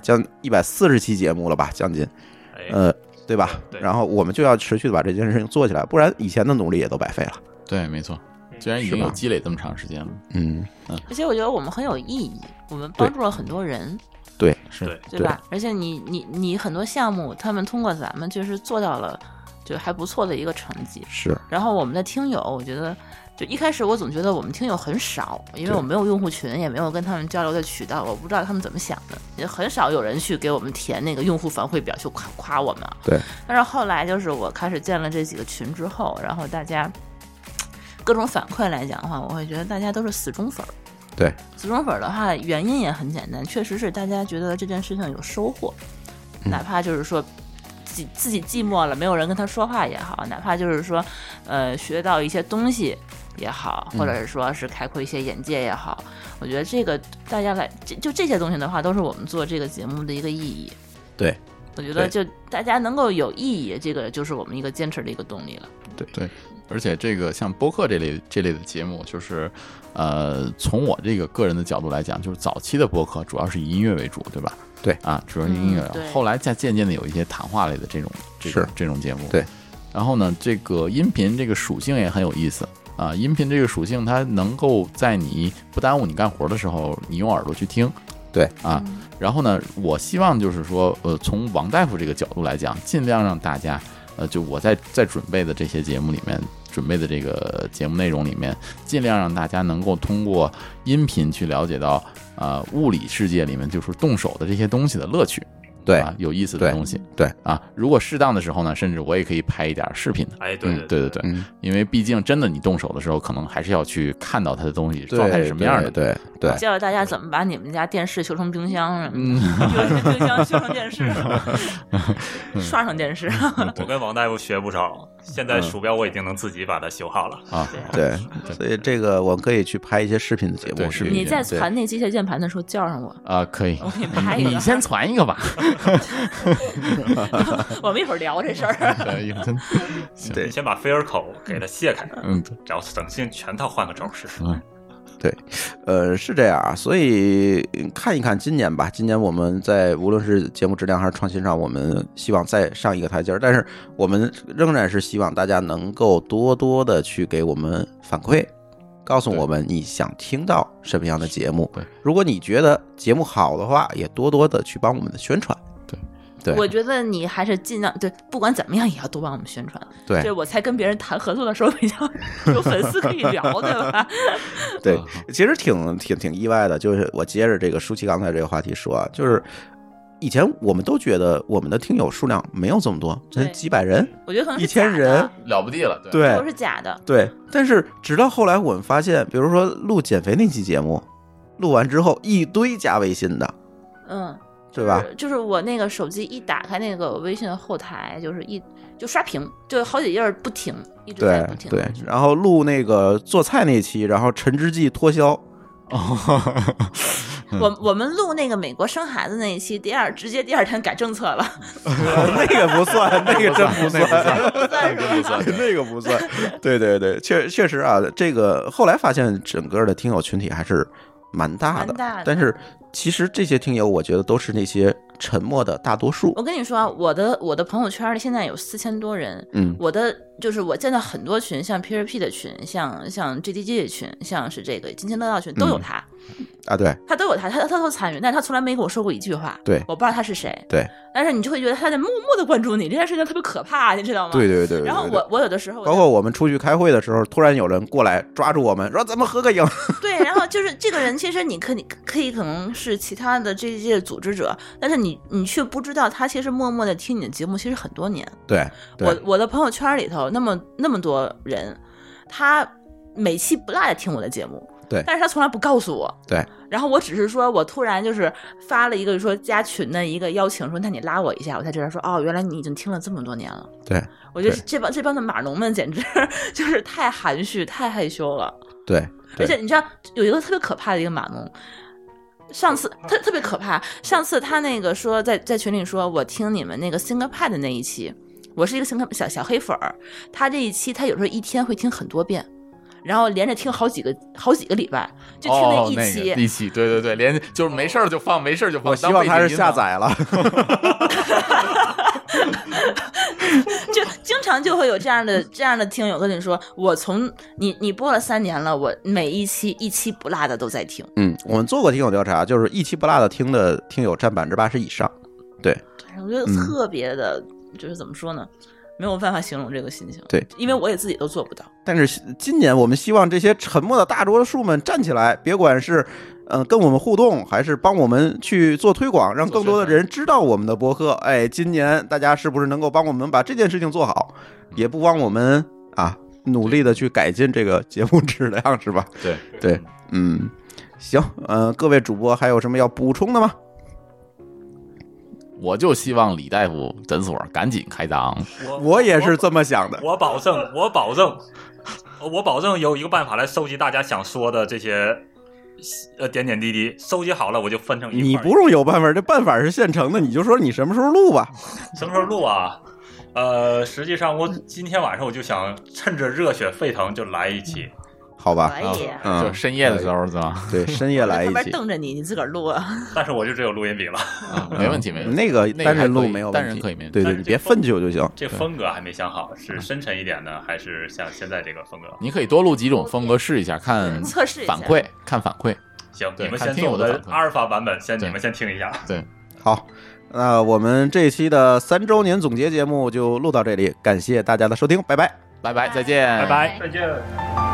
140期节目了吧，将近，对吧？然后我们就要持续的把这件事情做起来，不然以前的努力也都白费了。 对，没错。既然已经有积累这么长时间了， 而且我觉得我们很有意义，我们帮助了很多人。 对， 对吧？而且你很多项目，他们通过咱们就是做到了，就还不错的一个成绩。 是。 然后我们的听友，我觉得就一开始我总觉得我们听友很少，因为我没有用户群，也没有跟他们交流的渠道，我不知道他们怎么想的，也很少有人去给我们填那个用户反馈表，去夸我们。 对。 但是后来就是我开始建了这几个群之后，然后大家各种反馈来讲的话，我会觉得大家都是死忠粉。 对， 死忠粉的话，原因也很简单，确实是大家觉得这件事情有收获，哪怕就是说自己寂寞了，没有人跟他说话也好，哪怕就是说学到一些东西也好，或者是说是开阔一些眼界也好，我觉得这个大家来就这些东西的话，都是我们做这个节目的一个意义。 对， 我觉得就大家能够有意义，这个就是我们一个坚持的一个动力了。 对，而且这个像播客这类的节目，就是从我这个个人的角度来讲，就是早期的播客主要是以音乐为主，对吧？ 对啊，主要是音乐，后来渐渐的有一些谈话类的这种节目。对，然后呢，这个音频这个属性也很有意思啊，音频这个属性它能够在你不耽误你干活的时候，你用耳朵去听。 对啊，然后呢，我希望就是说，从王大夫这个角度来讲，尽量让大家，就我在准备的这些节目里面，准备的这个节目内容里面，尽量让大家能够通过音频去了解到，物理世界里面就是动手的这些东西的乐趣。对啊，有意思的东西。对啊，如果适当的时候呢，甚至我也可以拍一点视频的。 哎，对， 因为毕竟真的你动手的时候，可能还是要去看到它的东西状态是什么样的。对， 教大家怎么把你们家电视修成冰箱什么的，有些冰箱修成电视，刷上电视。 我跟王大夫学不少，现在鼠标我已经能自己把它修好了啊。对，所以这个我可以去拍一些视频的节目。 你在传那机械键盘的时候叫上我啊，可以， 我给你拍一个。 你先传一个吧。 我们一会儿聊这事儿。 对，先把飞耳口给它卸开，然后等性全套换个轴试试。 对，是这样啊，所以看一看今年吧。今年我们在无论是节目质量还是创新上，我们希望再上一个台阶儿。但是我们仍然是希望大家能够多多的去给我们反馈，告诉我们你想听到什么样的节目。如果你觉得节目好的话，也多多的去帮我们的宣传。对， 我觉得你还是尽量对，不管怎么样也要多帮我们宣传。对，这我才跟别人谈合作的时候比较有粉丝可以聊，对吧？ 对，其实挺意外的，就是我接着这个舒淇刚才这个话题说啊，就是以前我们都觉得我们的听友数量没有这么多，才几百人， 我觉得可能是 1000人了不地了， 对， 都是假的。 对，但是直到后来我们发现，比如说录减肥那期节目，录完之后一堆加微信的，对吧？ 就是我那个手机一打开那个微信的后台，就刷屏，就好几页不停，一直在不停。 对，然后录那个做菜那期，然后陈之记脱销。 我们录那个美国生孩子那一期，直接第二天改政策了。 那个不算，那个真不算， 不算是吧？ 那个不算。对，确实啊，这个后来发现整个的听友群体还是蛮大的，但是其实这些听友，我觉得都是那些沉默的大多数。 我跟你说，我的朋友圈里现在有4000多人，就是我见到很多群，像 PRP 的群，像 GDG 的群，像是这个津津乐道群，都有他。 啊，对， 他都有他都参与，但是他从来没跟我说过一句话。 对， 我不知道他是谁。 对， 但是你就会觉得他在默默的关注你，这件事情特别可怕，你知道吗？ 对。 然后我有的时候， 包括我们出去开会的时候，突然有人过来抓住我们，说咱们合个影。 对，然后就是这个人，其实你可能是其他的这些组织者，但是你却不知道他其实默默的听你的节目，其实很多年。 对， 我的朋友圈里头那么多人，他每期不落的听我的节目。 对， 但是他从来不告诉我。 对， 然后我只是说，我突然就是发了一个说加群的一个邀请，说那你拉我一下，我才知道说哦，原来你已经听了这么多年了。 对， 我觉得这帮的码农们简直就是太含蓄、太害羞了。 对， 而且你知道有一个特别可怕的一个码农，上次特别可怕，上次他那个说在群里说我听你们那个 ThinkPad 的那一期，我是一个小黑粉儿，他这一期他有时候一天会听很多遍。然后连着听好几个礼拜，就听那一期， 一期，对，连就是没事儿就放，没事儿就放。 我希望他是下载了， 就经常就会有这样的听友跟你说，我从你播了3年了，我每一期不落的都在听。 我们做过听友调查，就是一期不落的听的听友占80%以上。对， 我觉得特别的，就是怎么说呢？没有办法形容这个心情， 对， 因为我也自己都做不到。 但是今年我们希望这些沉默的大多数们站起来，别管是跟我们互动，还是帮我们去做推广，让更多的人知道我们的播客。哎，今年大家是不是能够帮我们把这件事情做好，也不帮我们努力的去改进这个节目质量，是吧？对，行，各位主播还有什么要补充的吗？ 我就希望李大夫诊所赶紧开张。 我也是这么想的。 我保证有一个办法来收集大家想说的这些点点滴滴，收集好了我就分成一块。 你不用有办法，这办法是现成的，你就说你什么时候录吧。 什么时候录啊？实际上我今天晚上我就想趁着热血沸腾就来一期。 好吧， 可以， 就深夜的时候是吧？ 对，深夜来一期。 瞪着你，你自个儿录啊。 但是我就只有录音笔了， 没问题，没问题。 那个单人录没有问题， 单人可以没问题。 对对，你别分久就行。 这风格还没想好，是深沉一点的，还是像现在这个风格？ 你可以多录几种风格试一下，看测试反馈，看反馈。 行，你们先听我的阿尔法版本，你们先听一下。 对， 好。那我们这期的3周年总结节目就录到这里，感谢大家的收听，拜拜， 拜拜，再见， 拜拜，再见。